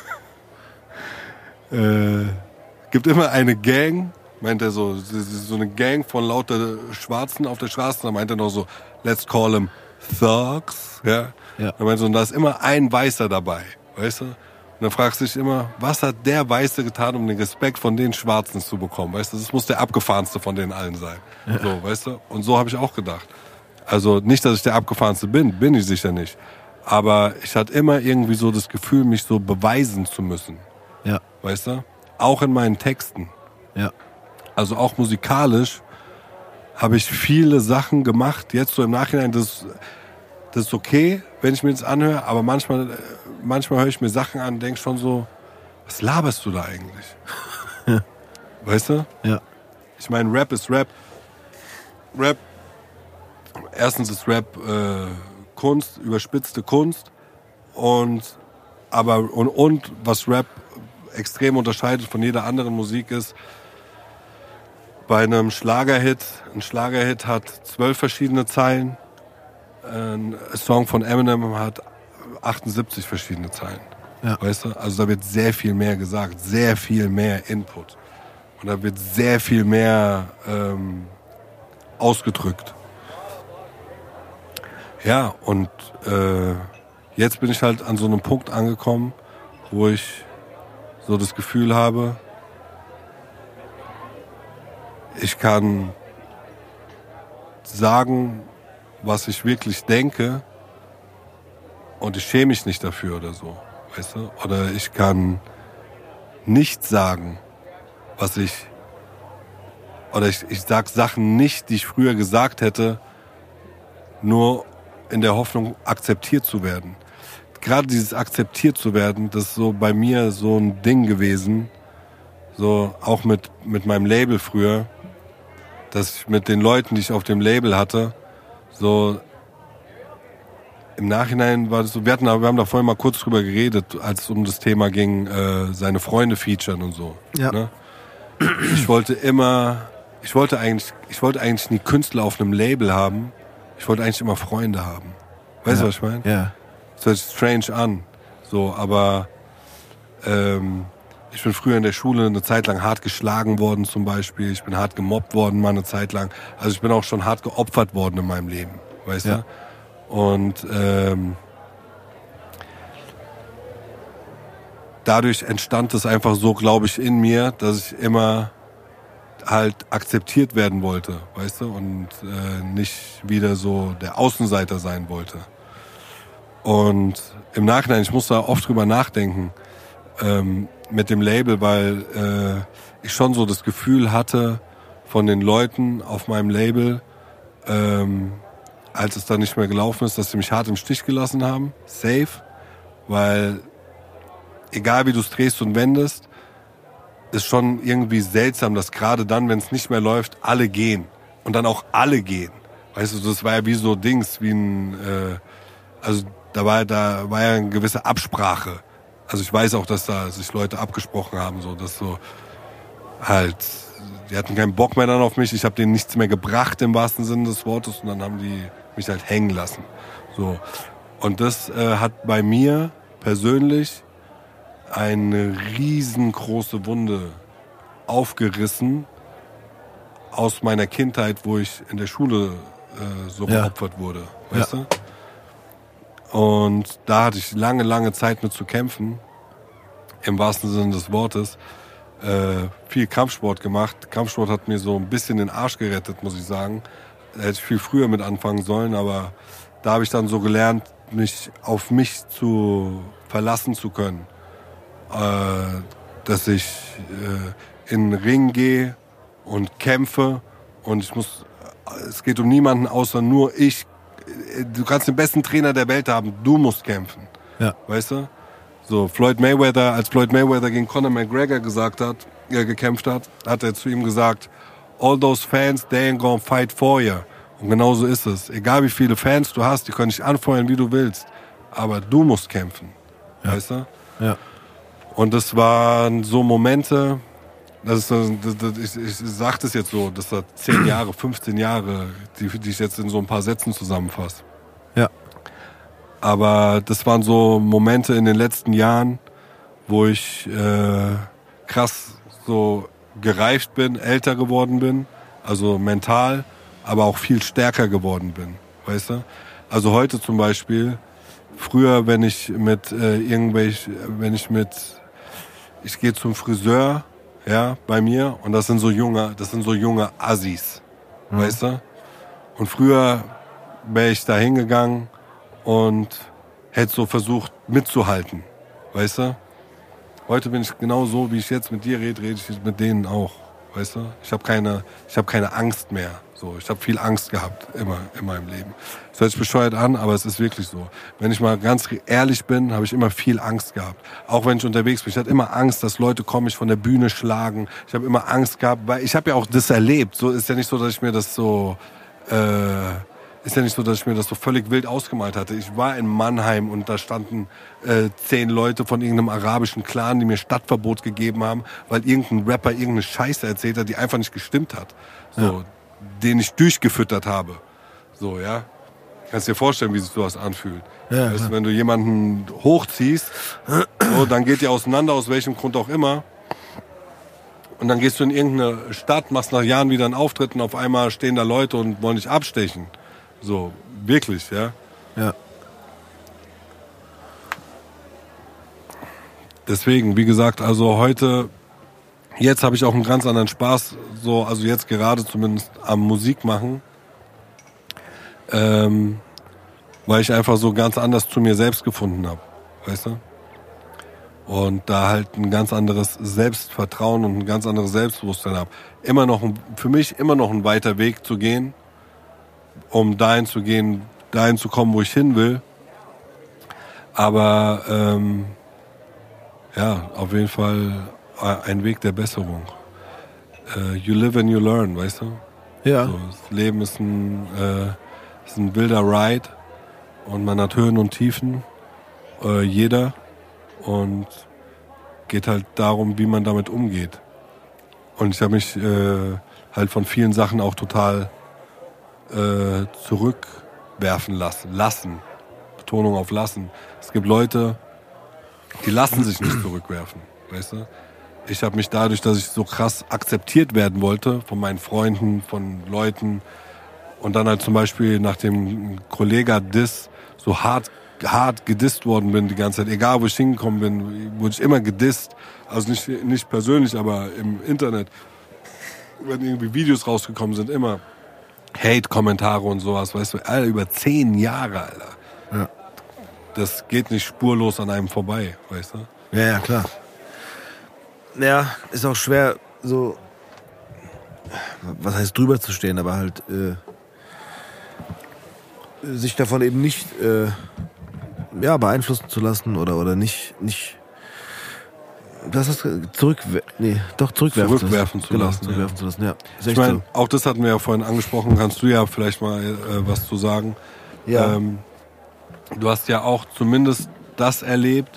äh, gibt immer eine Gang, meint er so, so eine Gang von lauter Schwarzen auf der Straße, da meint er noch so, let's call them Thugs. Ja. Ja. Da meint er so, und da ist immer ein Weißer dabei, weißt du? Und dann fragst du dich immer, was hat der Weiße getan, um den Respekt von den Schwarzen zu bekommen? Weißt du, das muss der abgefahrenste von denen allen sein. Ja. So, weißt du? Und so habe ich auch gedacht. Also nicht, dass ich der abgefahrenste bin, bin ich sicher nicht. Aber ich hatte immer irgendwie so das Gefühl, mich so beweisen zu müssen. Ja. Weißt du? Auch in meinen Texten. Ja. Also auch musikalisch habe ich viele Sachen gemacht. Jetzt so im Nachhinein, das, das ist okay, wenn ich mir das anhöre. Aber manchmal, manchmal höre ich mir Sachen an und denke schon so, was laberst du da eigentlich? Weißt du? Ja. Ich meine, Rap ist Rap. Rap, erstens ist Rap äh, Kunst, überspitzte Kunst. Und, aber, und, und was Rap extrem unterscheidet von jeder anderen Musik ist, bei einem Schlagerhit, ein Schlagerhit hat zwölf verschiedene Zeilen, ein Song von Eminem hat achtundsiebzig verschiedene Zeilen. Ja. Weißt du? Also da wird sehr viel mehr gesagt, sehr viel mehr Input. Und da wird sehr viel mehr ähm, ausgedrückt. Ja, und äh, jetzt bin ich halt an so einem Punkt angekommen, wo ich so das Gefühl habe, ich kann sagen, was ich wirklich denke und ich schäme mich nicht dafür oder so, weißt du? Oder ich kann nicht sagen, was ich, oder ich, ich sag Sachen nicht, die ich früher gesagt hätte, nur in der Hoffnung, akzeptiert zu werden. Gerade dieses akzeptiert zu werden, das ist so bei mir so ein Ding gewesen, so auch mit, mit meinem Label früher, dass ich mit den Leuten, die ich auf dem Label hatte, so im Nachhinein war das so, wir hatten, wir haben da vorhin mal kurz drüber geredet, als es um das Thema ging, äh, seine Freunde featuren und so. Ja. Ne? Ich wollte immer, ich wollte eigentlich, ich wollte eigentlich nie Künstler auf einem Label haben, ich wollte eigentlich immer Freunde haben. Weißt du, Ja. was ich meine? Ja. Das hört sich strange an, so, aber ähm, ich bin früher in der Schule eine Zeit lang hart geschlagen worden zum Beispiel. Ich bin hart gemobbt worden mal eine Zeit lang. Also ich bin auch schon hart geopfert worden in meinem Leben, weißt Ja. du? Und ähm, dadurch entstand es einfach so, glaube ich, in mir, dass ich immer halt akzeptiert werden wollte, weißt du? Und äh, nicht wieder so der Außenseiter sein wollte. Und im Nachhinein, ich muss da oft drüber nachdenken, ähm, mit dem Label, weil äh, ich schon so das Gefühl hatte von den Leuten auf meinem Label, ähm, als es dann nicht mehr gelaufen ist, dass sie mich hart im Stich gelassen haben. Safe. Weil egal wie du es drehst und wendest, ist schon irgendwie seltsam, dass gerade dann, wenn es nicht mehr läuft, alle gehen. Und dann auch alle gehen. Weißt du, das war ja wie so Dings, wie ein, äh, also da war, da war ja eine gewisse Absprache. Also ich weiß auch, dass da sich Leute abgesprochen haben, so, dass so halt, die hatten keinen Bock mehr dann auf mich, ich habe denen nichts mehr gebracht im wahrsten Sinne des Wortes und dann haben die mich halt hängen lassen. So. Und das äh, hat bei mir persönlich eine riesengroße Wunde aufgerissen aus meiner Kindheit, wo ich in der Schule äh, so Ja. geopfert wurde, weißt Ja. du? Und da hatte ich lange, lange Zeit mit zu kämpfen, im wahrsten Sinne des Wortes, äh, viel Kampfsport gemacht. Kampfsport hat mir so ein bisschen den Arsch gerettet, muss ich sagen. Da hätte ich viel früher mit anfangen sollen, aber da habe ich dann so gelernt, mich auf mich zu verlassen zu können. Äh, dass ich äh, in den Ring gehe und kämpfe und ich muss, es geht um niemanden außer nur ich. Du kannst den besten Trainer der Welt haben, du musst kämpfen. Ja. Weißt du? So, Floyd Mayweather, als Floyd Mayweather gegen Conor McGregor gesagt hat, er gekämpft hat, hat er zu ihm gesagt, all those fans, they ain't gonna fight for you. Und genau so ist es. Egal wie viele Fans du hast, die können dich anfeuern, wie du willst. Aber du musst kämpfen. Ja. Weißt du? Ja. Und das waren so Momente, das ist, das, das, ich, ich sag das jetzt so, das hat zehn Jahre, fünfzehn Jahre, die, die ich jetzt in so ein paar Sätzen zusammenfasse. Ja. Aber das waren so Momente in den letzten Jahren, wo ich äh, krass so gereift bin, älter geworden bin, also mental, aber auch viel stärker geworden bin, weißt du? Also heute zum Beispiel, früher, wenn ich mit äh, irgendwelch, wenn ich mit, ich gehe zum Friseur, ja, bei mir, und das sind so junge, das sind so junge Assis, mhm. weißt du? Und früher wäre ich da hingegangen und hätte so versucht mitzuhalten, weißt du? Heute bin ich genau so, wie ich jetzt mit dir rede, rede ich mit denen auch, weißt du? Ich habe keine, ich habe keine Angst mehr. So, ich habe viel Angst gehabt, immer in meinem Leben. Das hört sich bescheuert an, aber es ist wirklich so. Wenn ich mal ganz ehrlich bin, habe ich immer viel Angst gehabt. Auch wenn ich unterwegs bin. Ich hatte immer Angst, dass Leute kommen, mich von der Bühne schlagen. Ich habe immer Angst gehabt, weil ich habe ja auch das erlebt. So ist ja nicht so, dass ich mir das so, äh, ist ja nicht so, dass ich mir das so völlig wild ausgemalt hatte. Ich war in Mannheim und da standen äh, zehn Leute von irgendeinem arabischen Clan, die mir Stadtverbot gegeben haben, weil irgendein Rapper irgendeine Scheiße erzählt hat, die einfach nicht gestimmt hat. So. Ja. Den ich durchgefüttert habe. So, ja. Kannst dir vorstellen, wie sich sowas anfühlt. Ja, weißt, wenn du jemanden hochziehst, so, dann geht ihr auseinander, aus welchem Grund auch immer. Und dann gehst du in irgendeine Stadt, machst nach Jahren wieder einen Auftritt und auf einmal stehen da Leute und wollen dich abstechen. So, wirklich, ja. Ja. Deswegen, wie gesagt, also heute... Jetzt habe ich auch einen ganz anderen Spaß, so, also jetzt gerade zumindest am Musik machen, ähm, weil ich einfach so ganz anders zu mir selbst gefunden habe, weißt du? Und da halt ein ganz anderes Selbstvertrauen und ein ganz anderes Selbstbewusstsein habe. Immer noch, ein, für mich immer noch ein weiter Weg zu gehen, um dahin zu gehen, dahin zu kommen, wo ich hin will. Aber ähm, ja, auf jeden Fall ein Weg der Besserung. Uh, you live and you learn, weißt du? Ja. So, das Leben ist ein, äh, ist ein wilder Ride und man hat Höhen und Tiefen, äh, jeder. Und geht halt darum, wie man damit umgeht. Und ich habe mich äh, halt von vielen Sachen auch total äh, zurückwerfen lassen. Lassen. Betonung auf lassen. Es gibt Leute, die lassen sich nicht zurückwerfen, weißt du? Ich habe mich dadurch, dass ich so krass akzeptiert werden wollte von meinen Freunden, von Leuten und dann halt zum Beispiel nach dem Kollega-Diss so hart, hart gedisst worden bin die ganze Zeit. Egal, wo ich hingekommen bin, wurde ich immer gedisst. Also nicht, nicht persönlich, aber im Internet. Wenn irgendwie Videos rausgekommen sind, immer Hate-Kommentare und sowas, weißt du, Alter, über zehn Jahre, Alter. Ja. Das geht nicht spurlos an einem vorbei, weißt du? Ja, ja, klar. Ja, ist auch schwer, so, was heißt drüber zu stehen, aber halt äh, sich davon eben nicht äh, ja, beeinflussen zu lassen oder, oder nicht, nicht das ist zurück, nee, doch zurückwerfen, zurückwerfen zu lassen. Genau, zurückwerfen ja. zu lassen, ja. Ist ich meine, so. Auch das hatten wir ja vorhin angesprochen, kannst du ja vielleicht mal äh, was zu sagen. Ja. Ähm, du hast ja auch zumindest das erlebt,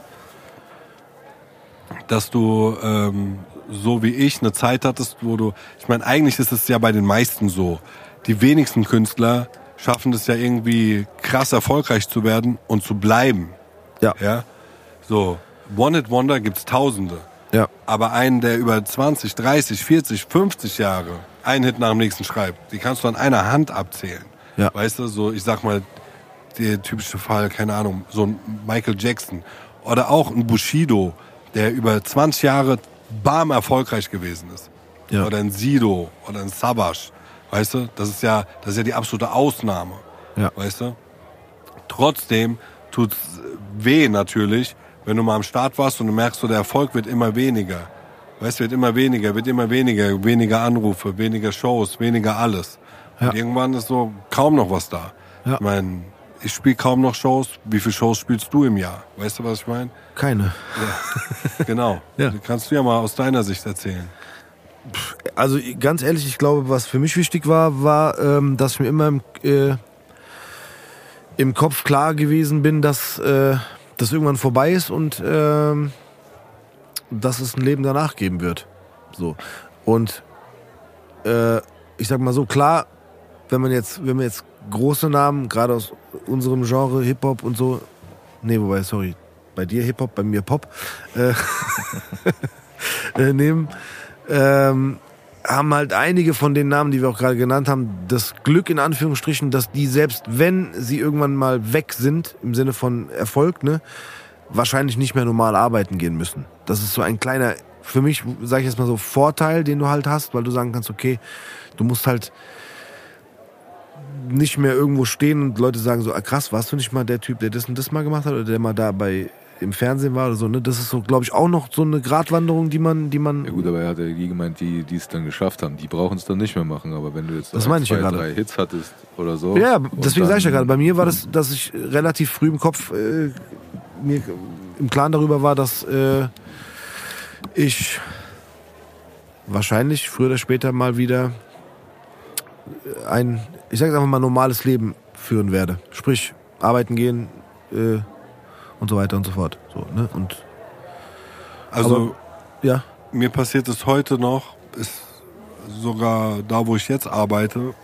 dass du ähm, so wie ich eine Zeit hattest, wo du, ich meine, eigentlich ist es ja bei den meisten so, die wenigsten Künstler schaffen es ja irgendwie krass erfolgreich zu werden und zu bleiben. Ja. Ja. So, One-Hit-Wonder gibt's Tausende. Ja. Aber einen, der über zwanzig, dreißig, vierzig, fünfzig Jahre einen Hit nach dem nächsten schreibt, die kannst du an einer Hand abzählen. Ja. Weißt du, so, ich sag mal, der typische Fall, keine Ahnung, so ein Michael Jackson oder auch ein Bushido, der über zwanzig Jahre bam erfolgreich gewesen ist. Ja. Oder ein Sido oder ein Savas. Weißt du? Das ist ja, das ist ja die absolute Ausnahme. Ja. Weißt du? Trotzdem tut's weh natürlich, wenn du mal am Start warst und du merkst, so, der Erfolg wird immer weniger. Weißt du, wird immer weniger, wird immer weniger. Weniger Anrufe, weniger Shows, weniger alles. Ja. Und irgendwann ist so kaum noch was da. Ja. Ich meine, ich spiele kaum noch Shows. Wie viele Shows spielst du im Jahr? Weißt du, was ich meine? Keine. Ja. Genau. Ja. Die kannst du ja mal aus deiner Sicht erzählen. Also ganz ehrlich, ich glaube, was für mich wichtig war, war, ähm, dass ich mir immer im, äh, im Kopf klar gewesen bin, dass äh, das irgendwann vorbei ist und ähm, dass es ein Leben danach geben wird. So. Und äh, ich sag mal so, klar, wenn man jetzt, wenn wir jetzt große Namen, gerade aus unserem Genre Hip-Hop und so, nee, wobei, sorry, bei dir Hip-Hop, bei mir Pop, äh, äh, nehmen, ähm, haben halt einige von den Namen, die wir auch gerade genannt haben, das Glück in Anführungsstrichen, dass die selbst wenn sie irgendwann mal weg sind, im Sinne von Erfolg, ne, wahrscheinlich nicht mehr normal arbeiten gehen müssen. Das ist so ein kleiner, für mich, sage ich jetzt mal so, Vorteil, den du halt hast, weil du sagen kannst, okay, du musst halt nicht mehr irgendwo stehen und Leute sagen so, ah, krass, warst du nicht mal der Typ, der das und das mal gemacht hat oder der mal da bei im Fernsehen war oder so, ne? Das ist so, glaube ich, auch noch so eine Gratwanderung, die man, die man. Ja gut, aber er hat ja die gemeint, die die es dann geschafft haben, die brauchen es dann nicht mehr machen. Aber wenn du jetzt Das ein, meine ich zwei, ja gerade. drei Hits hattest oder so. Ja, und deswegen sage ich ja dann- gerade, bei mir war das, dass ich relativ früh im Kopf äh, mir im Klaren darüber war, dass äh, ich wahrscheinlich früher oder später mal wieder ein, ich sage einfach mal, normales Leben führen werde. Sprich, arbeiten gehen äh, und so weiter und so fort. So, ne? Und Also Aber- ja, mir passiert es heute noch, ist sogar da, wo ich jetzt arbeite,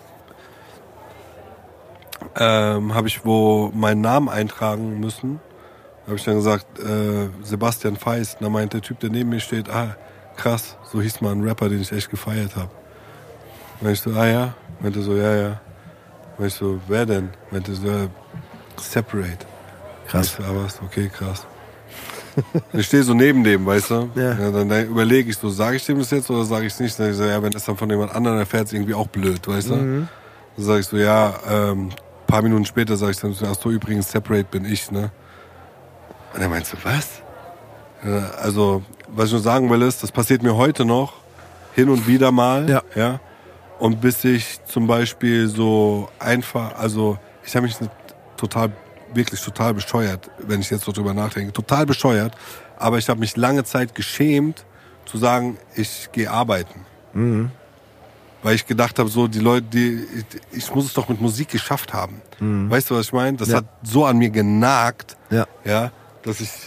ähm, habe ich wo meinen Namen eintragen müssen. Habe ich dann gesagt, äh, Sebastian Feist. Da meint der Typ, der neben mir steht, ah, krass, so hieß mal ein Rapper, den ich echt gefeiert habe. Meinte ich so, ah ja? Meinte so, ja, ja. Meinte ich so, wer denn? Meinte so, ja, Separate. krass. Ich so, ah, was? Okay, krass. Ich stehe so neben dem, weißt du? Ja. Ja, dann dann überlege ich so, sage ich dem das jetzt oder sage ich es nicht? Dann sag ich so, ja, wenn das dann von jemand anderem erfährt, ist irgendwie auch blöd, weißt du? Mhm. Dann sage ich so, ja, ähm, paar Minuten später sage ich dann so, ach so, übrigens, Separate bin ich, ne? Und er meint so, was? Ja, also, was ich nur sagen will ist, das passiert mir heute noch, hin und wieder mal, Ja. ja? Und bis ich zum Beispiel so einfach, also, ich habe mich nicht total wirklich total bescheuert, wenn ich jetzt so drüber nachdenke. Total bescheuert. Aber ich habe mich lange Zeit geschämt, zu sagen, ich gehe arbeiten. Mhm. Weil ich gedacht habe, so die Leute, die, ich muss es doch mit Musik geschafft haben. Mhm. Weißt du, was ich meine? Das Ja. hat so an mir genagt, Ja. ja, dass ich,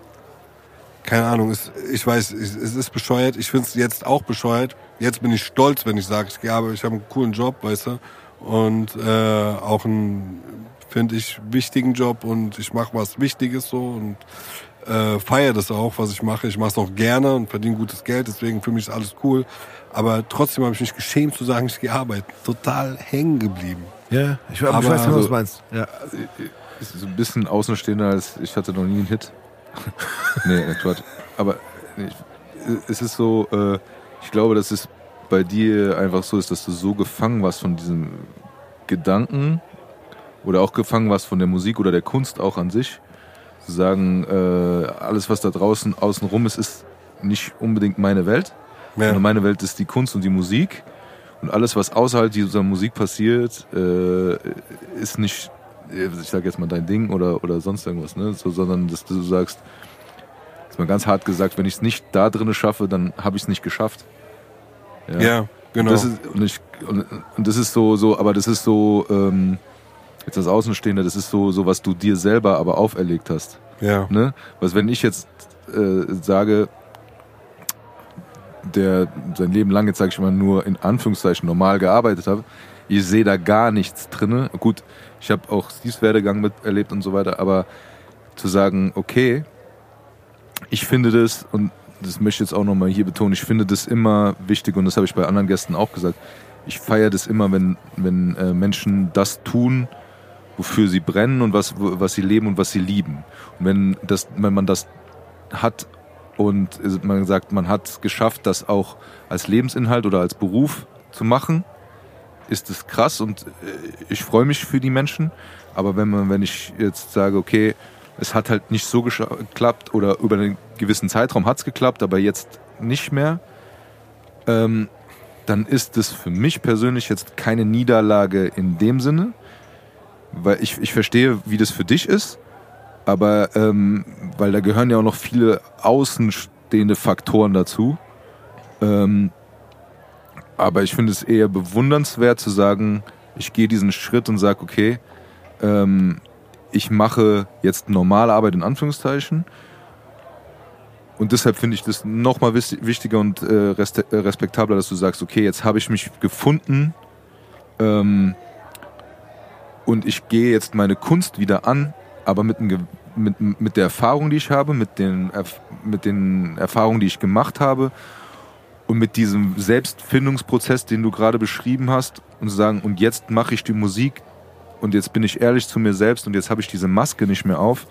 keine Ahnung, es, ich weiß, es, es ist bescheuert. Ich finde es jetzt auch bescheuert. Jetzt bin ich stolz, wenn ich sage, ich gehe arbeiten, ich habe einen coolen Job, weißt du, und äh, auch einen, finde ich, wichtigen Job und ich mache was Wichtiges so und äh, feiere das auch, was ich mache. Ich mache es auch gerne und verdiene gutes Geld, deswegen für mich ist alles cool. Aber trotzdem habe ich mich geschämt zu sagen, ich gehe arbeiten. Total hängen geblieben. Ja, ich, aber Aber ich weiß nicht, was also- du meinst. Ja. Ist so ein bisschen außenstehender als ich hatte noch nie einen Hit. Nee, Quatsch. Aber ich, es ist so, äh, ich glaube, dass es bei dir einfach so ist, dass du so gefangen warst von diesem Gedanken oder auch gefangen warst von der Musik oder der Kunst auch an sich. Zu sagen, äh, alles, was da draußen außen rum ist, ist nicht unbedingt meine Welt. Ja. Sondern meine Welt ist die Kunst und die Musik. Und alles, was außerhalb dieser Musik passiert, äh, ist nicht, ich sag jetzt mal dein Ding oder, oder sonst irgendwas, ne? So, sondern dass du sagst, ist mal ganz hart gesagt, wenn ich es nicht da drinne schaffe, dann habe ich es nicht geschafft. Ja, genau. Und das ist, und, ich, und, und das ist so, so, aber das ist so, ähm, jetzt als Außenstehender, das ist so, so, was du dir selber aber auferlegt hast. ja. Ne? Was, wenn ich jetzt äh, sage, der sein Leben lang, jetzt sage ich mal, nur in Anführungszeichen normal gearbeitet habe, ich sehe da gar nichts drinne. Gut, ich habe auch Steves Werdegang miterlebt und so weiter, aber zu sagen, okay, ich finde das, und das möchte ich jetzt auch nochmal hier betonen, ich finde das immer wichtig, und das habe ich bei anderen Gästen auch gesagt, ich feiere das immer, wenn, wenn äh, Menschen das tun, wofür sie brennen und was, was sie leben und was sie lieben. Und wenn, das, wenn man das hat, und man sagt, man hat es geschafft, das auch als Lebensinhalt oder als Beruf zu machen, ist es krass und ich freue mich für die Menschen. Aber wenn man, wenn ich jetzt sage, okay, es hat halt nicht so gescha- geklappt oder über einen gewissen Zeitraum hat es geklappt, aber jetzt nicht mehr, ähm, dann ist es für mich persönlich jetzt keine Niederlage in dem Sinne, weil ich, ich verstehe, wie das für dich ist, aber ähm, weil da gehören ja auch noch viele außenstehende Faktoren dazu. Ähm, aber ich finde es eher bewundernswert zu sagen, ich gehe diesen Schritt und sage, okay, ähm, ich mache jetzt normale Arbeit in Anführungszeichen. Und deshalb finde ich das nochmal wichtiger und äh, respektabler, dass du sagst, okay, jetzt habe ich mich gefunden ähm, und ich gehe jetzt meine Kunst wieder an, aber mit, ein, mit, mit der Erfahrung, die ich habe, mit den, mit den Erfahrungen, die ich gemacht habe und mit diesem Selbstfindungsprozess, den du gerade beschrieben hast und sagen, und jetzt mache ich die Musik und jetzt bin ich ehrlich zu mir selbst und jetzt habe ich diese Maske nicht mehr auf.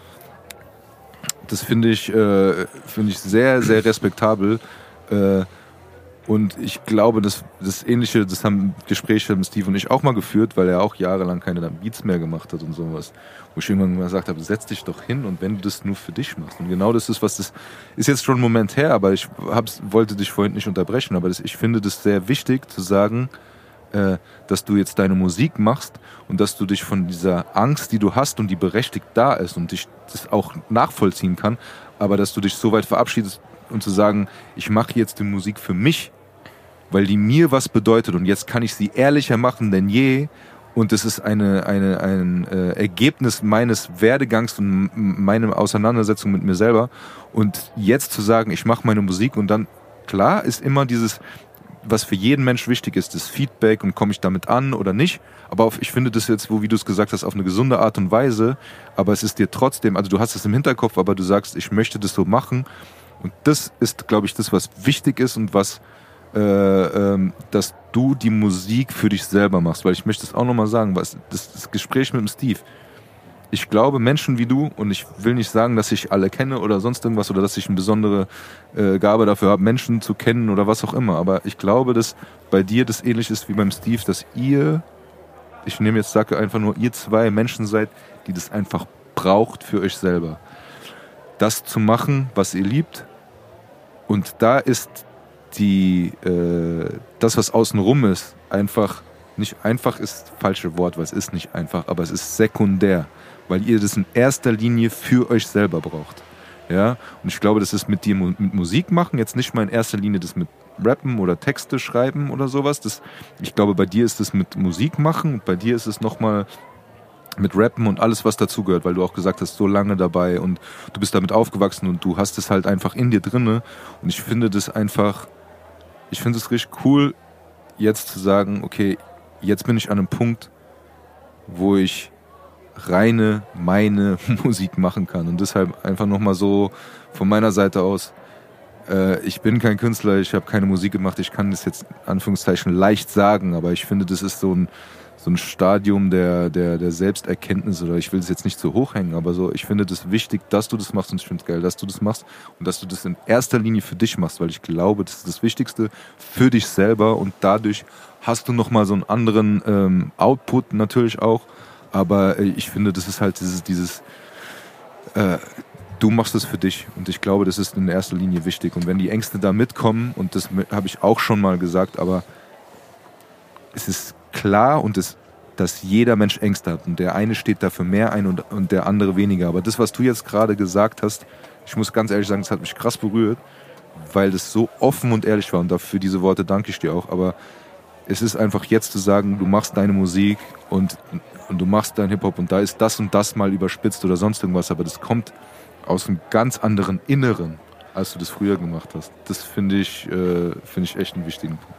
Das finde ich, äh, finde ich sehr, sehr respektabel. Äh, und ich glaube, das, das Ähnliche, das haben Gespräche mit Steve und ich auch mal geführt, weil er auch jahrelang keine Beats mehr gemacht hat und sowas. Wo ich irgendwann mal gesagt habe, setz dich doch hin und wenn du das nur für dich machst. Und genau das ist, was das ist jetzt schon ein Moment her, aber ich hab's, wollte dich vorhin nicht unterbrechen, aber das, ich finde das sehr wichtig zu sagen, äh, dass du jetzt deine Musik machst und dass du dich von dieser Angst, die du hast und die berechtigt da ist und dich das auch nachvollziehen kann, aber dass du dich so weit verabschiedest und zu sagen, ich mache jetzt die Musik für mich, weil die mir was bedeutet und jetzt kann ich sie ehrlicher machen denn je und es ist eine, eine, ein äh, Ergebnis meines Werdegangs und meiner Auseinandersetzung mit mir selber und jetzt zu sagen, ich mache meine Musik und dann, klar, ist immer dieses, was für jeden Mensch wichtig ist, das Feedback und komme ich damit an oder nicht. Aber auf, ich finde das jetzt, wo, wie du es gesagt hast, auf eine gesunde Art und Weise. Aber es ist dir trotzdem, also du hast es im Hinterkopf, aber du sagst, ich möchte das so machen. Und das ist, glaube ich, das, was wichtig ist und was, äh, ähm, dass du die Musik für dich selber machst. Weil ich möchte es auch nochmal sagen, was, das, das Gespräch mit dem Steve. Ich glaube, Menschen wie du, und ich will nicht sagen, dass ich alle kenne oder sonst irgendwas oder dass ich eine besondere äh, Gabe dafür habe, Menschen zu kennen oder was auch immer, aber ich glaube, dass bei dir das ähnlich ist wie beim Steve, dass ihr, ich nehme jetzt, sage einfach nur, ihr zwei Menschen seid, die das einfach braucht für euch selber. Das zu machen, was ihr liebt, und da ist die, äh, das, was außenrum ist, einfach, nicht einfach ist das falsche Wort, weil es ist nicht einfach, aber es ist sekundär. Weil ihr das in erster Linie für euch selber braucht. Ja? Und ich glaube, das ist mit dir mit Musik machen, jetzt nicht mal in erster Linie das mit Rappen oder Texte schreiben oder sowas. Das, ich glaube, bei dir ist es mit Musik machen und bei dir ist es nochmal mit Rappen und alles, was dazugehört, weil du auch gesagt hast, so lange dabei und du bist damit aufgewachsen und du hast es halt einfach in dir drinne. Und ich finde das einfach, ich finde es richtig cool, jetzt zu sagen, okay, jetzt bin ich an einem Punkt, wo ich reine meine Musik machen kann. Und deshalb einfach nochmal so von meiner Seite aus, äh, ich bin kein Künstler, ich habe keine Musik gemacht, ich kann das jetzt in Anführungszeichen leicht sagen, aber ich finde, das ist so ein, so ein Stadium der, der, der Selbsterkenntnis, oder ich will es jetzt nicht so hochhängen, aber so, ich finde das wichtig, dass du das machst und ich finde es geil, dass du das machst und dass du das in erster Linie für dich machst, weil ich glaube, das ist das Wichtigste für dich selber und dadurch hast du nochmal so einen anderen ähm, Output natürlich auch. Aber ich finde, das ist halt dieses, dieses äh, du machst es für dich und ich glaube, das ist in erster Linie wichtig. Und wenn die Ängste da mitkommen, und das habe ich auch schon mal gesagt, aber es ist klar, und es, dass jeder Mensch Ängste hat und der eine steht dafür mehr ein und, und der andere weniger. Aber das, was du jetzt gerade gesagt hast, ich muss ganz ehrlich sagen, das hat mich krass berührt, weil das so offen und ehrlich war und dafür diese Worte danke ich dir auch. Aber es ist einfach jetzt zu sagen, du machst deine Musik und und du machst dein Hip-Hop und da ist das und das mal überspitzt oder sonst irgendwas, aber das kommt aus einem ganz anderen Inneren, als du das früher gemacht hast. Das finde ich, äh, finde ich echt einen wichtigen Punkt.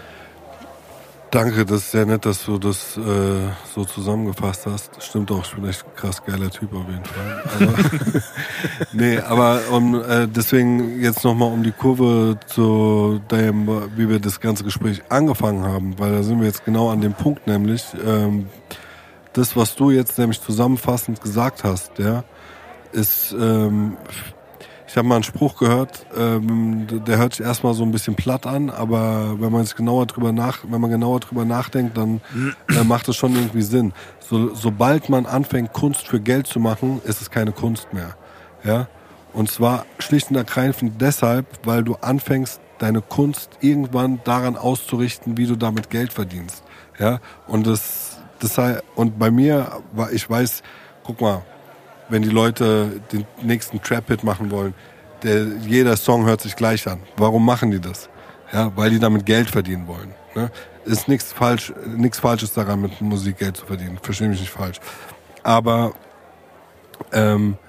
Danke, das ist sehr nett, dass du das äh, so zusammengefasst hast. Stimmt auch, ich bin echt ein krass geiler Typ auf jeden Fall. Aber nee, aber um, äh, deswegen jetzt nochmal um die Kurve zu dem, wie wir das ganze Gespräch angefangen haben, weil da sind wir jetzt genau an dem Punkt, nämlich ähm, das, was du jetzt nämlich zusammenfassend gesagt hast, ja, ist, ähm, Ich habe mal einen Spruch gehört, ähm, der hört sich erstmal so ein bisschen platt an, aber wenn man es genauer drüber nach, wenn man genauer drüber nachdenkt, dann äh, macht es schon irgendwie Sinn. So, sobald man anfängt, Kunst für Geld zu machen, ist es keine Kunst mehr. Ja? Und zwar schlicht und ergreifend deshalb, weil du anfängst, deine Kunst irgendwann daran auszurichten, wie du damit Geld verdienst. Ja? Und das, das heißt, und bei mir, ich weiß, guck mal, wenn die Leute den nächsten Trap-Hit machen wollen, der, jeder Song hört sich gleich an. Warum machen die das? Ja, weil die damit Geld verdienen wollen. Ne? Ist nichts falsch, nichts Falsches daran, mit Musik Geld zu verdienen. Verstehe mich nicht falsch. Aber ähm,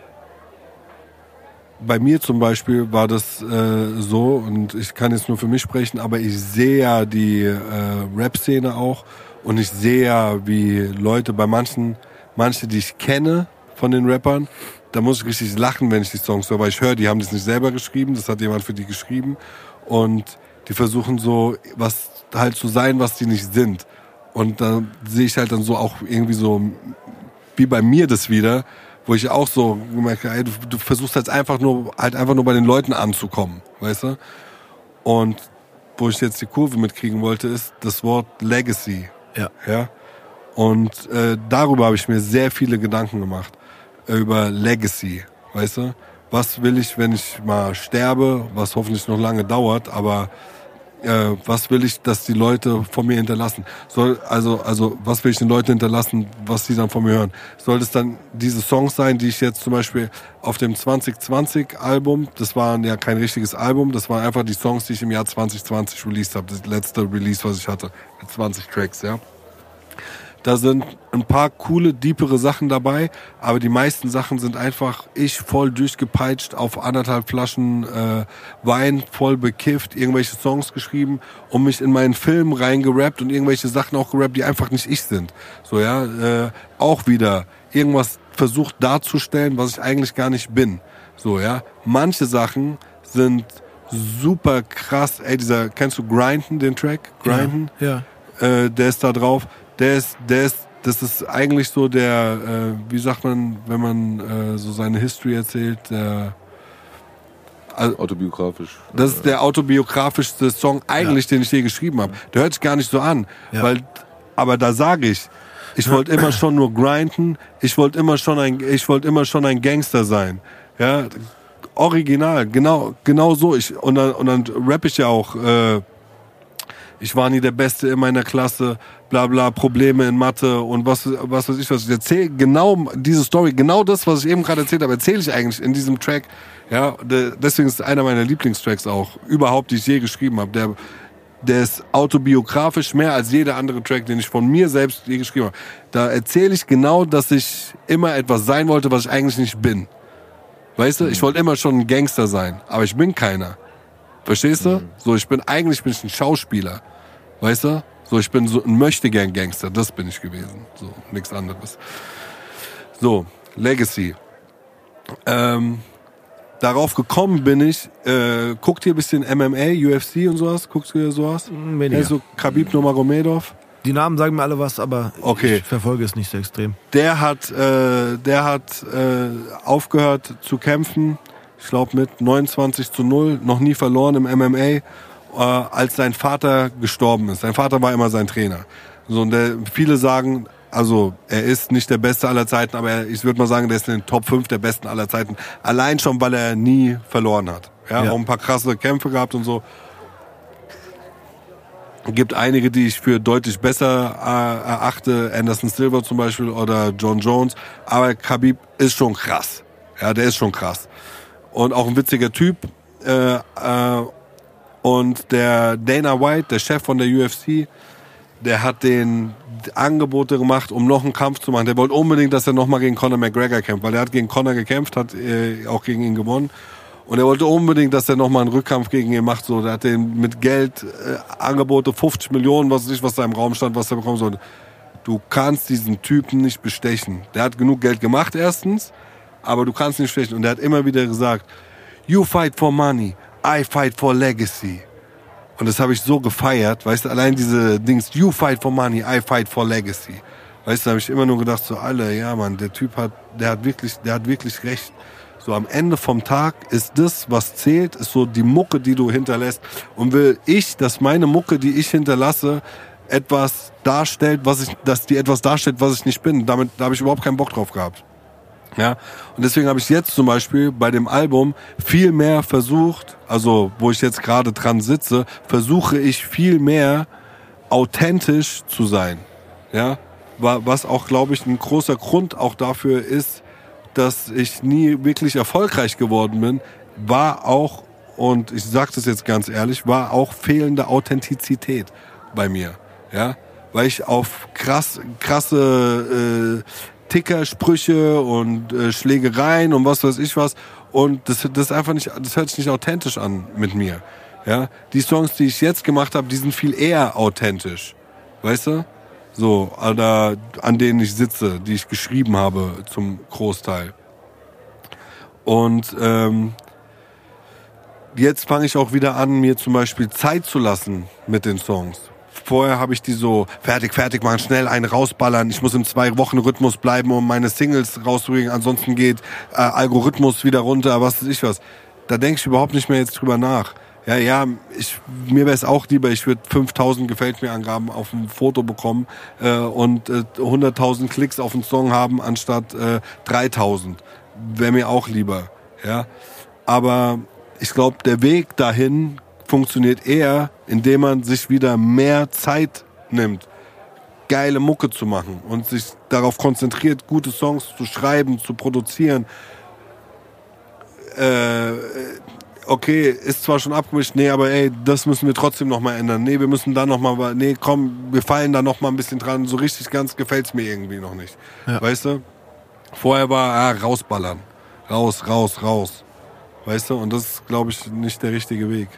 bei mir zum Beispiel war das äh, so, und ich kann jetzt nur für mich sprechen, aber ich sehe ja die äh, Rap-Szene auch, und ich sehe ja, wie Leute bei manchen, manche, die ich kenne, von den Rappern, da muss ich richtig lachen, wenn ich die Songs höre, weil ich höre, die haben das nicht selber geschrieben, das hat jemand für die geschrieben, und die versuchen so was halt zu sein, was die nicht sind, und da sehe ich halt dann so auch irgendwie so wie bei mir das wieder, wo ich auch so gemerkt habe, ey, du, du versuchst jetzt einfach nur halt einfach nur bei den Leuten anzukommen, weißt du? Und wo ich jetzt die Kurve mitkriegen wollte, ist das Wort Legacy. Ja. Ja. Und äh, darüber habe ich mir sehr viele Gedanken gemacht. Über Legacy, weißt du? Was will ich, wenn ich mal sterbe, was hoffentlich noch lange dauert, aber äh, was will ich, dass die Leute von mir hinterlassen? Soll, also, also, was will ich den Leuten hinterlassen, was sie dann von mir hören? Soll es dann diese Songs sein, die ich jetzt zum Beispiel auf dem zwanzig zwanzig Album, das war ja kein richtiges Album, das waren einfach die Songs, die ich im Jahr zwanzig zwanzig released habe, das letzte Release, was ich hatte, mit zwanzig Tracks, ja. Da sind ein paar coole, deepere Sachen dabei, aber die meisten Sachen sind einfach ich voll durchgepeitscht auf anderthalb Flaschen äh, Wein, voll bekifft, irgendwelche Songs geschrieben und mich in meinen Film reingerappt und irgendwelche Sachen auch gerappt, die einfach nicht ich sind. So, ja, äh, auch wieder irgendwas versucht darzustellen, was ich eigentlich gar nicht bin. So, ja, manche Sachen sind super krass. Ey, dieser, kennst du Grinden, den Track? Grinden? Ja. Äh, der ist da drauf. Der ist, der ist, das ist eigentlich so der, äh, wie sagt man, wenn man äh, so seine History erzählt, der, also, autobiografisch. das ist der autobiografischste Song eigentlich, ja. den ich je geschrieben habe. Der hört sich gar nicht so an, ja. weil, aber da sage ich, ich wollte immer schon nur grinden, ich wollte immer schon ein, ich wollte immer schon ein Gangster sein, ja, original, genau, genau so. Ich und dann und dann rapp ich ja auch. Äh, Ich war nie der Beste in meiner Klasse, bla bla, Probleme in Mathe und was, was weiß ich was. Ich erzähle genau diese Story, genau das, was ich eben gerade erzählt habe, erzähle ich eigentlich in diesem Track. Ja, deswegen ist einer meiner Lieblingstracks auch, überhaupt, die ich je geschrieben habe. Der, der ist autobiografisch mehr als jeder andere Track, den ich von mir selbst je geschrieben habe. Da erzähle ich genau, dass ich immer etwas sein wollte, was ich eigentlich nicht bin. Weißt du, ich wollte immer schon ein Gangster sein, aber ich bin keiner. Verstehst du? So, ich bin, eigentlich bin ich ein Schauspieler. Weißt du? So, ich bin so ein Möchtegern-Gangster. Das bin ich gewesen. So, nichts anderes. So, Legacy. Ähm, darauf gekommen bin ich, äh, guckt ihr ein bisschen M M A, U F C und sowas? Guckt ihr sowas? Weniger. Kennst du Khabib Nurmagomedov? Die Namen sagen mir alle was, aber okay. ich verfolge es nicht so extrem. Der hat, äh, der hat äh, aufgehört zu kämpfen. Ich glaube mit neunundzwanzig zu null, noch nie verloren im M M A, äh, als sein Vater gestorben ist. Sein Vater war immer sein Trainer. So, und der, viele sagen, also er ist nicht der Beste aller Zeiten, aber er, ich würde mal sagen, der ist in den Top fünf der Besten aller Zeiten. Allein schon, weil er nie verloren hat. Ja, ja. Auch ein paar krasse Kämpfe gehabt und so. Gibt einige, die ich für deutlich besser äh, erachte, Anderson Silva zum Beispiel oder John Jones. Aber Khabib ist schon krass. Ja, der ist schon krass. Und auch ein witziger Typ. Äh, äh, und der Dana White, der Chef von der U F C, der hat den Angebote gemacht, um noch einen Kampf zu machen. Der wollte unbedingt, dass er nochmal gegen Conor McGregor kämpft, weil er hat gegen Conor gekämpft, hat äh, auch gegen ihn gewonnen. Und er wollte unbedingt, dass er nochmal einen Rückkampf gegen ihn macht. So, der hat den mit Geld, äh, Angebote, fünfzig Millionen, was weiß ich, was da im Raum stand, was er bekommen soll. Du kannst diesen Typen nicht bestechen. Der hat genug Geld gemacht erstens, aber du kannst nicht bestechen. Und er hat immer wieder gesagt, you fight for money, I fight for legacy. Und das habe ich so gefeiert, weißt du, allein diese Dings, you fight for money, I fight for legacy. Weißt du, da habe ich immer nur gedacht, so alle, ja Mann, der Typ hat, der hat wirklich, der hat wirklich recht. So am Ende vom Tag ist das, was zählt, ist so die Mucke, die du hinterlässt. Und will ich, dass meine Mucke, die ich hinterlasse, etwas darstellt, was ich, dass die etwas darstellt, was ich nicht bin. Damit, da habe ich überhaupt keinen Bock drauf gehabt. Ja, und deswegen habe ich jetzt zum Beispiel bei dem Album viel mehr versucht, also wo ich jetzt gerade dran sitze, versuche ich viel mehr authentisch zu sein. Ja, was auch, glaube ich, ein großer Grund auch dafür ist, dass ich nie wirklich erfolgreich geworden bin, war auch, und ich sage das jetzt ganz ehrlich, war auch fehlende Authentizität bei mir. Ja, weil ich auf krass, krasse äh, Tickersprüche und äh, Schlägereien und was weiß ich was, und das, das ist einfach nicht, das hört sich nicht authentisch an mit mir. Ja, die Songs, die ich jetzt gemacht habe, die sind viel eher authentisch, weißt du? So, oder an denen ich sitze, die ich geschrieben habe zum Großteil. Und ähm, jetzt fange ich auch wieder an, mir zum Beispiel Zeit zu lassen mit den Songs. Vorher habe ich die so fertig, fertig machen, schnell einen rausballern. Ich muss im Zwei-Wochen-Rhythmus bleiben, um meine Singles rauszubringen. Ansonsten geht äh, Algorithmus wieder runter, was weiß ich was. Da denke ich überhaupt nicht mehr jetzt drüber nach. Ja, ja, ich, mir wäre es auch lieber, ich würde fünftausend gefällt mir Angaben auf ein Foto bekommen äh, und äh, hunderttausend Klicks auf einen Song haben, anstatt äh, dreitausend. Wäre mir auch lieber. Ja, aber ich glaube, der Weg dahin funktioniert eher, indem man sich wieder mehr Zeit nimmt, geile Mucke zu machen und sich darauf konzentriert, gute Songs zu schreiben, zu produzieren. Äh, okay, ist zwar schon abgemischt, nee, aber ey, das müssen wir trotzdem noch mal ändern. Nee, wir müssen da noch mal, nee, komm, wir fallen da noch mal ein bisschen dran. So richtig ganz gefällt's mir irgendwie noch nicht. Ja. Weißt du? Vorher war, ah, rausballern. Raus, raus, raus. Weißt du? Und das ist, glaube ich, nicht der richtige Weg.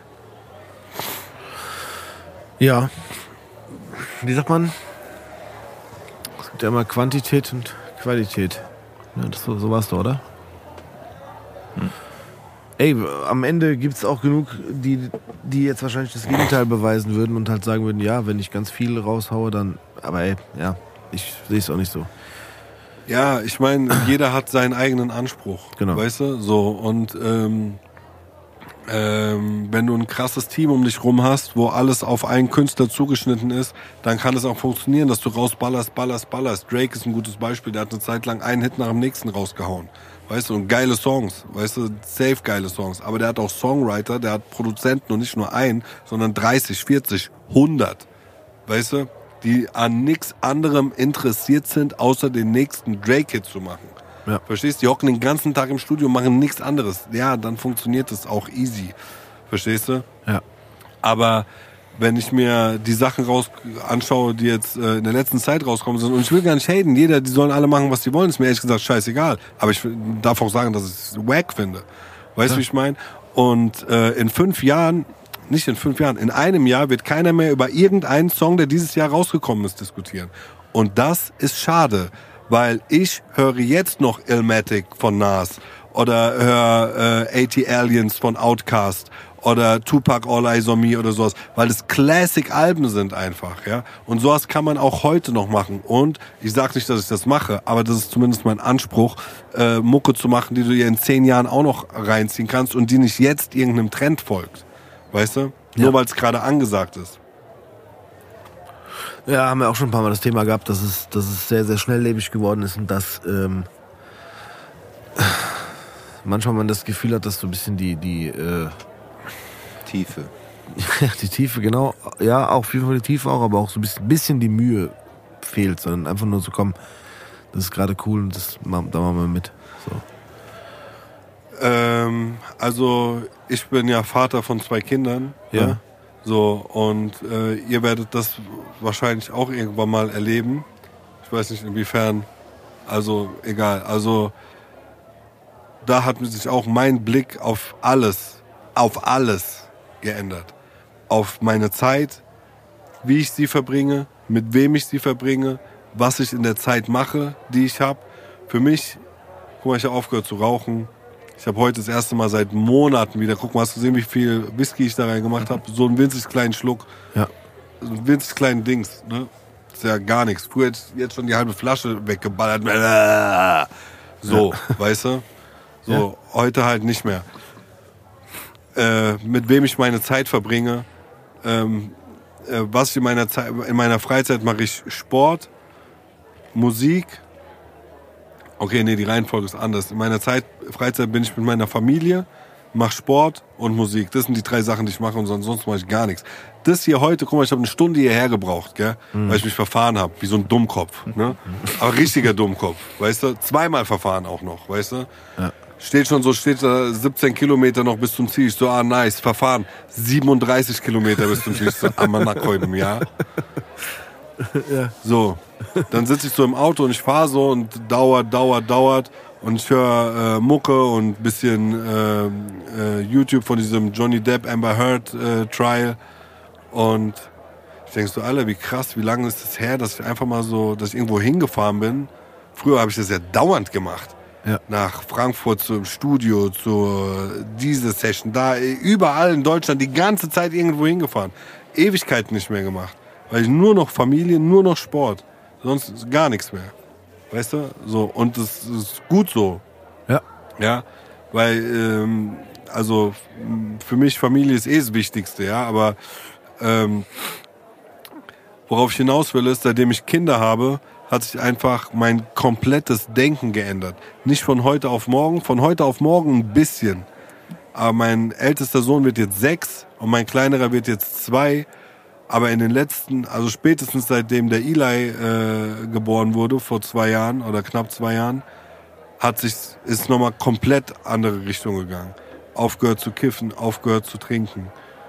Ja, wie sagt man? Es gibt ja immer Quantität und Qualität. Ja, das, so war's doch, oder? Hm. Ey, am Ende gibt's auch genug, die, die jetzt wahrscheinlich das Gegenteil beweisen würden und halt sagen würden, ja, wenn ich ganz viel raushaue, dann... Aber ey, ja, ich sehe es auch nicht so. Ja, ich meine, jeder hat seinen eigenen Anspruch, genau. Weißt du? So, und... Ähm Ähm, wenn du ein krasses Team um dich rum hast, wo alles auf einen Künstler zugeschnitten ist, dann kann es auch funktionieren, dass du rausballerst, ballerst, ballerst. Drake ist ein gutes Beispiel, der hat eine Zeit lang einen Hit nach dem nächsten rausgehauen. Weißt du, und geile Songs, weißt du, safe geile Songs. Aber der hat auch Songwriter, der hat Produzenten und nicht nur einen, sondern dreißig, vierzig, hundert. Weißt du, die an nichts anderem interessiert sind, außer den nächsten Drake-Hit zu machen. Ja. Verstehst du? Die hocken den ganzen Tag im Studio und machen nichts anderes. Ja, dann funktioniert das auch easy. Verstehst du? Ja. Aber wenn ich mir die Sachen raus anschaue, die jetzt äh, in der letzten Zeit rauskommen sind, und ich will gar nicht haten, jeder, die sollen alle machen, was die wollen, ist mir ehrlich gesagt scheißegal. Aber ich darf auch sagen, dass ich es wack finde. Weißt du, ja. Wie ich meine? Und äh, in fünf Jahren, nicht in fünf Jahren, in einem Jahr wird keiner mehr über irgendeinen Song, der dieses Jahr rausgekommen ist, diskutieren. Und das ist schade. Weil ich höre jetzt noch Illmatic von Nas oder höre äh, eighty Aliens von Outkast oder Tupac All Eyes on Me oder sowas, weil das Classic-Alben sind einfach, ja. Und sowas kann man auch heute noch machen. Und ich sag nicht, dass ich das mache, aber das ist zumindest mein Anspruch, äh, Mucke zu machen, die du dir in zehn Jahren auch noch reinziehen kannst und die nicht jetzt irgendeinem Trend folgt. Weißt du? Ja. Nur weil es gerade angesagt ist. Ja, haben wir auch schon ein paar Mal das Thema gehabt, dass es, dass es sehr, sehr schnelllebig geworden ist und dass ähm, manchmal man das Gefühl hat, dass so ein bisschen die, die äh, Tiefe. die Tiefe, genau. Ja, auch viel von der Tiefe auch, aber auch so ein bisschen, bisschen die Mühe fehlt, sondern einfach nur so, komm, das ist gerade cool und das, da machen wir mit. So. Ähm, also ich bin ja Vater von zwei Kindern. Ja. Ne? So, und äh, ihr werdet das wahrscheinlich auch irgendwann mal erleben. Ich weiß nicht inwiefern, also egal. Also da hat sich auch mein Blick auf alles, auf alles geändert. Auf meine Zeit, wie ich sie verbringe, mit wem ich sie verbringe, was ich in der Zeit mache, die ich habe. Für mich, guck mal, ich habe aufgehört zu rauchen. Ich habe heute das erste Mal seit Monaten wieder, guck mal, hast du gesehen, wie viel Whisky ich da rein gemacht habe? So einen winzig kleinen Schluck. Ja. So einen winzig kleinen Dings, ne? Ist ja gar nichts. Früher hätte ich jetzt schon die halbe Flasche weggeballert. So, ja. Weißt du? So, Ja. heute halt nicht mehr. Äh, mit wem ich meine Zeit verbringe, ähm, äh, was ich in meiner Zeit, in meiner Freizeit mache ich Sport, Musik. Okay, nee, die Reihenfolge ist anders. In meiner Zeit, Freizeit bin ich mit meiner Familie, mache Sport und Musik. Das sind die drei Sachen, die ich mache und sonst mache ich gar nichts. Das hier heute, guck mal, ich habe eine Stunde hierher gebraucht, gell, mhm. weil ich mich verfahren habe, wie so ein Dummkopf. Ne? Aber richtiger Dummkopf, weißt du? Zweimal verfahren auch noch, weißt du? Ja. Steht schon so, steht da siebzehn Kilometer noch bis zum Ziel. Ich so, ah, nice, verfahren. siebenunddreißig Kilometer bis zum Ziel. Ich so, Amanakoidem, ja. Ja. So, dann sitze ich so im Auto und ich fahre so und dauert, dauert, dauert. Und ich höre äh, Mucke und ein bisschen äh, äh, YouTube von diesem Johnny Depp Amber Heard äh, Trial. Und ich denke so, Alter, wie krass, wie lange ist das her, dass ich einfach mal so, dass ich irgendwo hingefahren bin. Früher habe ich das ja dauernd gemacht. Ja. Nach Frankfurt zum Studio, zu diese Session, da überall in Deutschland die ganze Zeit irgendwo hingefahren. Ewigkeiten nicht mehr gemacht. Weil ich nur noch Familie, nur noch Sport. Sonst gar nichts mehr. Weißt du? So, und das ist gut so. Ja. Ja, weil, ähm, also für mich Familie ist eh das Wichtigste, ja, aber ähm, worauf ich hinaus will, ist, seitdem ich Kinder habe, hat sich einfach mein komplettes Denken geändert. Nicht von heute auf morgen, von heute auf morgen ein bisschen. Aber mein ältester Sohn wird jetzt sechs und mein kleinerer wird jetzt zwei. Aber in den letzten, also spätestens seitdem der Eli äh, geboren wurde, vor zwei Jahren oder knapp zwei Jahren, hat sich, ist nochmal komplett andere Richtung gegangen. Aufgehört zu kiffen, aufgehört zu trinken.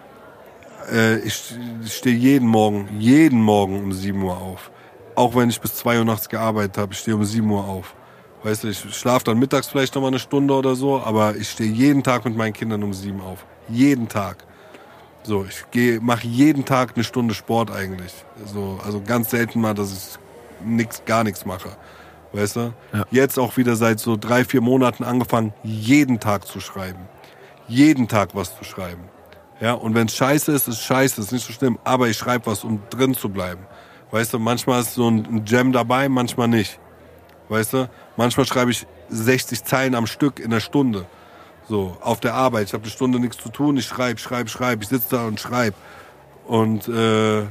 Äh, ich ich stehe jeden Morgen, jeden Morgen um sieben Uhr auf. Auch wenn ich bis zwei Uhr nachts gearbeitet habe, ich stehe um sieben Uhr auf. Weißt du, ich schlafe dann mittags vielleicht noch mal eine Stunde oder so, aber ich stehe jeden Tag mit meinen Kindern um sieben auf. Jeden Tag. So, ich gehe, mache jeden Tag eine Stunde Sport eigentlich. So, also ganz selten mal, dass ich nix, gar nichts mache. Weißt du? Ja. Jetzt auch wieder seit so drei, vier Monaten angefangen, jeden Tag zu schreiben. Jeden Tag was zu schreiben. Ja, und wenn es scheiße ist, ist scheiße, ist nicht so schlimm. Aber ich schreibe was, um drin zu bleiben. Weißt du, manchmal ist so ein Jam dabei, manchmal nicht. Weißt du, manchmal schreibe ich sechzig Zeilen am Stück in der Stunde. So, auf der Arbeit. Ich habe eine Stunde nichts zu tun, ich schreibe, schreibe, schreibe. Ich sitze da und schreibe. Und äh,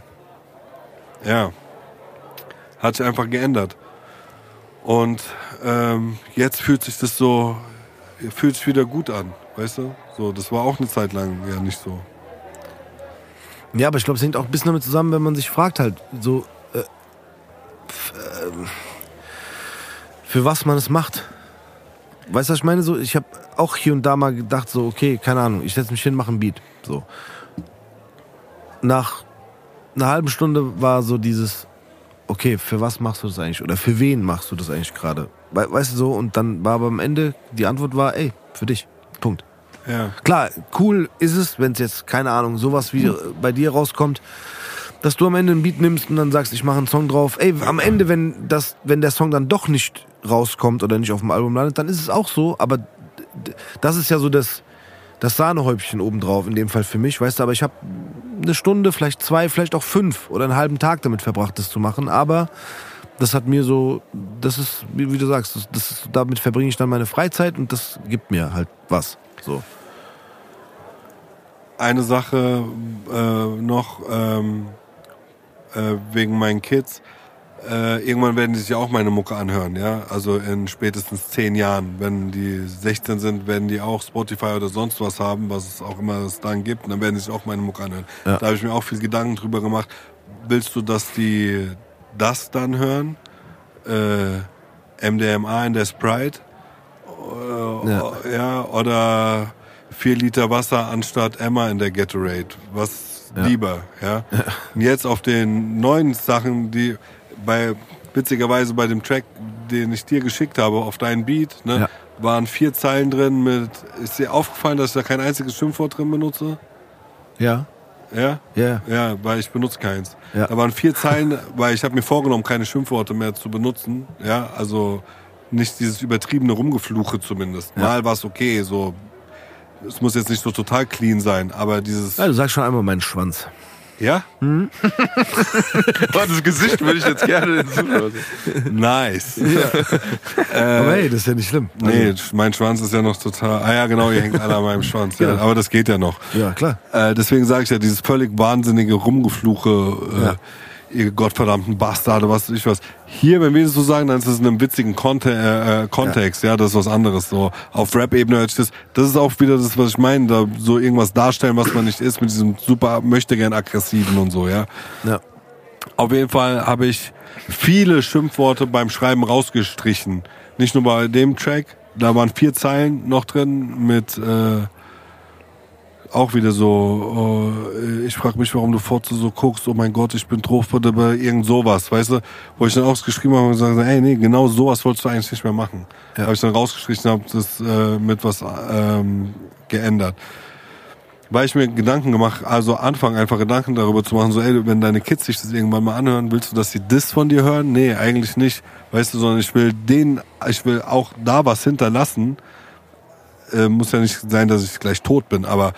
ja, hat sich einfach geändert. Und ähm, jetzt fühlt sich das so, fühlt sich wieder gut an. Weißt du, so, das war auch eine Zeit lang ja nicht so. Ja, aber ich glaube, es hängt auch ein bisschen damit zusammen, wenn man sich fragt halt, so, äh, f- äh, für was man es macht. Weißt du, was ich meine? So, ich habe auch hier und da mal gedacht, so, okay, keine Ahnung, ich setze mich hin, mache ein Beat. So. Nach einer halben Stunde war so dieses, okay, für was machst du das eigentlich? Oder für wen machst du das eigentlich gerade? We- weißt du so? Und dann war aber am Ende, die Antwort war, ey, für dich. Punkt. Ja. Klar, cool ist es, wenn es jetzt, keine Ahnung, sowas wie bei dir rauskommt, dass du am Ende einen Beat nimmst und dann sagst, ich mache einen Song drauf. Ey, am Ende, wenn das, wenn der Song dann doch nicht rauskommt oder nicht auf dem Album landet, dann ist es auch so, aber d- das ist ja so das, das Sahnehäubchen obendrauf, in dem Fall für mich, weißt du, aber ich habe eine Stunde, vielleicht zwei, vielleicht auch fünf oder einen halben Tag damit verbracht, das zu machen, aber das hat mir so, das ist, wie, wie du sagst, das, das ist, damit verbringe ich dann meine Freizeit und das gibt mir halt was, so. Eine Sache äh, noch ähm, äh, wegen meinen Kids. Äh, irgendwann werden die sich auch meine Mucke anhören, ja. Also in spätestens zehn Jahren, wenn die sechzehn sind, werden die auch Spotify oder sonst was haben, was es auch immer es dann gibt. Und dann werden die sich auch meine Mucke anhören. Ja. Da habe ich mir auch viel Gedanken drüber gemacht. Willst du, dass die das dann hören? Äh, M D M A in der Sprite? Äh, Ja. ja, oder vier Liter Wasser anstatt Emma in der Gatorade. Was Ja. lieber, ja? Und jetzt auf den neuen Sachen, die bei, witzigerweise bei dem Track, den ich dir geschickt habe, auf deinen Beat, ne, Ja. waren vier Zeilen drin mit, ist dir aufgefallen, dass ich da kein einziges Schimpfwort drin benutze? Ja, Ja? ja, Ja, weil ich benutze keins. Ja. Da waren vier Zeilen, weil ich habe mir vorgenommen, keine Schimpfworte mehr zu benutzen. Ja, also nicht dieses übertriebene Rumgefluche zumindest. Ja. Mal war es okay, so, es muss jetzt nicht so total clean sein, aber dieses, ja, du sagst schon einmal meinen Schwanz. Ja? Hm? Das Gesicht würde ich jetzt gerne den Zuschauer sehen. Nice. Ja. äh, Aber hey, das ist ja nicht schlimm. Nee, also, mein Schwanz ist ja noch total... Ah ja, genau, ihr hängt alle an meinem Schwanz. Ja. Ja, aber das geht ja noch. Ja, klar. Äh, deswegen sage ich ja, dieses völlig wahnsinnige Rumgefluche, äh, ja. ihr gottverdammten Bastarde, was weiß ich was. Hier, wenn wir das so sagen, dann ist es in einem witzigen Konte- äh, Kontext, ja. ja, das ist was anderes. So auf Rap-Ebene hört sich das, das ist auch wieder das, was ich meine, da so irgendwas darstellen, was man nicht ist, mit diesem super möchtegern aggressiven und so, ja. Ja. Auf jeden Fall habe ich viele Schimpfworte beim Schreiben rausgestrichen. Nicht nur bei dem Track, da waren vier Zeilen noch drin mit äh, auch wieder so, äh, ich frage mich, warum du Fotze so guckst, oh mein Gott, ich bin drauf, oder irgend sowas, weißt du, wo ich dann auch geschrieben habe und gesagt, ey, nee, genau sowas wolltest du eigentlich nicht mehr machen. Ja. Habe ich dann rausgestrichen, habe das äh, mit was ähm, geändert. Weil ich mir Gedanken gemacht, also anfangen einfach Gedanken darüber zu machen, so ey, wenn deine Kids sich das irgendwann mal anhören, willst du, dass sie das von dir hören? Nee, eigentlich nicht, weißt du, sondern ich will denen, ich will auch da was hinterlassen, äh, muss ja nicht sein, dass ich gleich tot bin, aber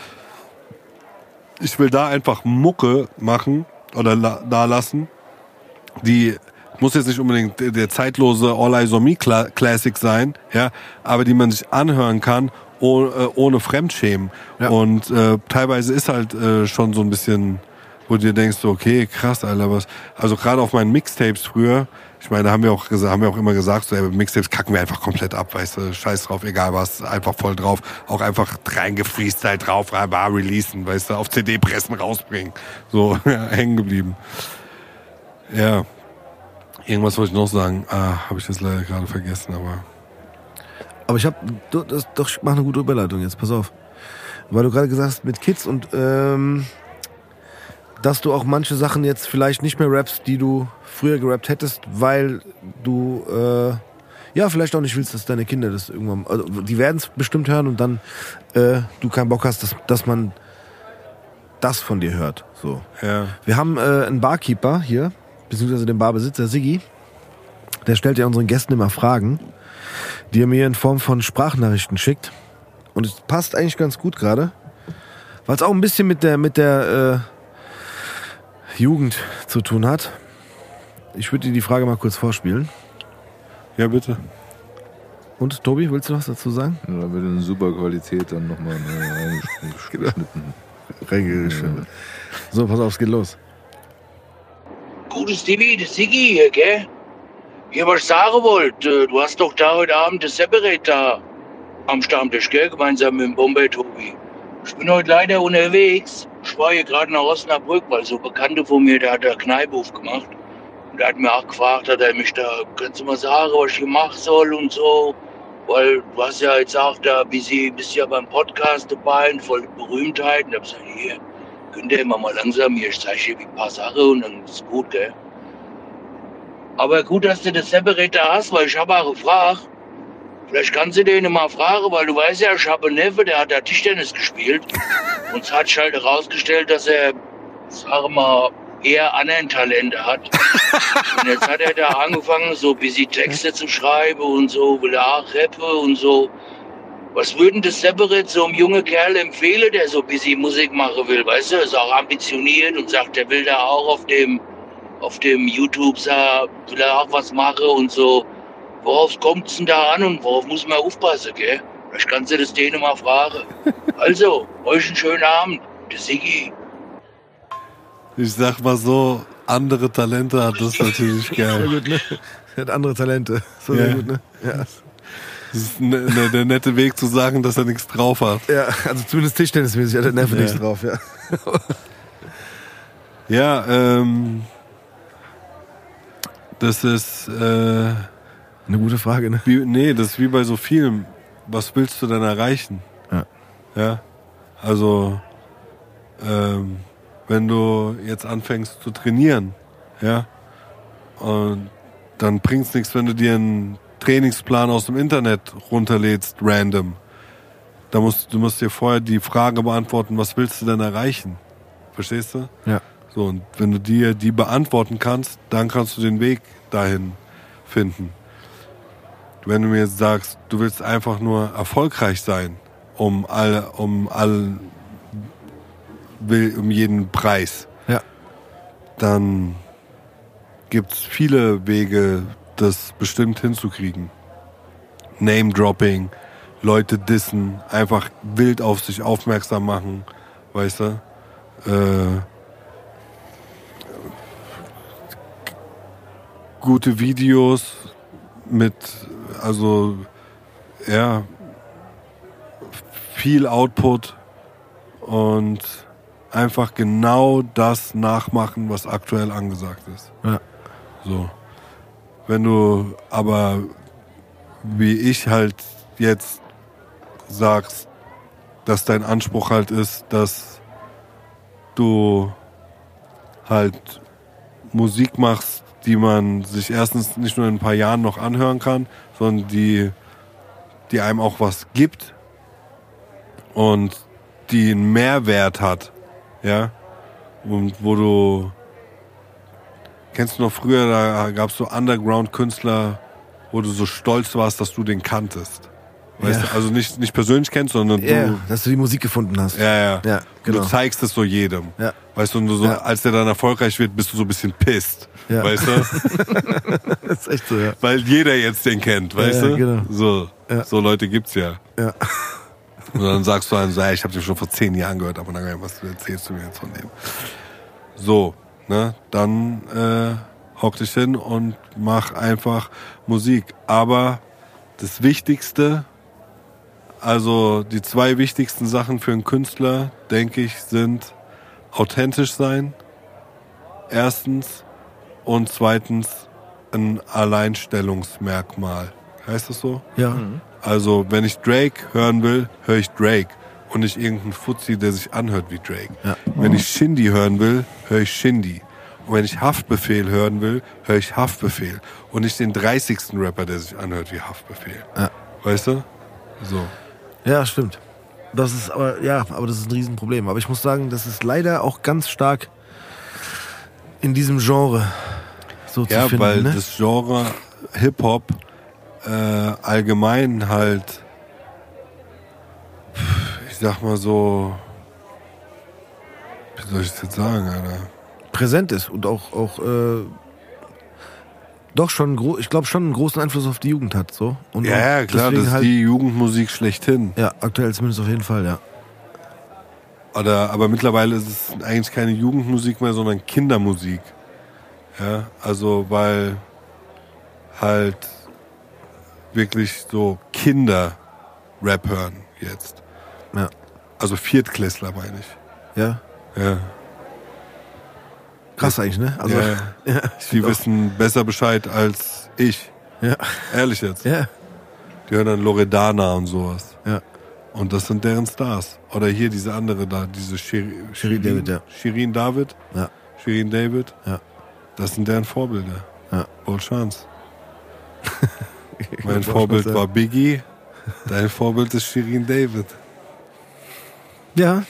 ich will da einfach Mucke machen oder la- da lassen, die muss jetzt nicht unbedingt der, der zeitlose All Eyes on Me Cla- Classic sein, ja, aber die man sich anhören kann ohne, ohne Fremdschämen. Ja. Und äh, teilweise ist halt äh, schon so ein bisschen, wo du dir denkst, so, okay, krass, Alter, was. Also gerade auf meinen Mixtapes früher, ich meine, da haben wir auch gesagt, haben wir auch immer gesagt, so, ey, Mixtapes kacken wir einfach komplett ab, weißt du, scheiß drauf, egal was, einfach voll drauf, auch einfach reingefreestylt drauf, war releasen, weißt du, auf C D pressen, rausbringen, so, ja, hängen geblieben. Ja, irgendwas wollte ich noch sagen, ah, habe ich das leider gerade vergessen, aber... Aber ich habe, doch, ich mache eine gute Überleitung jetzt, pass auf, weil du gerade gesagt hast, mit Kids und, ähm, dass du auch manche Sachen jetzt vielleicht nicht mehr rappst, die du früher gerappt hättest, weil du äh, ja vielleicht auch nicht willst, dass deine Kinder das irgendwann, also die werden es bestimmt hören und dann äh, du keinen Bock hast, dass, dass man das von dir hört. So. Ja. Wir haben äh, einen Barkeeper hier, beziehungsweise den Barbesitzer Siggi, der stellt ja unseren Gästen immer Fragen, die er mir in Form von Sprachnachrichten schickt. Und es passt eigentlich ganz gut gerade, weil es auch ein bisschen mit der mit der äh, Jugend zu tun hat. Ich würde dir die Frage mal kurz vorspielen. Ja, bitte. Und, Tobi, willst du was dazu sagen? Ja, da wird in super Qualität dann nochmal reingeschnitten. Reingeschnitten. Ja. So, pass auf, es geht los. Gutes Stevie, das Siggi hier, gell? Ja, was ich sagen wollte, du hast doch da heute Abend das Separate da am Stammtisch, gell? Gemeinsam mit dem Bombay Tobi. Ich bin heute leider unterwegs. Ich war hier gerade nach Osnabrück, weil so Bekannte von mir, der hat da Kneipe aufgemacht. Und der hat mir auch gefragt, hat er mich da, kannst du mal sagen, was ich hier machen soll und so. Weil du hast ja jetzt auch da, bist ja beim Podcast dabei und voll Berühmtheit. Und ich hab gesagt, hier, könnt ihr immer mal langsam hier, ich zeige dir ein paar Sachen und dann ist gut, gell. Aber gut, dass du das Separate da hast, weil ich habe auch gefragt. Vielleicht kannst du den mal fragen, weil du weißt ja, ich habe einen Neffe, der hat da Tischtennis gespielt. Und es hat sich halt herausgestellt, dass er, sag mal, eher anderen Talente hat. Und jetzt hat er da angefangen, so ein bisschen Texte zu schreiben und so, will er auch rappen und so. Was würden das Separate so einem jungen Kerl empfehlen, der so ein bisschen Musik machen will, weißt du? Ist auch ambitioniert und sagt, der will da auch auf dem, auf dem YouTube, will er auch was machen und so. Worauf kommt es denn da an und worauf muss man aufpassen, gell? Vielleicht kannst du das denen mal fragen. Also, euch einen schönen Abend. Der Siggi. Ich sag mal so, andere Talente hat das natürlich geil. Sehr gut, ne? Er hat andere Talente. So ja. Sehr gut, ne? Ja. Das ist ne, ne, der nette Weg zu sagen, dass er nichts drauf hat. Ja, also zumindest Tischtennismäßig hat der Neffe ja. nichts drauf, ja. Ja, ähm... Das ist, äh... eine gute Frage, ne? Wie, nee, das ist wie bei so vielen. Was willst du denn erreichen? Ja. Ja. Also, ähm, wenn du jetzt anfängst zu trainieren, ja, und dann bringt's nichts, wenn du dir einen Trainingsplan aus dem Internet runterlädst, random. Da musst, du musst dir vorher die Frage beantworten, was willst du denn erreichen? Verstehst du? Ja. So, und wenn du dir die beantworten kannst, dann kannst du den Weg dahin finden. Wenn du mir jetzt sagst, du willst einfach nur erfolgreich sein, um all, um all, um jeden Preis, ja. dann gibt es viele Wege, das bestimmt hinzukriegen. Name-Dropping, Leute dissen, einfach wild auf sich aufmerksam machen, weißt du? Äh, gute Videos mit, also, ja, viel Output und einfach genau das nachmachen, was aktuell angesagt ist. Ja. So. Wenn du aber, wie ich halt jetzt sagst, dass dein Anspruch halt ist, dass du halt Musik machst, die man sich erstens nicht nur in ein paar Jahren noch anhören kann, sondern die, die einem auch was gibt und die einen Mehrwert hat, ja, und wo du, kennst du noch früher, da gab es so Underground-Künstler, wo du so stolz warst, dass du den kanntest. Weißt Ja. du, also nicht, nicht persönlich kennst, sondern Ja, du, dass du die Musik gefunden hast. ja, ja, Ja, genau. du zeigst es so jedem. Ja. Weißt du, und du so, Ja. als der dann erfolgreich wird, bist du so ein bisschen pisst. Ja. Weißt du? Das ist echt so, ja. Weil jeder jetzt den kennt, weißt Ja, du? genau. So, Ja. so Leute gibt's ja. Ja. Und dann sagst du einem so, ey, ich habe den schon vor zehn Jahren gehört, aber dann was erzählst du mir jetzt von dem? So, ne? Dann äh, hock dich hin und mach einfach Musik. Aber das Wichtigste, also die zwei wichtigsten Sachen für einen Künstler, denke ich, sind authentisch sein, erstens, und zweitens ein Alleinstellungsmerkmal. Heißt das so? Ja. Also, wenn ich Drake hören will, höre ich Drake und nicht irgendeinen Fuzzi, der sich anhört wie Drake. Ja. Wenn ich Shindy hören will, höre ich Shindy. Und wenn ich Haftbefehl hören will, höre ich Haftbefehl. Und nicht den dreißigsten Rapper, der sich anhört wie Haftbefehl. Ja. Weißt du? So. Ja, stimmt. Das ist aber, ja, aber das ist ein Riesenproblem. Aber ich muss sagen, das ist leider auch ganz stark in diesem Genre so Ja, zu finden. weil ne? das Genre Hip-Hop äh, allgemein halt, ich sag mal so, wie soll ich das jetzt sagen, Alter? präsent ist und auch, auch äh, doch schon, gro- ich glaube schon einen großen Einfluss auf die Jugend hat. So. Und Ja, auch ja, klar, deswegen das ist halt, die Jugendmusik schlechthin. ja, aktuell zumindest auf jeden Fall, ja. Oder, aber mittlerweile ist es eigentlich keine Jugendmusik mehr, sondern Kindermusik. Ja, also weil halt wirklich so Kinder Rap hören jetzt. Ja. Also Viertklässler meine ich. Ja. Ja. Krass eigentlich, ne? Also, ja, ja, ich die find auch- wissen besser Bescheid als ich. Ja. Ehrlich jetzt. Ja. Die hören dann Loredana und sowas. Ja. Und das sind deren Stars. Oder hier diese andere da, diese Shir- Shirin David, ja. Shirin David. Ja. Shirin David. Ja. Das sind deren Vorbilder. Ja. Wohl Chance. Ich Mein wollte auch Vorbild schon war Biggie. Dein Vorbild ist Shirin David. Ja.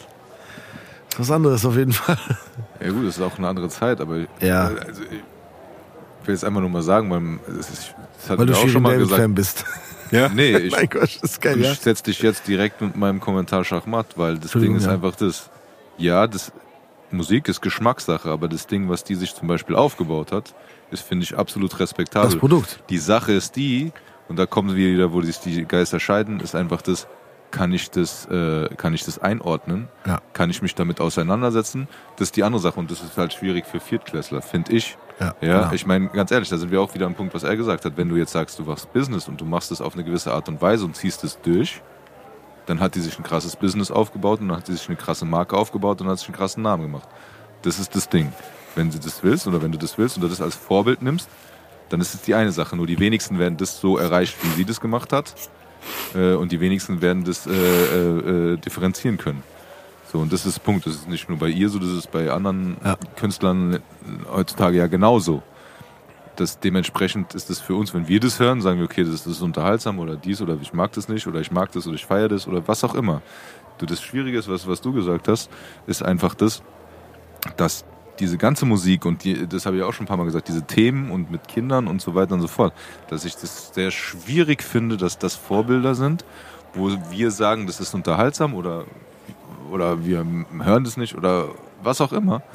Ist was anderes auf jeden Fall. Ja gut, das ist auch eine andere Zeit, aber Ja. also, ich will jetzt einfach nur mal sagen, weil das, ist, das hatten Weil du wir auch Shirin schon mal David gesagt. Fan bist. Ja? Nee, ich, Mein Gott, das ist geil, ja. ich setze dich jetzt direkt mit meinem Kommentar schachmatt, weil das Ding Entschuldigung, ist ja. einfach das. Ja, das Musik ist Geschmackssache, aber das Ding, was die sich zum Beispiel aufgebaut hat, ist, finde ich, absolut respektabel. Das Produkt. Die Sache ist die, und da kommen wir wieder, wo sich die Geister scheiden, ist einfach das, kann ich das, äh, kann ich das einordnen? Ja. Kann ich mich damit auseinandersetzen? Das ist die andere Sache und das ist halt schwierig für Viertklässler, finde ich. Ja, Ja, genau. ich meine, ganz ehrlich, da sind wir auch wieder am Punkt, was er gesagt hat. Wenn du jetzt sagst, du machst Business und du machst es auf eine gewisse Art und Weise und ziehst es durch, dann hat die sich ein krasses Business aufgebaut und dann hat sie sich eine krasse Marke aufgebaut und hat sich einen krassen Namen gemacht. Das ist das Ding. Wenn du das willst oder wenn du das willst und du das als Vorbild nimmst, dann ist es die eine Sache. Nur die wenigsten werden das so erreicht, wie sie das gemacht hat. Äh, und die wenigsten werden das äh, äh, differenzieren können. So, und das ist der Punkt. Das ist nicht nur bei ihr so, das ist bei anderen Ja. Künstlern heutzutage ja genauso. Das, dementsprechend ist es für uns, wenn wir das hören, sagen wir, okay, das ist unterhaltsam oder dies oder ich mag das nicht oder ich mag das oder ich feiere das oder was auch immer. Du, das Schwierige ist, was, was du gesagt hast, ist einfach das, dass diese ganze Musik und die, das habe ich auch schon ein paar Mal gesagt, diese Themen und mit Kindern und so weiter und so fort, dass ich das sehr schwierig finde, dass das Vorbilder sind, wo wir sagen, das ist unterhaltsam oder, oder wir hören das nicht oder was auch immer. Ja.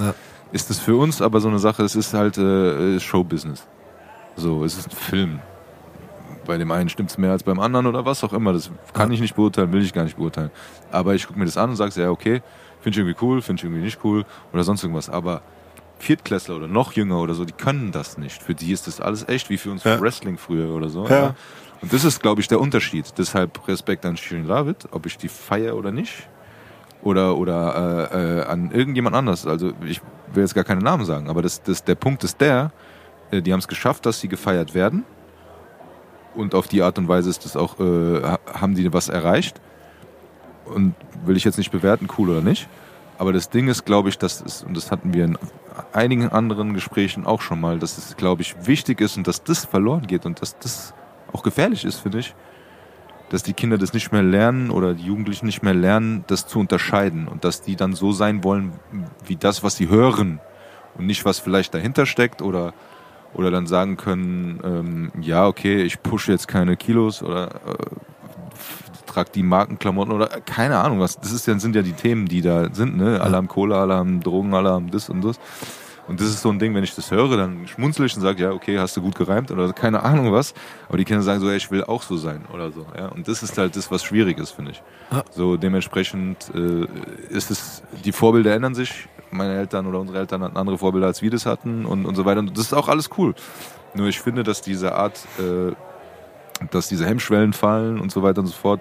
ist es für uns aber so eine Sache, es ist halt äh, Showbusiness. So, es ist ein Film. Bei dem einen stimmt es mehr als beim anderen oder was auch immer. Das kann ich nicht beurteilen, will ich gar nicht beurteilen. Aber ich gucke mir das an und sage, ja, okay, finde ich irgendwie cool, finde ich irgendwie nicht cool oder sonst irgendwas. Aber Viertklässler oder noch jünger oder so, die können das nicht. Für die ist das alles echt, wie für uns ja. Wrestling früher oder so. Ja. Ja. Und das ist, glaube ich, der Unterschied. Deshalb Respekt an Shirin David, ob ich die feiere oder nicht. Oder, oder äh, äh, an irgendjemand anders. Also ich will jetzt gar keine Namen sagen, aber das, das, der Punkt ist der, äh, die haben es geschafft, dass sie gefeiert werden. Und auf die Art und Weise ist das auch, äh, haben die was erreicht. Und will ich jetzt nicht bewerten, cool oder nicht. Aber das Ding ist, glaube ich, dass es, und das hatten wir in einigen anderen Gesprächen auch schon mal, dass es, glaube ich, wichtig ist und dass das verloren geht und dass das auch gefährlich ist, finde ich. Dass die Kinder das nicht mehr lernen oder die Jugendlichen nicht mehr lernen, das zu unterscheiden. Und dass die dann so sein wollen, wie das, was sie hören. Und nicht, was vielleicht dahinter steckt oder Oder dann sagen können, ähm, ja, okay, ich pushe jetzt keine Kilos oder äh, trage die Markenklamotten oder äh, keine Ahnung was. Das ist ja, sind ja die Themen, die da sind, ne? Alle haben Cola, alle haben Drogen, alle haben das und das. Und das ist so ein Ding, wenn ich das höre, dann schmunzel ich und sage, ja, okay, hast du gut gereimt oder keine Ahnung was. Aber die Kinder sagen so, ey, ich will auch so sein oder so. Ja? Und das ist halt das, was schwierig ist, finde ich. Ja. So dementsprechend äh, ist es, die Vorbilder ändern sich. Meine Eltern oder unsere Eltern hatten andere Vorbilder, als wir das hatten und, und so weiter. Und das ist auch alles cool. Nur ich finde, dass diese Art, äh, dass diese Hemmschwellen fallen und so weiter und so fort,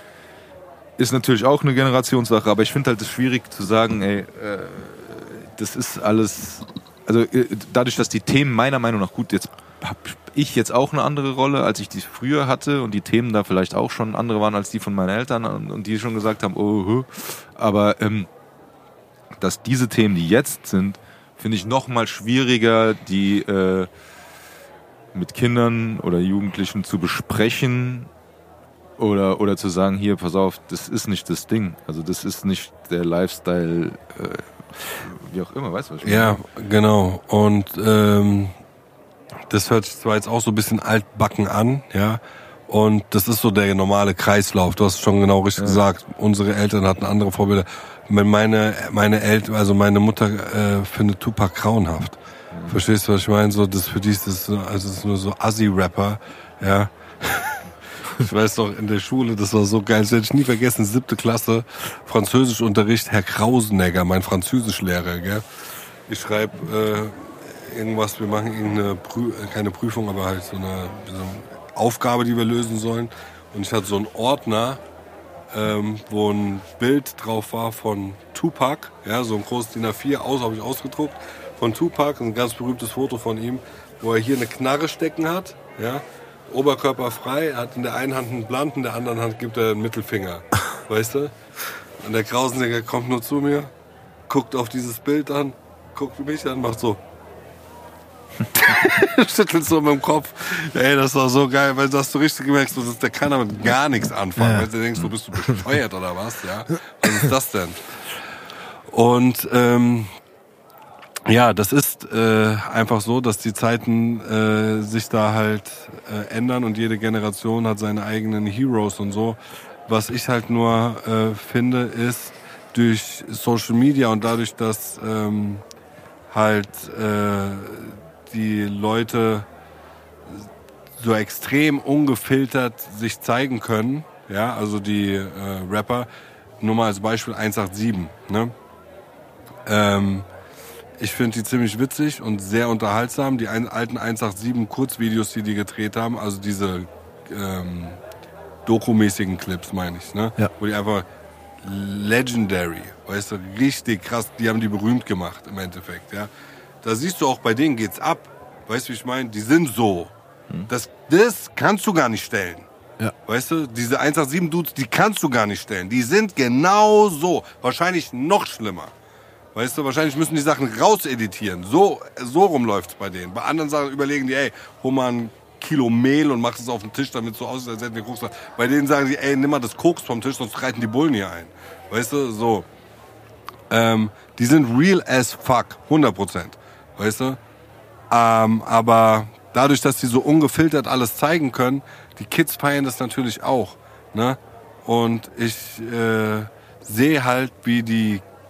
ist natürlich auch eine Generationssache. Aber ich finde halt es schwierig zu sagen, ey, äh, das ist alles, also äh, dadurch, dass die Themen meiner Meinung nach gut, jetzt habe ich jetzt auch eine andere Rolle, als ich die früher hatte und die Themen da vielleicht auch schon andere waren als die von meinen Eltern und, und die schon gesagt haben, oh, aber ähm, dass diese Themen, die jetzt sind, finde ich noch mal schwieriger, die äh, mit Kindern oder Jugendlichen zu besprechen oder, oder zu sagen, hier, pass auf, das ist nicht das Ding. Also das ist nicht der Lifestyle, äh, wie auch immer, weißt du, was ich meine? Ja, genau. Und ähm, das hört sich zwar jetzt auch so ein bisschen altbacken an, ja, und das ist so der normale Kreislauf. Du hast es schon genau richtig ja. gesagt. Unsere Eltern hatten andere Vorbilder. Meine meine Eltern, also meine Mutter äh, findet Tupac grauenhaft. Mhm. Verstehst du, was ich meine? So, das für die ist das so, also das ist nur so Assi-Rapper, ja. Ich weiß doch, in der Schule, das war so geil, das werde ich nie vergessen, siebte Klasse, Französischunterricht, Herr Krausenegger, mein Französischlehrer, gell. Ich schreibe äh, irgendwas, wir machen irgendeine, Prü- keine Prüfung, aber halt so eine, so eine Aufgabe, die wir lösen sollen. Und ich hatte so einen Ordner, ähm, wo ein Bild drauf war von Tupac, ja, so ein großes D I N A vier, aus, habe ich ausgedruckt, von Tupac, ein ganz berühmtes Foto von ihm, wo er hier eine Knarre stecken hat, ja, Oberkörper frei, hat in der einen Hand einen Blunt, in der anderen Hand gibt er einen Mittelfinger, weißt du? Und der Krausenegger kommt nur zu mir, guckt auf dieses Bild an, guckt mich an, macht so. Schüttelt so mit dem Kopf. Ey, das war so geil, weil du hast so richtig gemerkt, so, der kann damit gar nichts anfangen. Ja. Weil du denkst, du bist du bescheuert oder was? Ja? Was ist das denn? Und ähm, ja, das ist äh, einfach so, dass die Zeiten äh, sich da halt äh, ändern und jede Generation hat seine eigenen Heroes und so. Was ich halt nur äh, finde, ist durch Social Media und dadurch, dass ähm, halt äh, die Leute so extrem ungefiltert sich zeigen können, ja, also die äh, Rapper, nur mal als Beispiel eins acht sieben, ne? Ähm, ich finde die ziemlich witzig und sehr unterhaltsam, die ein, alten eins acht sieben Kurzvideos, die die gedreht haben, also diese ähm, dokumäßigen Clips, meine ich, ne? Ja. Wo die einfach legendary, weißt du, richtig krass, die haben die berühmt gemacht im Endeffekt, ja. Da siehst du auch, bei denen geht's ab. Weißt du, wie ich meine? Die sind so. Hm. Das, das kannst du gar nicht stellen. Ja. Weißt du, diese eins acht sieben Dudes, die kannst du gar nicht stellen. Die sind genau so. Wahrscheinlich noch schlimmer. Weißt du, wahrscheinlich müssen die Sachen rauseditieren. So, so rum läuft's bei denen. Bei anderen Sachen überlegen die, ey, hol mal ein Kilo Mehl und mach es auf den Tisch, damit es so aussieht, als hätten wir Koks. Bei denen sagen die, ey, nimm mal das Koks vom Tisch, sonst reiten die Bullen hier ein. Weißt du, so. Ähm, die sind real as fuck. hundert Prozent. Weißt du? Ähm, aber dadurch, dass die so ungefiltert alles zeigen können, die Kids feiern das natürlich auch. Ne? Und ich äh, sehe halt, wie die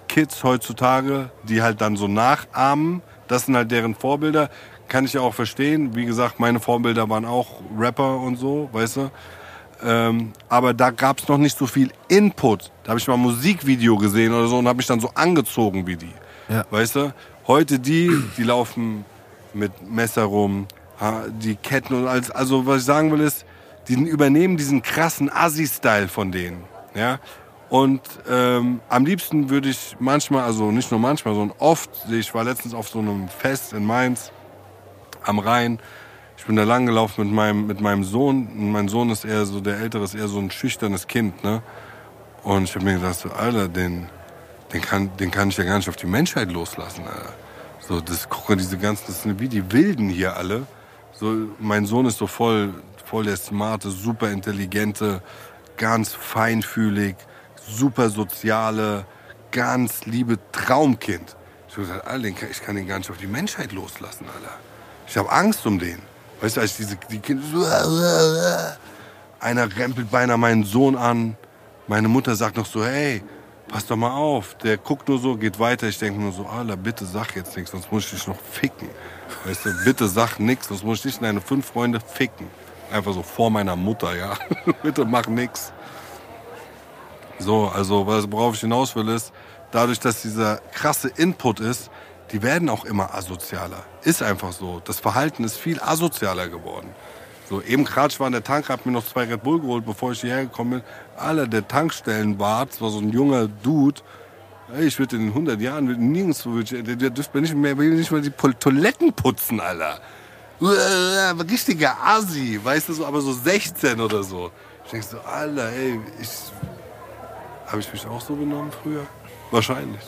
Kids heutzutage, die halt dann so nachahmen, das sind halt deren Vorbilder, kann ich ja auch verstehen. Wie gesagt, meine Vorbilder waren auch Rapper und so, weißt du. Ähm, aber da gab es noch nicht so viel Input. Da habe ich mal ein Musikvideo gesehen oder so und habe mich dann so angezogen wie die. Ja. Weißt du? Heute die, die laufen mit Messer rum, die Ketten und alles. Also was ich sagen will ist, die übernehmen diesen krassen Assi-Style von denen. Ja? Und ähm, am liebsten würde ich manchmal, also nicht nur manchmal, sondern oft, ich war letztens auf so einem Fest in Mainz am Rhein. Ich bin da lang gelaufen mit meinem, mit meinem Sohn. Und mein Sohn ist eher so, der Ältere ist eher so ein schüchternes Kind, ne? Und ich habe mir gedacht, so, Alter, den, den, kann, den kann ich ja gar nicht auf die Menschheit loslassen, Alter. So, das, guck mal, diese ganzen, das sind wie die Wilden hier alle. So, mein Sohn ist so voll, voll der smarte, super intelligente, ganz feinfühlig, super soziale, ganz liebe Traumkind. Ich habe gesagt, Alter, ich kann den gar nicht auf die Menschheit loslassen, Alter. Ich habe Angst um den. Weißt du, als diese die Kinder so, einer rempelt beinahe meinen Sohn an. Meine Mutter sagt noch so, hey, pass doch mal auf. Der guckt nur so, geht weiter. Ich denke nur so, Alter, bitte sag jetzt nichts, sonst muss ich dich noch ficken. Weißt du, bitte sag nichts, sonst muss ich dich und deine fünf Freunde ficken. Einfach so vor meiner Mutter, ja. Bitte mach nix. So, also worauf ich hinaus will ist, dadurch, dass dieser krasse Input ist, die werden auch immer asozialer. Ist einfach so. Das Verhalten ist viel asozialer geworden. So, eben gerade, ich war in der Tank, hab mir noch zwei Red Bull geholt, bevor ich hierher gekommen bin. Alter, der Tankstellenwart, das war so ein junger Dude. Ey, ich würde in hundert Jahren nirgendwo, der, der dürfte nicht mehr, will nicht mal die Toiletten putzen, Alter. Richtiger Assi, weißt du so, aber so sechzehn oder so. Ich denk so, Alter, ey, ich... Habe ich mich auch so benommen früher? Wahrscheinlich.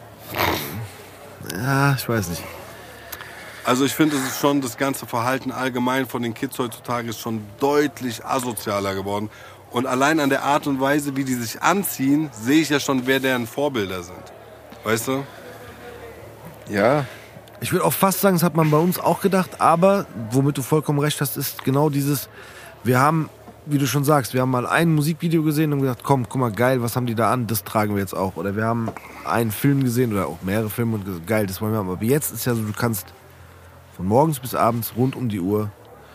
Ja, ich weiß nicht. Also ich finde, es ist schon, das ganze Verhalten allgemein von den Kids heutzutage ist schon deutlich asozialer geworden. Und allein an der Art und Weise, wie die sich anziehen, sehe ich ja schon, wer deren Vorbilder sind. Weißt du? Ja. Ich würde auch fast sagen, das hat man bei uns auch gedacht, aber womit du vollkommen recht hast, ist genau dieses, wir haben, wie du schon sagst, wir haben mal ein Musikvideo gesehen und gesagt, komm, guck mal, geil, was haben die da an, das tragen wir jetzt auch. Oder wir haben einen Film gesehen oder auch mehrere Filme und gesagt, geil, das wollen wir haben. Aber jetzt ist ja so, du kannst von morgens bis abends rund um die Uhr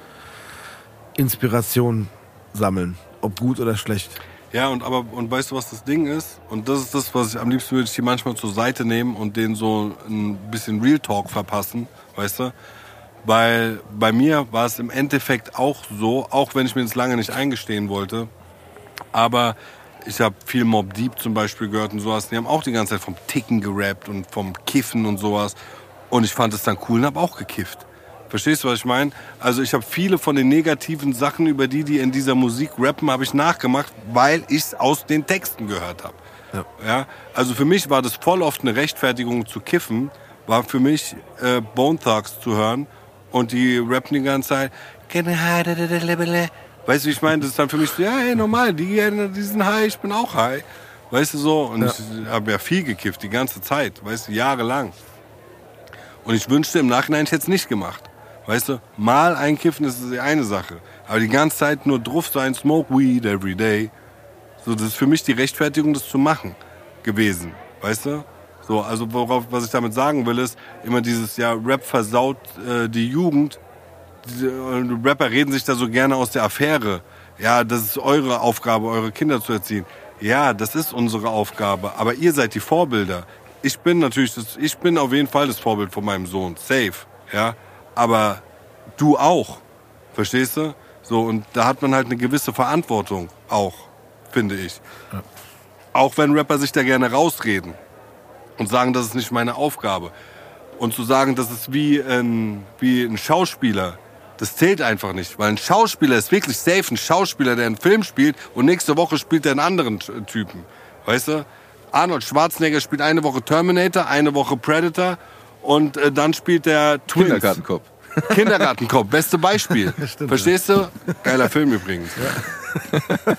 Inspiration sammeln, ob gut oder schlecht. Ja, und aber und weißt du, was das Ding ist? Und das ist das, was ich am liebsten würde ich die manchmal zur Seite nehmen und denen so ein bisschen Real Talk verpassen, weißt du? Weil bei mir war es im Endeffekt auch so, auch wenn ich mir das lange nicht eingestehen wollte, aber ich habe viel Mobb Deep zum Beispiel gehört und sowas, die haben auch die ganze Zeit vom Ticken gerappt und vom Kiffen und sowas und ich fand es dann cool und habe auch gekifft. Verstehst du, was ich meine? Also ich habe viele von den negativen Sachen, über die die in dieser Musik rappen, habe ich nachgemacht, weil ich es aus den Texten gehört habe. Ja. Ja? Also für mich war das voll oft eine Rechtfertigung zu kiffen, war für mich äh, Bone Thugs zu hören und die rappen die ganze Zeit. Weißt du, wie ich meine? Das ist dann für mich so, ja, hey, normal, die, die sind high, ich bin auch high. Weißt du so? Und ja. Ich habe ja viel gekifft, die ganze Zeit, weißt du, jahrelang. Und ich wünschte im Nachhinein, ich hätte es nicht gemacht. Weißt du, mal einkiffen, das ist die eine Sache. Aber die ganze Zeit nur drauf sein, smoke weed every day. So, das ist für mich die Rechtfertigung, das zu machen gewesen. Weißt du? So, also worauf, was ich damit sagen will, ist immer dieses, ja, Rap versaut äh, die Jugend. Die, äh, Rapper reden sich da so gerne aus der Affäre. Ja, das ist eure Aufgabe, eure Kinder zu erziehen. Ja, das ist unsere Aufgabe. Aber ihr seid die Vorbilder. Ich bin natürlich, das, ich bin auf jeden Fall das Vorbild von meinem Sohn. Safe. Ja. Aber du auch, verstehst du? So, und da hat man halt eine gewisse Verantwortung auch, finde ich. Ja. Auch wenn Rapper sich da gerne rausreden und sagen, das ist nicht meine Aufgabe. Und zu sagen, das ist wie ein, wie ein Schauspieler, das zählt einfach nicht. Weil ein Schauspieler ist wirklich safe, ein Schauspieler, der einen Film spielt und nächste Woche spielt er einen anderen Typen. Weißt du? Arnold Schwarzenegger spielt eine Woche Terminator, eine Woche Predator. Und äh, dann spielt der Twins. Kindergartenkopf. Kindergartenkopf, beste Beispiel. Stimmt, verstehst du? Geiler Film übrigens. Ja.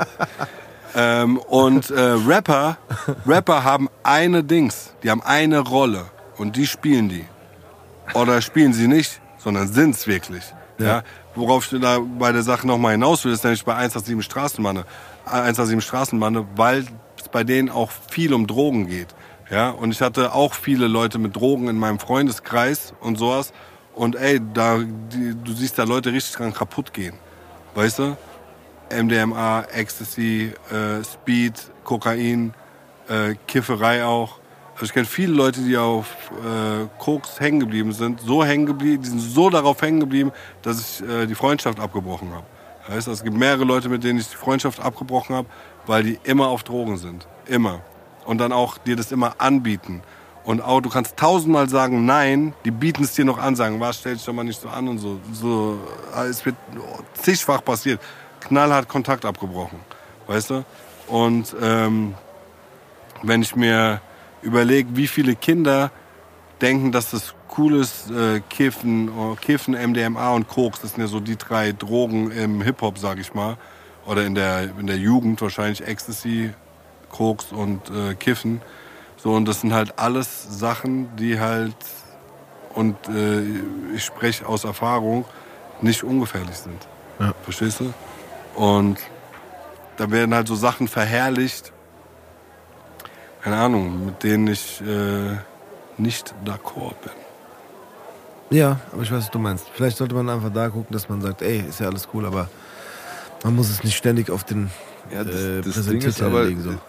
ähm, und äh, Rapper, Rapper haben eine Dings, die haben eine Rolle und die spielen die. Oder spielen sie nicht, sondern sind's wirklich. Ja. Ja? Worauf ich da bei der Sache nochmal hinaus will, ist nämlich bei eins acht sieben Straßenbande. eins acht sieben Straßenbande, weil es bei denen auch viel um Drogen geht. Ja, und ich hatte auch viele Leute mit Drogen in meinem Freundeskreis und sowas. Und ey, da, die, du siehst da Leute richtig dran kaputt gehen. Weißt du? M D M A, Ecstasy, äh, Speed, Kokain, äh, Kifferei auch. Also ich kenne viele Leute, die auf äh, Koks hängen geblieben sind. So hängen geblieben, die sind so darauf hängen geblieben, dass ich äh, die Freundschaft abgebrochen habe. Heißt, es gibt mehrere Leute, mit denen ich die Freundschaft abgebrochen habe, weil die immer auf Drogen sind. Immer. Und dann auch dir das immer anbieten. Und auch, du kannst tausendmal sagen, nein, die bieten es dir noch an, sagen, was, stell dich doch mal nicht so an und so. so es wird zigfach passiert. Knallhart Kontakt abgebrochen. Weißt du? Und ähm, wenn ich mir überlege, wie viele Kinder denken, dass das cool ist, äh, Kiffen, oh, Kiffen, M D M A und Koks, das sind ja so die drei Drogen im Hip-Hop, sag ich mal. Oder in der, in der Jugend wahrscheinlich Ecstasy, Koks und äh, Kiffen. So, und das sind halt alles Sachen, die halt, und äh, ich spreche aus Erfahrung, nicht ungefährlich sind. Ja. Verstehst du? Und da werden halt so Sachen verherrlicht, keine Ahnung, mit denen ich äh, nicht d'accord bin. Ja, aber ich weiß, was du meinst. Vielleicht sollte man einfach da gucken, dass man sagt, ey, ist ja alles cool, aber man muss es nicht ständig auf den Ja, das, äh, das Ding ist aber, legen. So.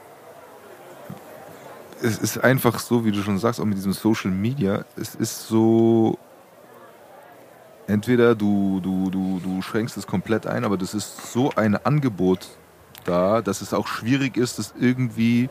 Es ist einfach so, wie du schon sagst, auch mit diesem Social Media, es ist so, entweder du, du, du, du schränkst es komplett ein, aber das ist so ein Angebot da, dass es auch schwierig ist, das irgendwie,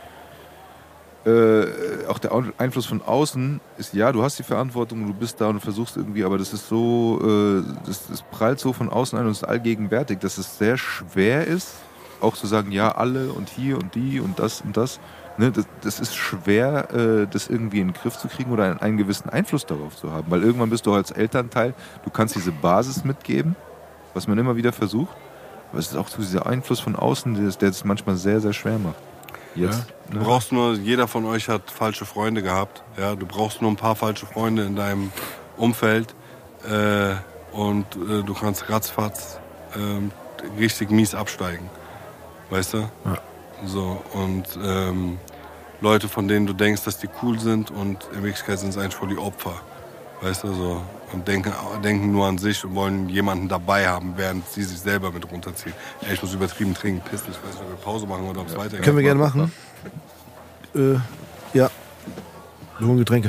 äh, auch der Einfluss von außen ist, ja, du hast die Verantwortung, du bist da und du versuchst irgendwie, aber das ist so, äh, das, das prallt so von außen ein und ist allgegenwärtig, dass es sehr schwer ist, auch zu sagen, ja, alle und hier und die und das und das. Ne, das, das ist schwer, äh, das irgendwie in den Griff zu kriegen oder einen, einen gewissen Einfluss darauf zu haben. Weil irgendwann bist du als Elternteil, du kannst diese Basis mitgeben, was man immer wieder versucht. Aber es ist auch so dieser Einfluss von außen, der es, der es manchmal sehr, sehr schwer macht. Jetzt, Ja. Du ne? brauchst nur, jeder von euch hat falsche Freunde gehabt. Ja, du brauchst nur ein paar falsche Freunde in deinem Umfeld äh, und äh, du kannst ratzfatz äh, richtig mies absteigen. Weißt du? Ja. So, und ähm, Leute, von denen du denkst, dass die cool sind und in Wirklichkeit sind es eigentlich voll die Opfer. Weißt du, so. Und denken, denken nur an sich und wollen jemanden dabei haben, während sie sich selber mit runterziehen. Ey, ich muss übertrieben trinken, pissen. Ich weiß nicht, ob wir Pause machen oder ob es weitergeht. Können wir gerne machen. Äh, ja. Wir holen Getränke.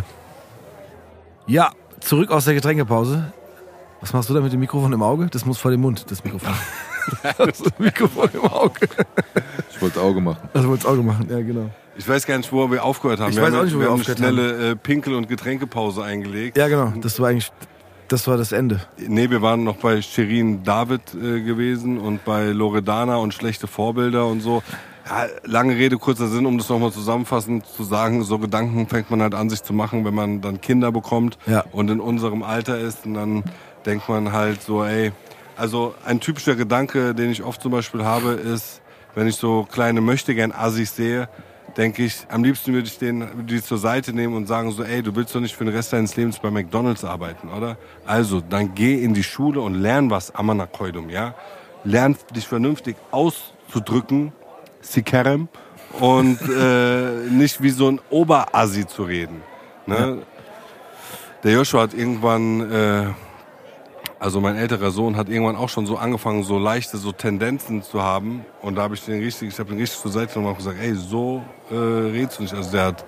Ja, zurück aus der Getränkepause. Was machst du da mit dem Mikrofon im Auge? Das muss vor dem Mund, das Mikrofon. Das Mikrofon im Auge. Ich wollte Auge machen. Also wollt's Auge machen, ja genau. Ich weiß gar nicht, wo wir aufgehört haben. Ich wir weiß haben, auch nicht, wo wir wir haben aufgehört eine schnelle äh, Pinkel- und Getränkepause eingelegt. Ja genau, das war eigentlich, das war das Ende. Nee, wir waren noch bei Shirin David äh, gewesen und bei Loredana und schlechte Vorbilder und so. Ja, lange Rede, kurzer Sinn, um das nochmal zusammenfassend zu sagen, so Gedanken fängt man halt an sich zu machen, wenn man dann Kinder bekommt Ja. und in unserem Alter ist und dann denkt man halt so, ey, also ein typischer Gedanke, den ich oft zum Beispiel habe, ist, wenn ich so kleine Möchtegern-Assis sehe, denke ich, am liebsten würde ich den, die zur Seite nehmen und sagen so, ey, du willst doch nicht für den Rest deines Lebens bei McDonalds arbeiten, oder? Also, dann geh in die Schule und lern was, Amanakoidum, ja? Lern dich vernünftig auszudrücken, Sikerem, und äh, nicht wie so ein Oberassi zu reden. Ne? Ja. Der Joshua hat irgendwann, äh, also mein älterer Sohn hat irgendwann auch schon so angefangen, so leichte so Tendenzen zu haben. Und da habe ich den richtig, ich habe den richtig zur Seite genommen und gesagt, ey, so äh, redest du nicht. Also der hat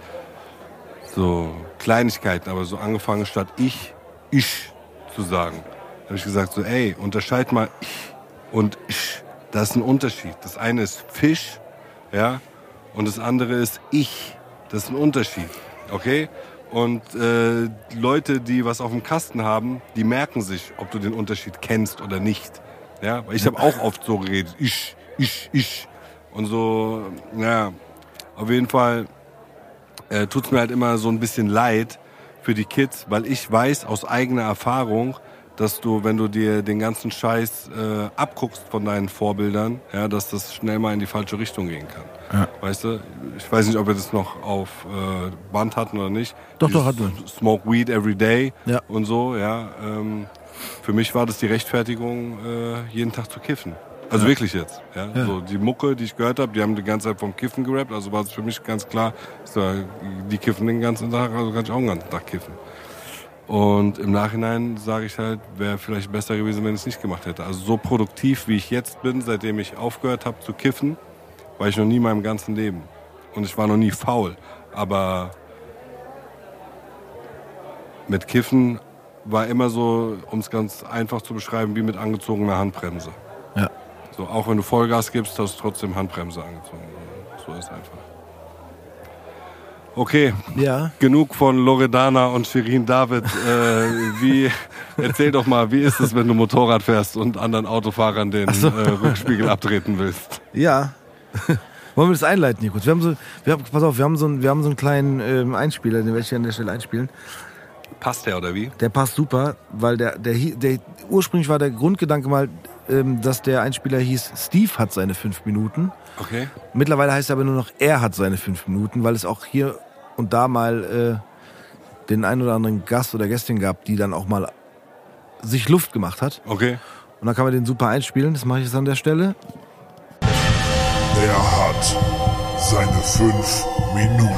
so Kleinigkeiten, aber so angefangen, statt ich, ich zu sagen. Da habe ich gesagt, so, ey, unterscheid mal ich und ich. Das ist ein Unterschied. Das eine ist Fisch, ja, und das andere ist ich. Das ist ein Unterschied, okay? Und äh, Leute, die was auf dem Kasten haben, die merken sich, ob du den Unterschied kennst oder nicht. Ja, weil ich habe auch oft so geredet, ich, ich, ich. Und so, ja, auf jeden Fall äh, tut's mir halt immer so ein bisschen leid für die Kids, weil ich weiß aus eigener Erfahrung, dass du, wenn du dir den ganzen Scheiß äh, abguckst von deinen Vorbildern, ja, dass das schnell mal in die falsche Richtung gehen kann. Ja. Weißt du? Ich weiß nicht, ob wir das noch auf äh, Band hatten oder nicht. Doch, Dieses doch, hatten wir. Smoke Weed every day ja. und so, ja. Ähm, für mich war das die Rechtfertigung, äh, jeden Tag zu kiffen. Also ja. wirklich jetzt. Ja? Ja. So, die Mucke, die ich gehört habe, die haben die ganze Zeit vom Kiffen gerappt. Also war es für mich ganz klar, so, die kiffen den ganzen Tag, also kann ich auch den ganzen Tag kiffen. Und im Nachhinein sage ich halt, wäre vielleicht besser gewesen, wenn ich es nicht gemacht hätte. Also so produktiv, wie ich jetzt bin, seitdem ich aufgehört habe zu kiffen, war ich noch nie in meinem ganzen Leben. Und ich war noch nie faul. Aber mit Kiffen war immer so, um es ganz einfach zu beschreiben, wie mit angezogener Handbremse. Ja. So, auch wenn du Vollgas gibst, hast du trotzdem Handbremse angezogen. So ist einfach. Okay, ja. Genug von Loredana und Shirin David. Äh, wie, erzähl doch mal, wie ist es, wenn du Motorrad fährst und anderen Autofahrern den so. äh, Rückspiegel abtreten willst? Ja. Wollen wir das einleiten hier kurz? Wir haben so, wir haben, pass auf, wir haben so einen, wir haben so einen kleinen ähm, Einspieler, den werde ich an der Stelle einspielen. Passt der oder wie? Der passt super, weil der, der, der ursprünglich war der Grundgedanke mal, ähm, dass der Einspieler hieß, Steve hat seine fünf Minuten. Okay. Mittlerweile heißt er aber nur noch, er hat seine fünf Minuten, weil es auch hier und da mal äh, den einen oder anderen Gast oder Gästin gab, die dann auch mal sich Luft gemacht hat. Okay. Und dann kann man den super einspielen, das mache ich jetzt an der Stelle. Er hat seine fünf Minuten.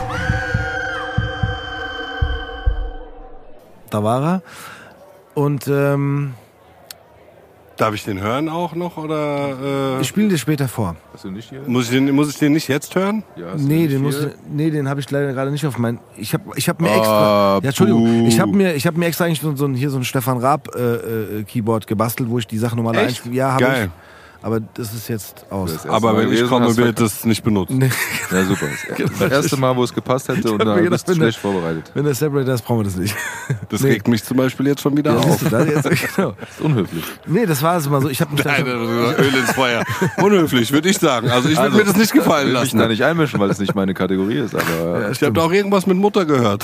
Da war er. Und ähm, darf ich den hören auch noch? Oder, äh, ich spiele dir später vor. Hast du nicht hier? Muss ich den, muss ich den nicht jetzt hören? Ja, nee, den muss, nee, den habe ich leider gerade nicht auf meinen. Ich habe ich hab mir extra. Ah, ja, Entschuldigung. buh. Ich habe mir, ich hab mir extra eigentlich so, so ein, hier so ein Stefan Raab äh, äh, Keyboard gebastelt, wo ich die Sachen normal einspiele. Ja, habe ich. Aber das ist jetzt aus. Das Aber wenn ich komme, wird das nicht benutzt. Nee. Ja, super. Das erste Mal, wo es gepasst hätte und da bist du schlecht vorbereitet. Wenn der Separator ist, brauchen wir das nicht. Das nee. regt mich zum Beispiel jetzt schon wieder ja, auf. Du, das, jetzt, genau. Das ist unhöflich. Nee, das war es immer so. Ich habe mich Nein, Öl ins Feuer. Unhöflich, würde ich sagen. Also ich würde also, mir das nicht gefallen will lassen. Ich will mich da nicht einmischen, weil es nicht meine Kategorie ist. Aber ja, ich habe da auch irgendwas mit Mutter gehört.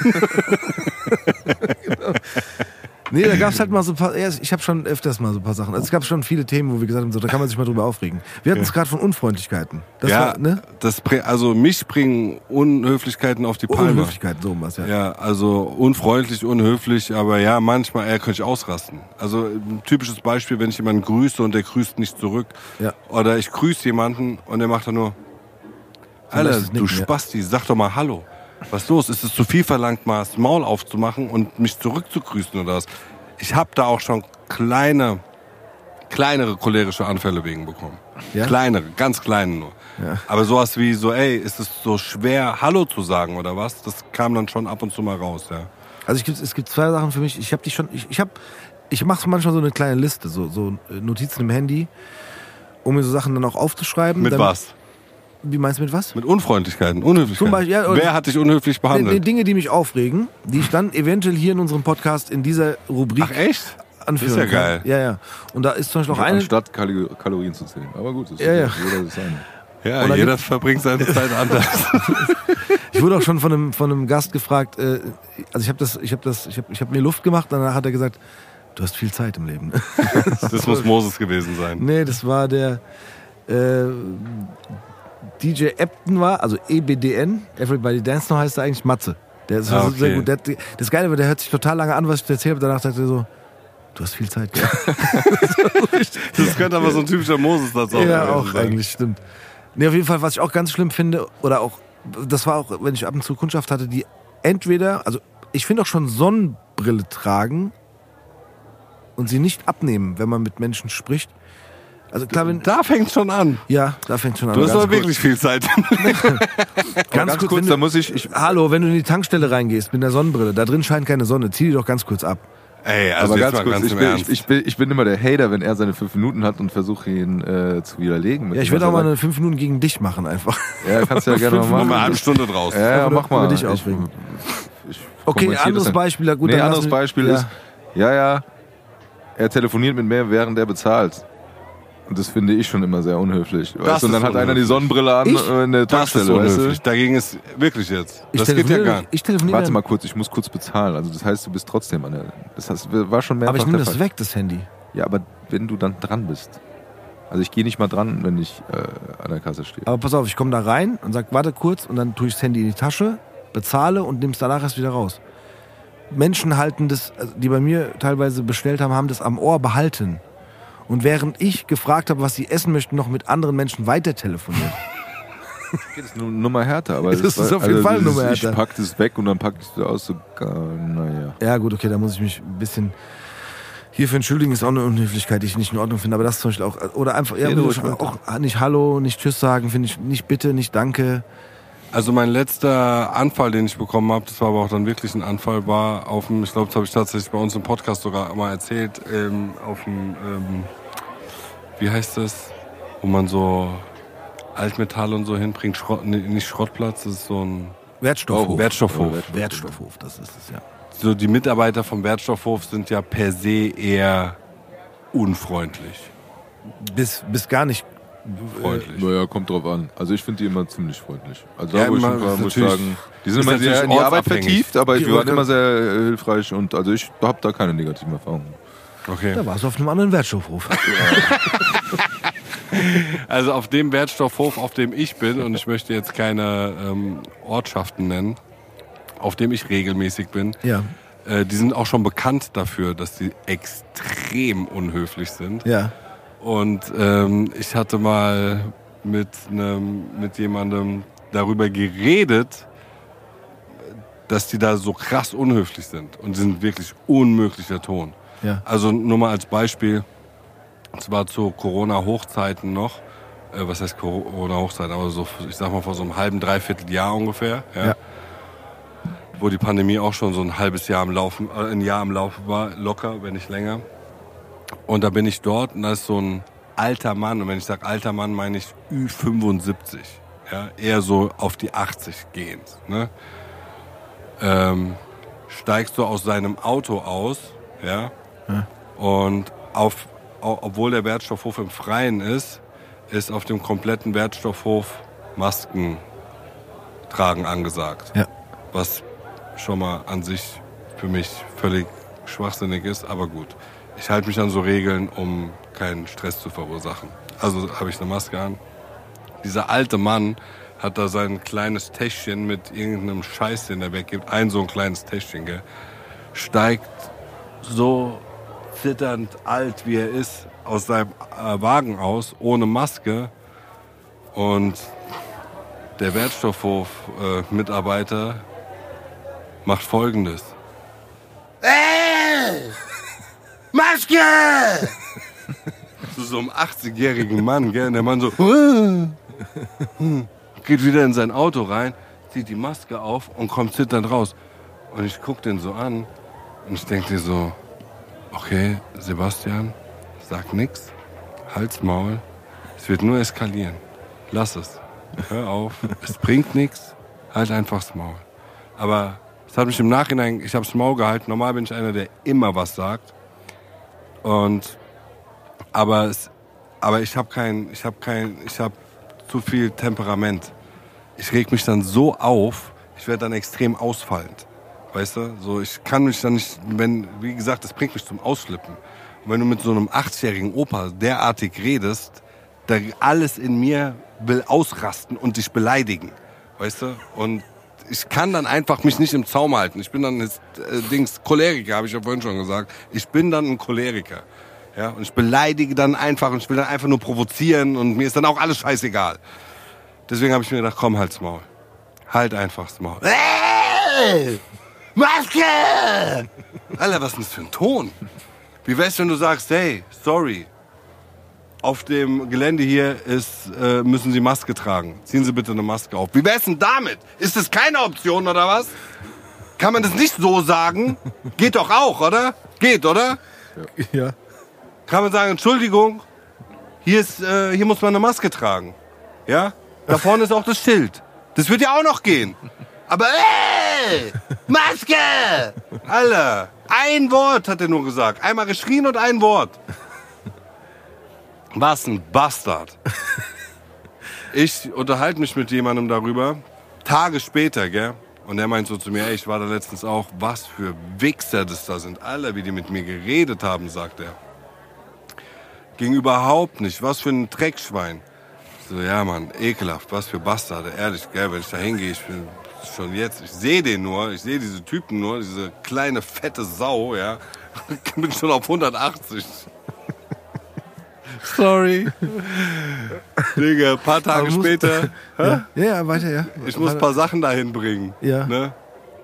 Genau. Nee, da gab es halt mal so ein paar, ich habe schon öfters mal so ein paar Sachen. Also es gab schon viele Themen, wo wir gesagt haben, so, da kann man sich mal drüber aufregen. Wir hatten es ja. gerade von Unfreundlichkeiten. Das ja, war, ne? das, also mich bringen Unhöflichkeiten auf die Palme. Unhöflichkeiten, so was, ja. Ja, also unfreundlich, unhöflich, aber ja, manchmal, er könnte ich ausrasten. Also ein typisches Beispiel, wenn ich jemanden grüße und der grüßt nicht zurück. Ja. Oder ich grüße jemanden und der macht dann nur, Alter, du Spasti, sag doch mal Hallo. Was ist los? Ist es zu viel verlangt, mal das Maul aufzumachen und mich zurückzugrüßen oder was? Ich habe da auch schon kleine, kleinere cholerische Anfälle wegen bekommen. Ja? Kleinere, ganz kleine nur. Ja. Aber sowas wie so, ey, ist es so schwer, Hallo zu sagen oder was? Das kam dann schon ab und zu mal raus, ja. Also ich, es gibt zwei Sachen für mich. Ich habe die schon, ich, ich habe, ich mache manchmal so eine kleine Liste, so, so Notizen im Handy, um mir so Sachen dann auch aufzuschreiben. Mit dann, was? Wie meinst du mit was? Mit Unfreundlichkeiten, Unhöflichkeiten. Zum Beispiel, ja, Wer hat dich unhöflich behandelt? Die Dinge, die mich aufregen, die ich dann eventuell hier in unserem Podcast in dieser Rubrik Ach echt? anführen ist ja kann. Geil. Ja, ja. Und da ist zum Beispiel noch eine... Anstatt Kal- Kalorien zu zählen. Aber gut, das ist ja, ja. jeder das seine. Ja, jeder gibt, verbringt seine Zeit anders. Ich wurde auch schon von einem, von einem Gast gefragt, äh, also ich habe das, ich habe das, ich habe ich hab mir Luft gemacht, danach hat er gesagt, du hast viel Zeit im Leben. Das muss Moses gewesen sein. Nee, das war der... Äh, D J Epton war, also E B D N, Everybody Dance Now heißt er eigentlich, Matze. Der ist ah, okay. sehr gut. Der, das Geile war, der hört sich total lange an, was ich erzählt habe. Danach dachte er so, du hast viel Zeit. Ja. Das könnte aber so ein typischer Moses-Satz auch Ja, auch sein. eigentlich, stimmt. Nee, auf jeden Fall, was ich auch ganz schlimm finde, oder auch, das war auch, wenn ich ab und zu Kundschaft hatte, die entweder, also ich finde auch schon Sonnenbrille tragen und sie nicht abnehmen, wenn man mit Menschen spricht. Also klar, wenn, da fängt schon an. Ja, da fängt schon an. Du hast aber wirklich viel Zeit. ganz, ganz kurz, kurz du, da muss ich, ich... Hallo, wenn du in die Tankstelle reingehst mit der Sonnenbrille, da drin scheint keine Sonne, zieh die doch ganz kurz ab. Ey, also aber jetzt ganz mal kurz, ganz ich, im bin, Ernst. ich, ich, bin, ich bin immer der Hater, wenn er seine fünf Minuten hat und versuche ihn äh, zu widerlegen. Mit ja, ich dem, werde auch mal sagt. eine fünf Minuten gegen dich machen einfach. Ja, kannst du ja gerne mal machen. Mal eine halbe Stunde draus. Ja, ja mach mal. Dich ich, ich okay, anderes Beispiel. Ja, gut, nee, dann anderes Beispiel ja. ist, ja, ja, er telefoniert mit mir, während er bezahlt. Und das finde ich schon immer sehr unhöflich. Weißt? Und dann hat einer die Sonnenbrille an ich? in der Tankstelle. Das ist unhöflich. Weißt du? Dagegen ist wirklich jetzt. Ich das geht ja gar nicht. Ich telefoniere. Warte mal kurz, ich muss kurz bezahlen. Also das heißt, du bist trotzdem an der... Das heißt, war schon mehrfach aber ich nehme der das Fall. weg, das Handy. Ja, aber wenn du dann dran bist. Also ich gehe nicht mal dran, wenn ich äh, an der Kasse stehe. Aber pass auf, ich komme da rein und sag, warte kurz, und dann tue ich das Handy in die Tasche, bezahle und nehme es danach erst wieder raus. Menschen halten das, also die bei mir teilweise bestellt haben, haben das am Ohr behalten. und während ich gefragt habe, was sie essen möchten, noch mit anderen Menschen weiter telefoniert. Das ist eine Nummer härter, aber Das ist auf jeden Fall eine Nummer härter. Ich pack das weg und dann pack ich es aus, so, naja. Ja gut, okay, da muss ich mich ein bisschen hierfür entschuldigen, ist auch eine Unhöflichkeit, die ich nicht in Ordnung finde, aber das zum Beispiel auch, oder einfach, ja, Ja, wie du, du schon, auch nicht Hallo, nicht Tschüss sagen, finde ich, nicht Bitte, nicht Danke. Also mein letzter Anfall, den ich bekommen habe, das war aber auch dann wirklich ein Anfall, war auf dem, ich glaube, das habe ich tatsächlich bei uns im Podcast sogar mal erzählt, ähm, auf dem, ähm, wie heißt das, wo man so Altmetall und so hinbringt, Schrott, nee, nicht Schrottplatz, das ist so ein Wertstoffhof. Wertstoffhof. Wertstoffhof, das ist es, ja. So die Mitarbeiter vom Wertstoffhof sind ja per se eher unfreundlich. Bis, bis gar nicht. Freundlich. Naja, kommt drauf an. Also ich finde die immer ziemlich freundlich. Also Ja, da, wo ich immer- schon war, ist muss ich natürlich- sagen, die sind ist immer sehr natürlich in die Arbeit ortsabhängig. vertieft, aber Die wir waren Leute- immer sehr äh, hilfreich und also ich habe da keine negativen Erfahrungen. Okay. Da war es auf einem anderen Wertstoffhof. Also auf dem Wertstoffhof, auf dem ich bin, und ich möchte jetzt keine ähm, Ortschaften nennen, auf dem ich regelmäßig bin, Ja, äh, die sind auch schon bekannt dafür, dass die extrem unhöflich sind. ja. Und ähm, ich hatte mal mit, einem, mit jemandem darüber geredet, dass die da so krass unhöflich sind. Und die sind wirklich unmöglicher Ton. Ja. Also nur mal als Beispiel, es war zu Corona-Hochzeiten noch, äh, was heißt Corona-Hochzeiten, aber so, ich sag mal vor so einem halben, dreiviertel Jahr ungefähr, ja, Ja. wo die Pandemie auch schon so ein halbes Jahr am Laufen, äh, ein Jahr am Laufen war, locker, wenn nicht länger. Und da bin ich dort und da ist so ein alter Mann, und wenn ich sage alter Mann, meine ich Ü fünfundsiebzig, ja, eher so auf die achtzig gehend, ne? Ähm, steigst du aus seinem Auto aus, ja, Ja. und auf, au- obwohl der Wertstoffhof im Freien ist, ist auf dem kompletten Wertstoffhof Masken tragen angesagt. Ja. Was schon mal an sich für mich völlig schwachsinnig ist, aber gut. Ich halte mich an so Regeln, um keinen Stress zu verursachen. Also habe ich eine Maske an. Dieser alte Mann hat da sein kleines Täschchen mit irgendeinem Scheiß, den er weggibt. Ein so ein kleines Täschchen, gell. Steigt so zitternd alt, wie er ist, aus seinem äh, Wagen aus, ohne Maske. Und der Wertstoffhof-Mitarbeiter macht Folgendes. Ey! Maske! Zu so einem achtzigjährigen Mann, gell? Und der Mann so, geht wieder in sein Auto rein, zieht die Maske auf und kommt zitternd raus. Und ich guck den so an und ich denke dir so, okay, Sebastian, sag nix, halt's Maul, es wird nur eskalieren. Lass es. Hör auf, es bringt nichts, halt einfach's Maul. Aber es hat mich im Nachhinein, ich hab's Maul gehalten. Normal bin ich einer, der immer was sagt. Und aber es, aber ich habe kein, ich habe kein, ich habe zu viel Temperament. Ich reg mich dann so auf, ich werde dann extrem ausfallend, weißt du? So, ich kann mich dann nicht, wenn, wie gesagt, das bringt mich zum Ausflippen. Und wenn du mit so einem achtzigjährigen Opa derartig redest, da alles in mir will ausrasten und dich beleidigen, weißt du? Und ich kann dann einfach mich nicht im Zaum halten. Ich bin dann jetzt, äh, Dings, Choleriker, habe ich ja vorhin schon gesagt. Ich bin dann ein Choleriker. Ja, und ich beleidige dann einfach und ich will dann einfach nur provozieren und mir ist dann auch alles scheißegal. Deswegen habe ich mir gedacht, komm, halt's Maul. Halt einfach das Maul. Hey! Maske! Alter, was ist denn das für ein Ton? Wie wär's, wenn du sagst, hey, sorry, auf dem Gelände hier ist, äh, müssen Sie Maske tragen. Ziehen Sie bitte eine Maske auf. Wie wär's denn damit? Ist das keine Option oder was? Kann man das nicht so sagen? Geht doch auch, oder? Geht, oder? Ja. Kann man sagen, Entschuldigung, hier, ist, äh, hier muss man eine Maske tragen. Ja? Da vorne ist auch das Schild. Das wird ja auch noch gehen. Aber ey, Maske! Alter, ein Wort hat er nur gesagt. Einmal geschrien und ein Wort. Was ein Bastard. Ich unterhalte mich mit jemandem darüber, Tage später, gell? Und er meint so zu mir, ey, ich war da letztens auch, was für Wichser das da sind. Alter, wie die mit mir geredet haben, sagt er. Ging überhaupt nicht. Was für ein Dreckschwein. Ich so, ja, Mann, ekelhaft. Was für Bastarde. Ehrlich, gell, wenn ich da hingehe, ich bin schon jetzt, ich sehe den nur, ich sehe diese Typen nur, diese kleine, fette Sau, ja. Ich bin schon auf hundertachtzig. Sorry. Digga, ein paar Tage muss, später. Ja, ja, weiter, ja. Ich muss ein paar Sachen dahin bringen. Ja. Ne?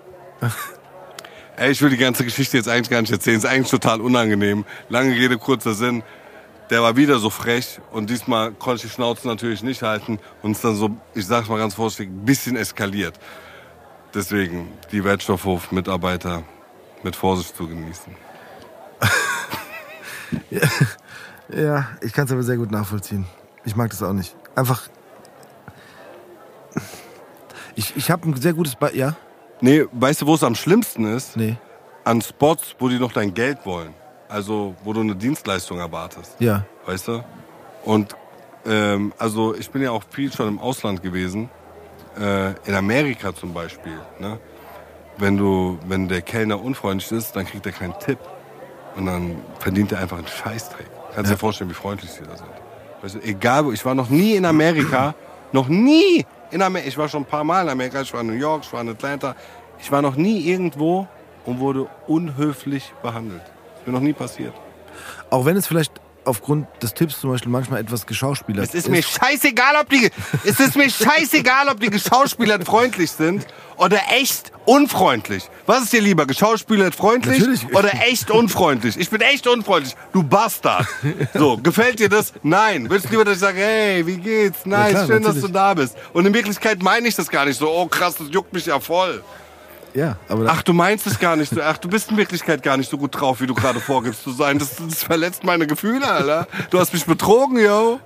Ey, ich will die ganze Geschichte jetzt eigentlich gar nicht erzählen. Ist eigentlich total unangenehm. Lange Rede, kurzer Sinn. Der war wieder so frech und diesmal konnte ich die Schnauze natürlich nicht halten und ist dann so, ich sag's mal ganz vorsichtig, ein bisschen eskaliert. Deswegen die Wertstoffhof-Mitarbeiter mit Vorsicht zu genießen. Ja, ja, ich kann es aber sehr gut nachvollziehen. Ich mag das auch nicht. Einfach. Ich, ich habe ein sehr gutes Be ja? Nee, weißt du, wo es am schlimmsten ist? Nee. An Spots, wo die noch dein Geld wollen. Also, wo du eine Dienstleistung erwartest. Ja. Weißt du? Und, ähm, also, ich bin ja auch viel schon im Ausland gewesen. Äh, in Amerika zum Beispiel, ne? Wenn du, wenn der Kellner unfreundlich ist, dann kriegt er keinen Tipp. Und dann verdient er einfach einen Scheißdreck. Kannst dir Ja. vorstellen, wie freundlich die da sind. Weißt du, egal wo, ich war noch nie in Amerika, noch nie in Amerika, ich war schon ein paar Mal in Amerika, ich war in New York, ich war in Atlanta, ich war noch nie irgendwo und wurde unhöflich behandelt. Das ist mir noch nie passiert. Auch wenn es vielleicht aufgrund des Tipps zum Beispiel manchmal etwas geschauspielert Es ist mir scheißegal, ob die, es ist mir scheißegal, ob die geschauspielert freundlich sind oder echt unfreundlich. Was ist dir lieber, geschauspielert freundlich Natürlich. oder echt unfreundlich? Ich bin echt unfreundlich, du Bastard. So, gefällt dir das? Nein. Willst du lieber, dass ich sage, hey, wie geht's? Nice, klar, schön, dass natürlich. du da bist. Und in Wirklichkeit meine ich das gar nicht so, oh krass, das juckt mich ja voll. Ja, aber Ach, du meinst es gar nicht so. Ach, du bist in Wirklichkeit gar nicht so gut drauf, wie du gerade vorgibst zu sein. Das, das verletzt meine Gefühle, Alter. Du hast mich betrogen, yo.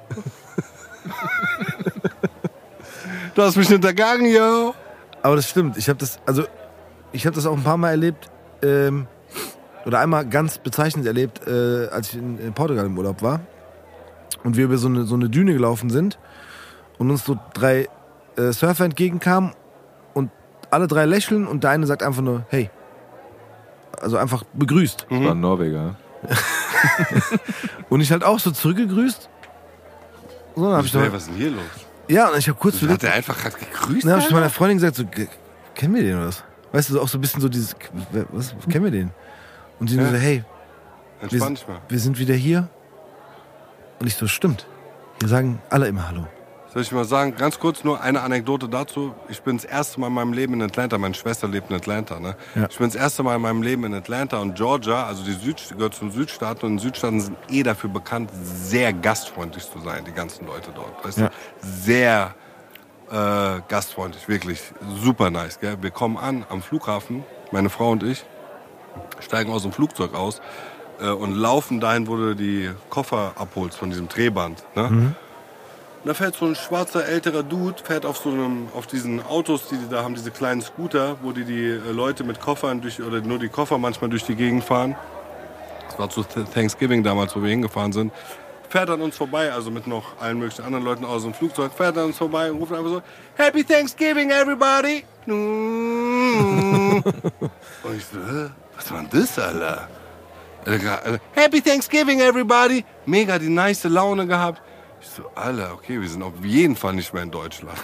Du hast mich hintergangen, yo. Aber das stimmt. Ich habe das, also ich habe das auch ein paar Mal erlebt, ähm, oder einmal ganz bezeichnend erlebt, äh, als ich in, in Portugal im Urlaub war und wir über so eine, so eine Düne gelaufen sind und uns so drei äh, Surfer entgegenkamen und alle drei lächeln und der eine sagt einfach nur, hey. Also einfach begrüßt. Das war ein Norweger. Und ich halt auch so zurückgegrüßt. So, dann hab ich Hey, doch, was ist denn hier los? ja, und ich habe kurz Hat der einfach gerade gegrüßt? Dann habe ich zu Alter? meiner Freundin gesagt, so, "Ke- kennen wir den oder was? Weißt du, so auch so ein bisschen so dieses, was, kennen wir den? Und die Ja. nur so, hey, wir, Entspann dich mal. wir sind wieder hier. Und ich so, stimmt. Wir sagen alle immer Hallo. Soll ich mal sagen, ganz kurz nur eine Anekdote dazu. Ich bin das erste Mal in meinem Leben in Atlanta. Meine Schwester lebt in Atlanta. Ne? Ja. Ich bin das erste Mal in meinem Leben in Atlanta und Georgia, also die Süd, gehört zum Südstaaten. Und die Südstaaten sind eh dafür bekannt, sehr gastfreundlich zu sein, die ganzen Leute dort. Weißt Ja. du? Sehr äh, gastfreundlich, wirklich super nice. Gell? Wir kommen an am Flughafen, meine Frau und ich, steigen aus dem Flugzeug aus äh, und laufen dahin, wo du die Koffer abholst von diesem Drehband. Ne? Mhm. Und da fährt so ein schwarzer, älterer Dude, fährt auf so einem, auf diesen Autos, die die da haben, diese kleinen Scooter, wo die die äh, Leute mit Koffern durch, oder nur die Koffer manchmal durch die Gegend fahren. Das war zu Thanksgiving damals, wo wir hingefahren sind. Fährt an uns vorbei, also mit noch allen möglichen anderen Leuten aus dem Flugzeug, fährt an uns vorbei und ruft einfach so, Happy Thanksgiving, everybody! Und ich so, hä? Was war denn das, Alter? Alter, Happy Thanksgiving, everybody! Mega die nice Laune gehabt. Ich so, Alter, okay, wir sind auf jeden Fall nicht mehr in Deutschland.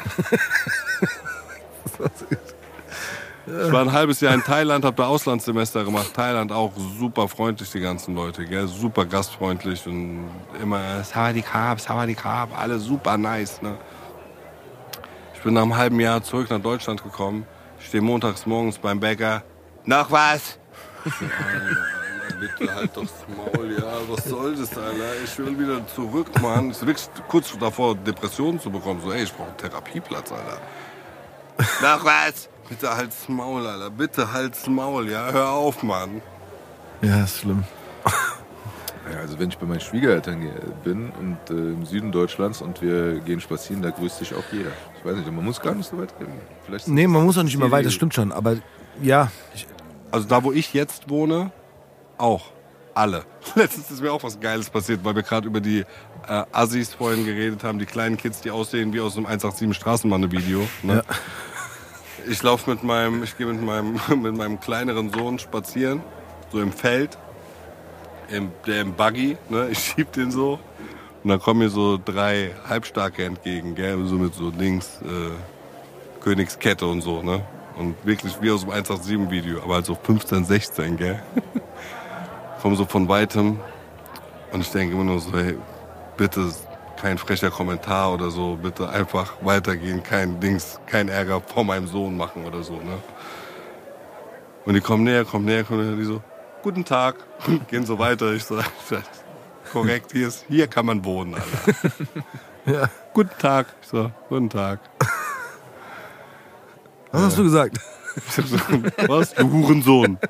Ich war ein halbes Jahr in Thailand, habe da Auslandssemester gemacht. Thailand auch super freundlich, die ganzen Leute, gell? Super gastfreundlich und immer Sawadee-Krab, Sawadee-Krab, alle super nice, ne? Ich bin nach einem halben Jahr zurück nach Deutschland gekommen, stehe montags morgens beim Bäcker. Noch was? Bitte halt das Maul, ja, was soll das, Alter? Ich will wieder zurück, Mann. Ich bin wirklich kurz davor, Depressionen zu bekommen. So, ey, ich brauche einen Therapieplatz, Alter. Noch was? Bitte halt's Maul, Alter. Bitte halt's Maul, ja? Hör auf, Mann. Ja, ist schlimm. Ja, also wenn ich bei meinen Schwiegereltern ge- bin und äh, im Süden Deutschlands und wir gehen spazieren, da grüßt sich auch jeder. Ich weiß nicht, man muss gar nicht so weit gehen. Vielleicht Nee, man muss auch nicht immer die weit, das Regel. stimmt schon. Aber ja, ich, Also da, wo ich jetzt wohne, auch. Alle. Letztens ist mir auch was Geiles passiert, weil wir gerade über die äh, Assis vorhin geredet haben, die kleinen Kids, die aussehen wie aus einem eins acht sieben Straßenbahn-Video. Ne? Ja. Ich laufe mit meinem, ich gehe mit meinem, mit meinem kleineren Sohn spazieren, so im Feld, im, der im Buggy, ne? Ich schieb den so und dann kommen mir so drei Halbstarke entgegen, gell? So mit so Dings, äh, Königskette und so, ne? Und wirklich wie aus dem eins acht sieben Video, aber halt so fünfzehn, sechzehn, gell? Kommen so von weitem und ich denke immer nur so, hey, bitte kein frecher Kommentar oder so, bitte einfach weitergehen, kein Dings, kein Ärger vor meinem Sohn machen oder so, ne? Und die kommen näher, kommen näher, kommen näher, die so, guten Tag, gehen so weiter. Ich so, korrekt, hier, ist, hier kann man wohnen, Alter. Ja. Guten Tag. Ich so, guten Tag. Was hast du gesagt? Ich so, was? Du Hurensohn.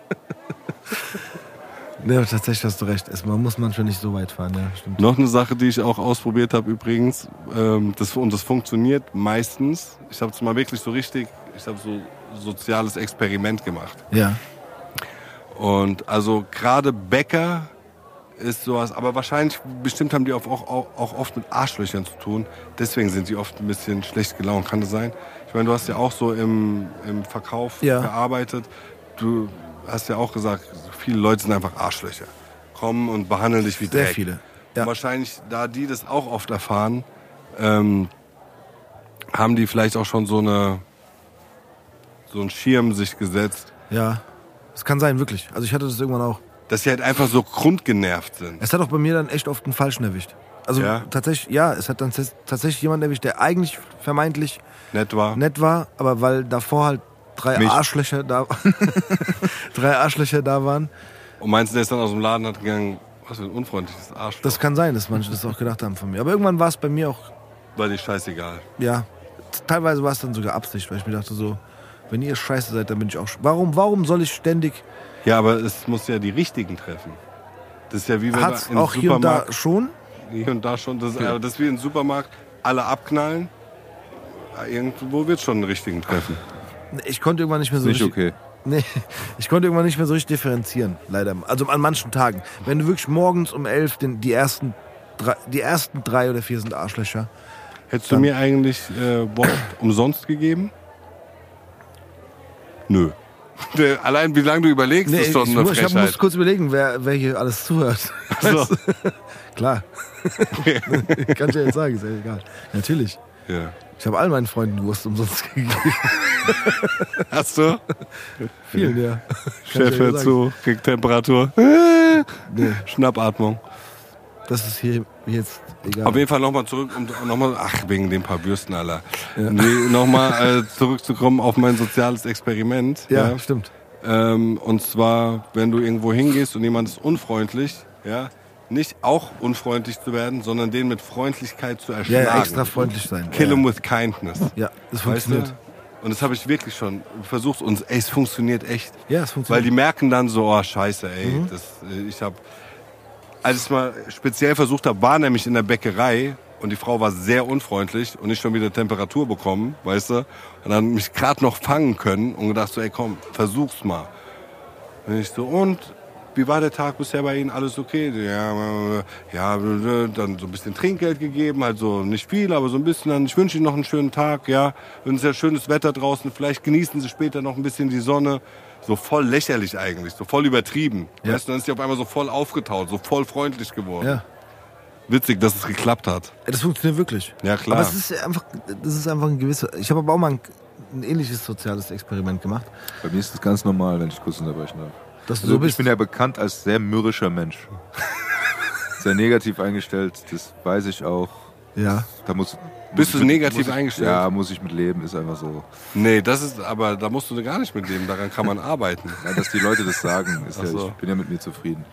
Ja, tatsächlich hast du recht. Es, man muss manchmal nicht so weit fahren, ja, stimmt. Noch eine Sache, die ich auch ausprobiert habe übrigens, ähm, das, und das funktioniert meistens. Ich habe es mal wirklich so richtig, ich habe so soziales Experiment gemacht. Ja. Und also gerade Bäcker ist sowas, aber wahrscheinlich, bestimmt haben die auch, auch, auch oft mit Arschlöchern zu tun. Deswegen sind die oft ein bisschen schlecht gelaunt. Kann das sein? Ich meine, du hast ja auch so im, im Verkauf ja. gearbeitet. Du hast ja auch gesagt, viele Leute sind einfach Arschlöcher. Kommen und behandeln dich wie Dreck. Sehr viele. Ja. Und wahrscheinlich, da die das auch oft erfahren, ähm, haben die vielleicht auch schon so eine so einen Schirm sich gesetzt. Ja, das kann sein, wirklich. Also ich hatte das irgendwann auch. Dass sie halt einfach so grundgenervt sind. Es hat auch bei mir dann echt oft einen Falschen erwischt. Also ja? tatsächlich, ja, es hat dann tatsächlich jemanden erwischt, der eigentlich vermeintlich nett war, nett war, aber weil davor halt drei Mich. Arschlöcher da drei Arschlöcher da waren. Und meinst du, der ist dann aus dem Laden hat gegangen, was für ein unfreundliches Arschloch? Das kann sein, dass manche das auch gedacht haben von mir. Aber irgendwann war es bei mir auch... War dir scheißegal. Ja, teilweise war es dann sogar Absicht, weil ich mir dachte so, wenn ihr scheiße seid, dann bin ich auch... Warum, warum soll ich ständig... Ja, aber es muss ja die Richtigen treffen. Das ist ja wie wenn Hat's in auch hier und da Supermarkt, schon? hier und da schon. Das, ja. das ist wie im Supermarkt, alle abknallen. Irgendwo wird es schon einen Richtigen treffen. Ich konnte irgendwann nicht mehr so Nicht richtig... okay. Nee, ich konnte irgendwann nicht mehr so richtig differenzieren, leider. Also an manchen Tagen. Wenn du wirklich morgens um elf den, die, ersten drei, die ersten drei oder vier sind Arschlöcher. Hättest du mir eigentlich äh, Wort umsonst gegeben? Nö. Allein wie lange du überlegst, Nee, ist schon ich, eine muss, ich hab, Frechheit. muss kurz überlegen, wer, wer hier alles zuhört. So. Klar. Kann ich ja jetzt sagen, ist ja egal. Natürlich. Ja. Ich habe all meinen Freunden Wurst umsonst gegeben. Hast du? Vielen, ja. Kann Chef ich ja hört sagen. zu, kriegt Temperatur. Nee, Schnappatmung. das ist hier jetzt egal. Auf jeden Fall nochmal zurück, um nochmal, ach, wegen den paar Würsten, Alter. Ja. Nee, nochmal äh, zurückzukommen auf mein soziales Experiment. ja, Ja, stimmt. Ähm, und zwar, wenn du irgendwo hingehst und jemand ist unfreundlich, ja, nicht auch unfreundlich zu werden, sondern den mit Freundlichkeit zu Ja, erschlagen. ja, extra freundlich sein. Kill ja. him with kindness. Ja, das Weißt funktioniert. du? Und das habe ich wirklich schon versucht und ey, es funktioniert echt. Ja, es Weil funktioniert. die merken dann so, oh scheiße, ey, Mhm. das, äh, ich habe, als ich es mal speziell versucht habe, war nämlich in der Bäckerei und die Frau war sehr unfreundlich und ich schon wieder Temperatur bekommen, weißt du, und dann mich gerade noch fangen können und gedacht so, ey komm, versuch's mal. Und ich so, und wie war der Tag bisher bei Ihnen? Alles okay? Ja, ja, dann so ein bisschen Trinkgeld gegeben, halt so nicht viel, aber so ein bisschen. Dann, ich wünsche Ihnen noch einen schönen Tag, ja. Und es ist ja schönes Wetter draußen. Vielleicht genießen Sie später noch ein bisschen die Sonne. So voll lächerlich eigentlich, so voll übertrieben. Ja. Weißt du, dann ist sie auf einmal so voll aufgetaut, so voll freundlich geworden. Ja. Witzig, dass es geklappt hat. Ja, das funktioniert wirklich. Ja, klar. Aber es ist einfach, das ist einfach ein gewisser. Ich habe aber auch mal ein, ein ähnliches soziales Experiment gemacht. Bei mir ist das ganz normal, wenn ich kurz unterbrechen darf. Dass du Also so ich bist. bin ja bekannt als sehr mürrischer Mensch. Sehr negativ eingestellt, das weiß ich auch. Ja. Da muss, Bist muss du ich mit- negativ muss ich, eingestellt? Ja, muss ich mit leben, ist einfach so. Nee, das ist, aber da musst du gar nicht mit leben, daran kann man arbeiten. Ja, dass die Leute das sagen, ist Ach ja, so. ich bin ja mit mir zufrieden.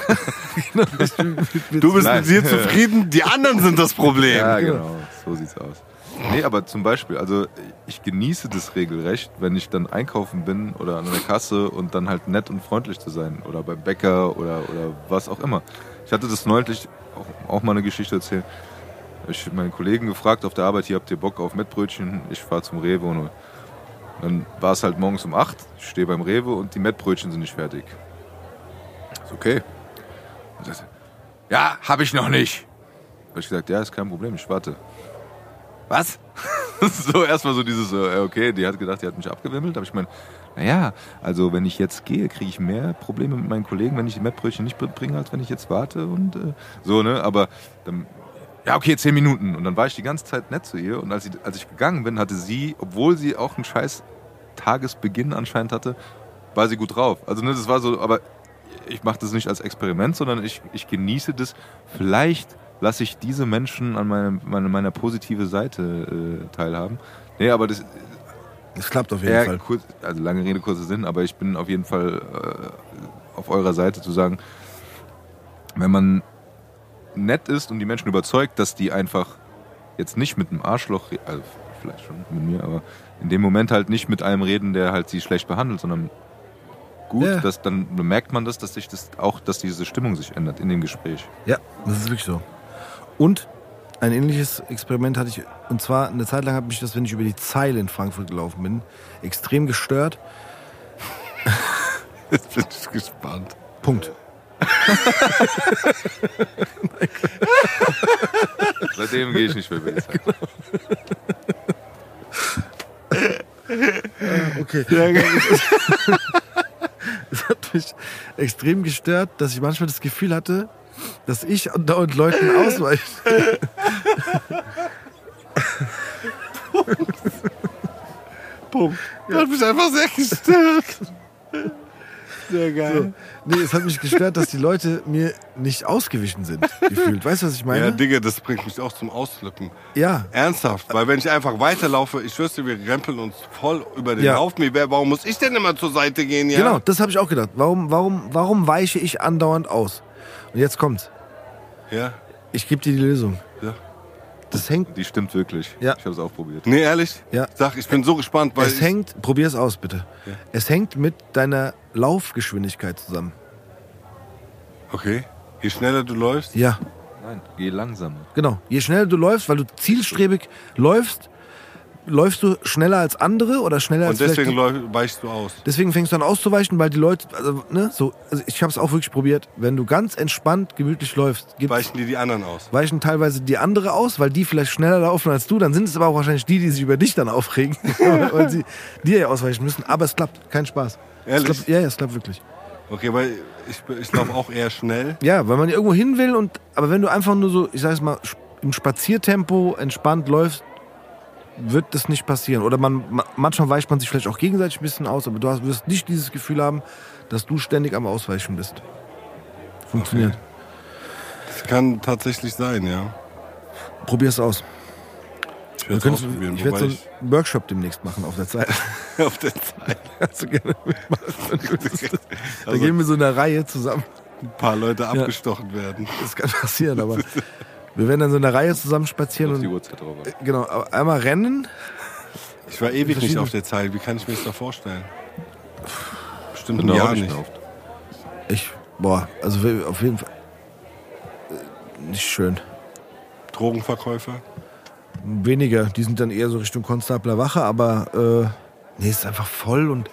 Du bist Nein. mit dir zufrieden, die anderen sind das Problem. Ja, genau, so sieht's aus. Nee, aber zum Beispiel, also ich genieße das regelrecht, wenn ich dann einkaufen bin oder an der Kasse und dann halt nett und freundlich zu sein oder beim Bäcker oder, oder was auch immer. Ich hatte das neulich auch, auch mal eine Geschichte erzählt. Ich habe meinen Kollegen gefragt auf der Arbeit, hier habt ihr Bock auf Mettbrötchen? Ich fahre zum Rewe und dann war es halt morgens um acht, ich stehe beim Rewe und die Mettbrötchen sind nicht fertig. Ist okay. Und sagte, ja, habe ich noch nicht. Habe ich gesagt, ja, ist kein Problem, ich warte. Was? So erstmal so dieses, äh, okay, die hat gedacht, die hat mich abgewimmelt. Aber ich meine, naja, also wenn ich jetzt gehe, kriege ich mehr Probleme mit meinen Kollegen, wenn ich die Mettbrötchen nicht bringe, als wenn ich jetzt warte und äh, so, ne? Aber dann, ja, okay, zehn Minuten. Und dann war ich die ganze Zeit nett zu ihr. Und als, sie, als ich gegangen bin, hatte sie, obwohl sie auch einen scheiß Tagesbeginn anscheinend hatte, war sie gut drauf. Also ne, das war so, aber ich mache das nicht als Experiment, sondern ich, ich genieße das vielleicht lasse ich diese Menschen an meiner, meiner, meiner positive Seite äh, teilhaben. Nee, aber das Das klappt auf jeden eher Fall. kurz, also lange Rede, kurzer Sinn, aber ich bin auf jeden Fall äh, auf eurer Seite zu sagen, wenn man nett ist und die Menschen überzeugt, dass die einfach jetzt nicht mit einem Arschloch, re- also vielleicht schon mit mir, aber in dem Moment halt nicht mit einem reden, der halt sie schlecht behandelt, sondern gut, Ja. dass, dann bemerkt man das, dass sich das auch, dass diese Stimmung sich ändert in dem Gespräch. Ja, das ist wirklich so. Und ein ähnliches Experiment hatte ich, und zwar eine Zeit lang hat mich das, wenn ich über die Zeile in Frankfurt gelaufen bin, extrem gestört. Jetzt bin ich gespannt. Punkt. Seitdem gehe ich nicht mehr über die Zeit. Okay. Es hat mich extrem gestört, dass ich manchmal das Gefühl hatte, dass ich andauernd Leuten ausweiche. Punkt. Das hat mich einfach sehr gestört. Sehr geil. Nee, es hat mich gestört, dass die Leute mir nicht ausgewichen sind, gefühlt. Weißt du, was ich Ja, meine? Digga, das bringt mich auch zum Ausflippen. Ja. Ernsthaft, weil wenn ich einfach weiterlaufe, ich schwör's dir, wir rempeln uns voll über den Ja. Haufen. Wie wär- Warum muss ich denn immer zur Seite gehen, ja? Genau, das habe ich auch gedacht. Warum, warum, warum weiche ich andauernd aus? Und jetzt kommt's. Ja? Ich gebe dir die Lösung. Ja. Das hängt, Die stimmt wirklich. Ja. Ich habe es auch probiert. Nee, ehrlich? Ja. Sag, ich bin so gespannt, weil es ich, hängt, probier's aus bitte. Ja. Es hängt mit deiner Laufgeschwindigkeit zusammen. Okay. Je schneller du läufst, Ja, Nein, geh langsamer. genau. Je schneller du läufst, weil du zielstrebig läufst, läufst du schneller als andere oder schneller als und deswegen vielleicht... läu- weichst du aus. Deswegen fängst du an auszuweichen, weil die Leute, also, ne, so, also ich habe es auch wirklich probiert. Wenn du ganz entspannt, gemütlich läufst, gibt, Weichen die die anderen aus. weichen teilweise die andere aus, weil die vielleicht schneller laufen als du. Dann sind es aber auch wahrscheinlich die, die sich über dich dann aufregen, weil sie dir ja ausweichen müssen. Aber es klappt, kein Spaß. Ehrlich? Es klappt, ja, ja, es klappt wirklich. Okay, weil ich, ich laufe auch eher schnell. Ja, weil man irgendwo hin will und, aber wenn du einfach nur so, ich sag's mal, im Spaziertempo entspannt läufst, wird das nicht passieren. Oder man, ma- manchmal weicht man sich vielleicht auch gegenseitig ein bisschen aus, aber du hast, wirst nicht dieses Gefühl haben, dass du ständig am Ausweichen bist. Funktioniert. Das kann tatsächlich sein, ja. Probier's aus. Ich Du werde es könntest, ausprobieren. ich werde so Wobei einen Workshop demnächst machen auf der Zeit. ich auf der Zeit Kannst du gerne mitmachen. Da Also- gehen wir so in einer Reihe zusammen. ein paar Leute abgestochen werden. Das kann passieren, aber wir werden dann so in einer Reihe zusammen spazieren Auf die und Uhrzeit drauf. an. genau, einmal rennen. Ich war ewig nicht Verschiedene- auf der Zeit. Wie kann ich mir das da vorstellen? Bestimmt Bin ein da auch Jahr nicht nicht. mehr oft. Ich, boah, also wir- auf jeden Fall äh, nicht schön. Drogenverkäufer? Weniger, die sind dann eher so Richtung Konstabler Wache, aber äh, nee, es ist einfach voll und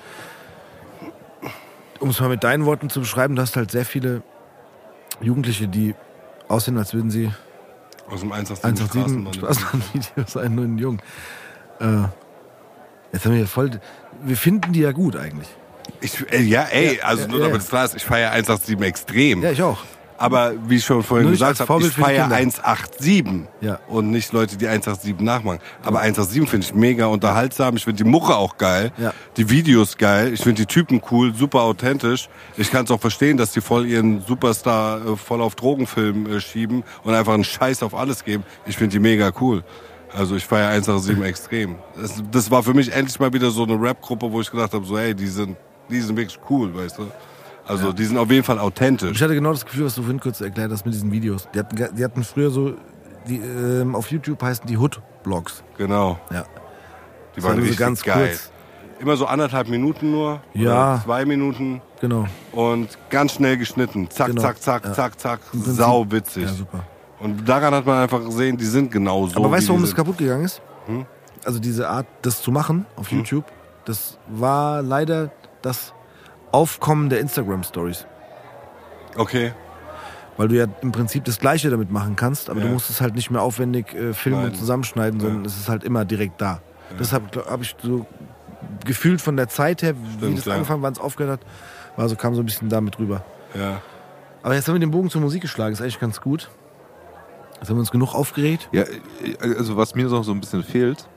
um es mal mit deinen Worten zu beschreiben, du hast halt sehr viele Jugendliche, die aussehen, als würden sie Aus dem eins acht eins sieben acht sieben Straßenbahn-Videos sein, nur ein Jung. Äh, jetzt haben wir hier voll, wir finden die ja gut eigentlich. Ich, äh, ja, ey, Ja, also ja, nur ja, damit ja. es klar ist, ich feiere eins acht sieben extrem. Ja, ich auch. Aber wie ich schon vorhin Nur nicht gesagt als habe, Vorbild ich für die feiere Kinder. eins acht sieben Ja. und nicht Leute, die eins acht sieben nachmachen. Aber eins acht sieben finde ich mega unterhaltsam. Ich finde die Mucke auch geil. Ja. Die Videos geil. Ich finde die Typen cool, super authentisch. Ich kann es auch verstehen, dass die voll ihren Superstar äh, voll auf Drogenfilm äh, schieben und einfach einen Scheiß auf alles geben. Ich finde die mega cool. Also ich feiere eins acht sieben extrem. Das, das war für mich endlich mal wieder so eine Rap-Gruppe, wo ich gedacht habe, so hey, die sind, die sind wirklich cool, weißt du. Also die sind auf jeden Fall authentisch. Ich hatte genau das Gefühl, was du vorhin kurz erklärt hast mit diesen Videos. Die hatten, die hatten früher so, die, ähm, auf YouTube heißen die Hood-Blogs. Genau. Ja. Die Das waren so richtig ganz geil. kurz. Immer so anderthalb Minuten nur. Ja. Oder zwei Minuten. Genau. Und ganz schnell geschnitten. Zack, Genau. zack, zack, Ja. zack, zack. Im Prinzip- Sau witzig. Ja, super. Und daran hat man einfach gesehen, die sind genau so. Aber weißt wie du, warum die das sind. kaputt gegangen ist? Hm? Also diese Art, das zu machen auf YouTube, das war leider das Aufkommen der Instagram-Stories. Okay. Weil du ja im Prinzip das Gleiche damit machen kannst, aber Ja. du musst es halt nicht mehr aufwendig äh, filmen Nein. und zusammenschneiden, sondern Ja. es ist halt immer direkt da. Deshalb habe ich so gefühlt von der Zeit her, wie Stimmt, das ja. angefangen, wann es aufgehört hat, war so, kam so ein bisschen damit rüber. Ja. Aber jetzt haben wir den Bogen zur Musik geschlagen, ist eigentlich ganz gut. Jetzt haben wir uns genug aufgeregt. Ja, also was mir noch so ein bisschen fehlt,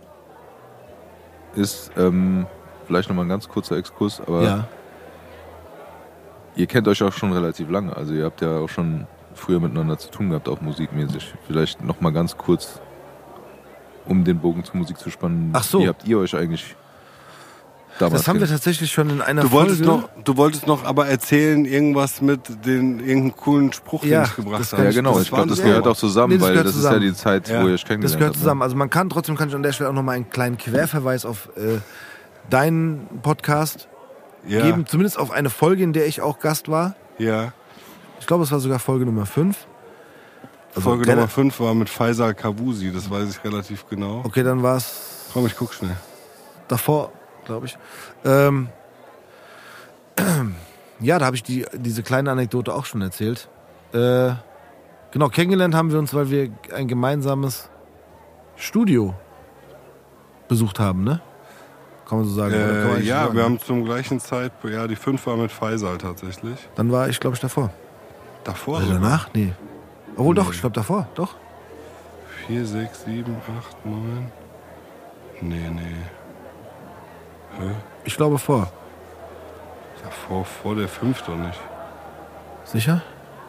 ist ähm, vielleicht nochmal ein ganz kurzer Exkurs, aber Ja. ihr kennt euch auch schon relativ lange. Also ihr habt ja auch schon früher miteinander zu tun gehabt, auch musikmäßig. Vielleicht noch mal ganz kurz, um den Bogen zur Musik zu spannen. Ach so. Wie habt ihr euch eigentlich damals Das haben wir kennengelernt? tatsächlich schon in einer Du wolltest, Folge. noch, du wolltest noch aber erzählen, irgendwas mit den, irgendeinem coolen Spruch, Ja, den ich gebracht das habe. Ja, genau. Das Ich glaube, das war- gehört auch zusammen, Nee, das weil gehört das zusammen. ist ja die Zeit, Ja. wo ihr euch Das kennengelernt gehört habt. zusammen. Also man kann, trotzdem kann ich an der Stelle auch nochmal einen kleinen Querverweis auf äh, deinen Podcast Ja, geben. Zumindest auf eine Folge, in der ich auch Gast war. ja. Ich glaube, es war sogar Folge Nummer fünf. Also Folge rela- Nummer fünf war mit Faisal Kabusi, das weiß ich relativ genau. Okay, dann war es Komm, ich guck schnell. davor, glaube ich. Ähm, ja, da habe ich die, diese kleine Anekdote auch schon erzählt. Äh, genau, kennengelernt haben wir uns, weil wir ein gemeinsames Studio besucht haben, ne? Kann man so sagen. oder kann man Äh, eigentlich ja, sagen, wir ne? haben zum gleichen Zeitpunkt, ja, die fünf war mit Faisal tatsächlich. Dann war ich, glaube ich, davor. Davor Oder sogar. danach? Nee. Obwohl Nee. doch, ich glaube davor, doch. vier, sechs, sieben, acht, neun. Nee, nee. Hä? Ich glaube vor. Davor, vor der fünf doch nicht. Sicher?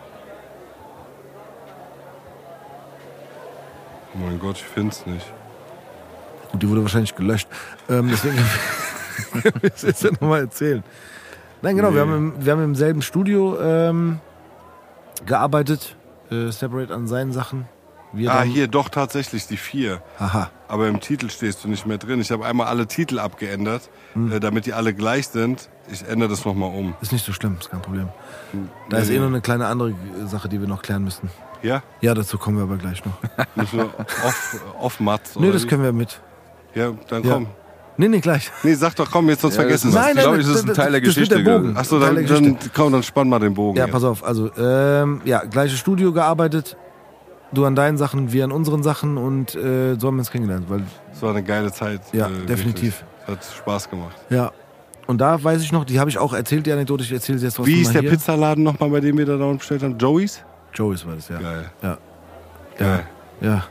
Oh mein Gott, ich find's nicht. Gut, die wurde wahrscheinlich gelöscht. Ähm, deswegen können wir es jetzt ja nochmal erzählen. Nein, genau, Nee. wir, haben im, wir haben im selben Studio ähm, gearbeitet. Äh, Separate an seinen Sachen. Wir Ah, dann, hier, doch tatsächlich die vier. Aha. Aber im Titel stehst du nicht mehr drin. Ich habe einmal alle Titel abgeändert, äh, damit die alle gleich sind. Ich ändere das nochmal um. Ist nicht so schlimm, ist kein Problem. Da ist eh noch eine kleine andere äh, Sache, die wir noch klären müssen. Ja? Ja, dazu kommen wir aber gleich noch. Müssen wir off, off Mats, Nee, oder das wie? können wir mit. Ja, dann Ja. komm. Nee, nee, gleich. Nee, sag doch, komm, jetzt sonst Ja, vergessen das wir ist- es. glaub ich, das ist ein Teil der das wird Geschichte, der Bogen. Achso, Teil dann, der dann Geschichte. komm, dann spann mal den Bogen. Ja, jetzt. pass auf. Also, ähm, ja, gleiches Studio gearbeitet. Du an deinen Sachen, wir an unseren Sachen und äh, so haben wir uns kennengelernt. Weil, Das war eine geile Zeit. Ja, äh, definitiv. wirklich. Hat Spaß gemacht. ja. Und da weiß ich noch, die habe ich auch erzählt, die Anekdote. Ich erzähle sie jetzt trotzdem Wie ist mal der hier. Pizzaladen nochmal, bei dem wir da dauernd bestellt haben? Joey's? Joey's war das, ja. Geil. Ja. Geil. Ja.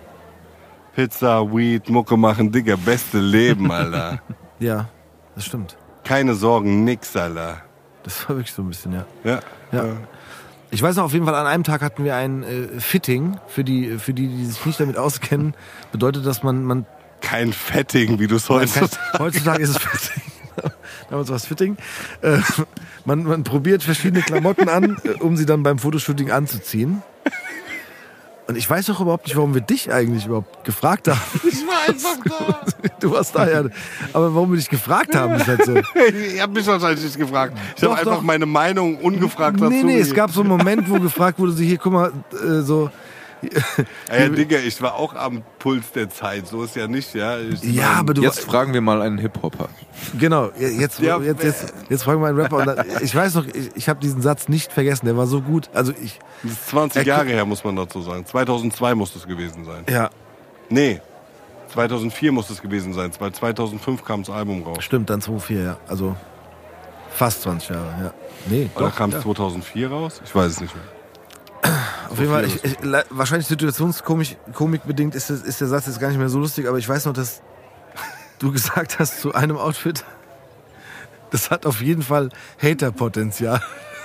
Pizza, Weed, Mucke machen, Digga, beste Leben, Alter. Ja, das stimmt. Keine Sorgen, nix, Alter. Das war wirklich so ein bisschen, ja. Ja. Ja. Ich weiß noch, auf jeden Fall an einem Tag hatten wir ein äh, Fitting. Für die, für die, die sich nicht damit auskennen, bedeutet, dass man, man Kein Fetting, wie du es heute sagst. heutzutage ist es Fitting. Damals war es Fitting. Äh, man, man probiert verschiedene Klamotten an, äh, um sie dann beim Fotoshooting anzuziehen. Und ich weiß auch überhaupt nicht, warum wir dich eigentlich überhaupt gefragt haben. Ich war einfach da. Du warst da, ja. Aber warum wir dich gefragt haben, ist halt so. Ich hab mich wahrscheinlich nicht gefragt. Ich Doch, habe einfach doch. meine Meinung ungefragt dazu. Nee, nee, es gegeben. gab so einen Moment, wo gefragt wurde, so hier, guck mal, äh, so. Ey, Digga, ich war auch am Puls der Zeit. So ist ja nicht, ja. Ich Ja, mein, aber du. Jetzt fragen wir mal einen Hip-Hopper. Genau, jetzt, Ja, jetzt, jetzt, jetzt fragen wir einen Rapper. Und dann, ich weiß noch, ich, ich habe diesen Satz nicht vergessen, der war so gut. Also ich. Das ist zwanzig Er- Jahre her, muss man dazu sagen. zweitausendzwei muss es gewesen sein. Ja, Nee, zweitausendvier muss es gewesen sein. Weil zweitausendfünf kam das Album raus. stimmt, dann zwei vier, ja. Also fast zwanzig Jahre, ja. Nee, Oder doch. kam es ja. zweitausendvier raus? Ich weiß es nicht mehr. Auf jeden Fall, viel ich, ich, le- wahrscheinlich situationskomik Komik bedingt ist, das- ist der Satz jetzt gar nicht mehr so lustig, aber ich weiß noch, dass du gesagt hast zu einem Outfit, das hat auf jeden Fall Hater-Potenzial.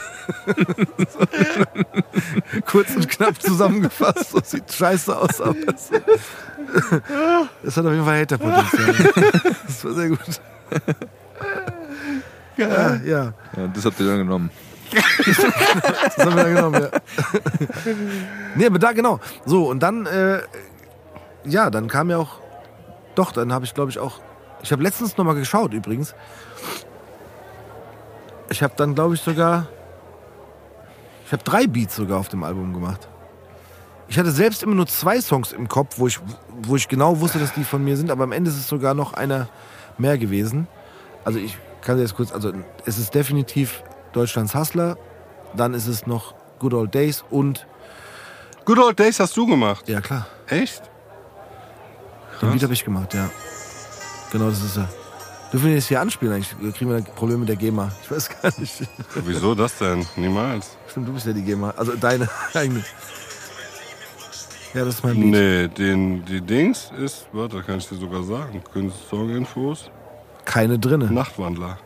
Kurz und knapp zusammengefasst, so sieht scheiße aus, aber es, es hat auf jeden Fall Hater-Potenzial. Das war sehr gut. Ja, ja, Ja, das habt ihr dann genommen. das haben wir dann genommen, ja. Nee, aber da genau. So, und dann, äh, ja, dann kam ja auch, doch, dann habe ich glaube ich auch, ich habe letztens nochmal geschaut übrigens. Ich habe dann glaube ich sogar, ich habe drei Beats sogar auf dem Album gemacht. Ich hatte selbst immer nur zwei Songs im Kopf, wo ich, wo ich genau wusste, dass die von mir sind, aber am Ende ist es sogar noch einer mehr gewesen. Also ich kann jetzt kurz, also es ist definitiv Deutschlands Hustler, dann ist es noch Good Old Days und, Good Old Days hast du gemacht. ja klar, Echt? den Beat habe ich gemacht, ja. Genau, das ist er. Dürfen wir das hier anspielen eigentlich? Kriegen wir da Probleme mit der GEMA? Ich weiß gar nicht. Wieso das denn? Niemals. Stimmt, du bist ja die GEMA. Also deine eigene. Ja, das ist mein Beat. Nee, den, die Dings ist, warte, kann ich dir sogar sagen. Song-Infos. Keine drinne. Nachtwandler.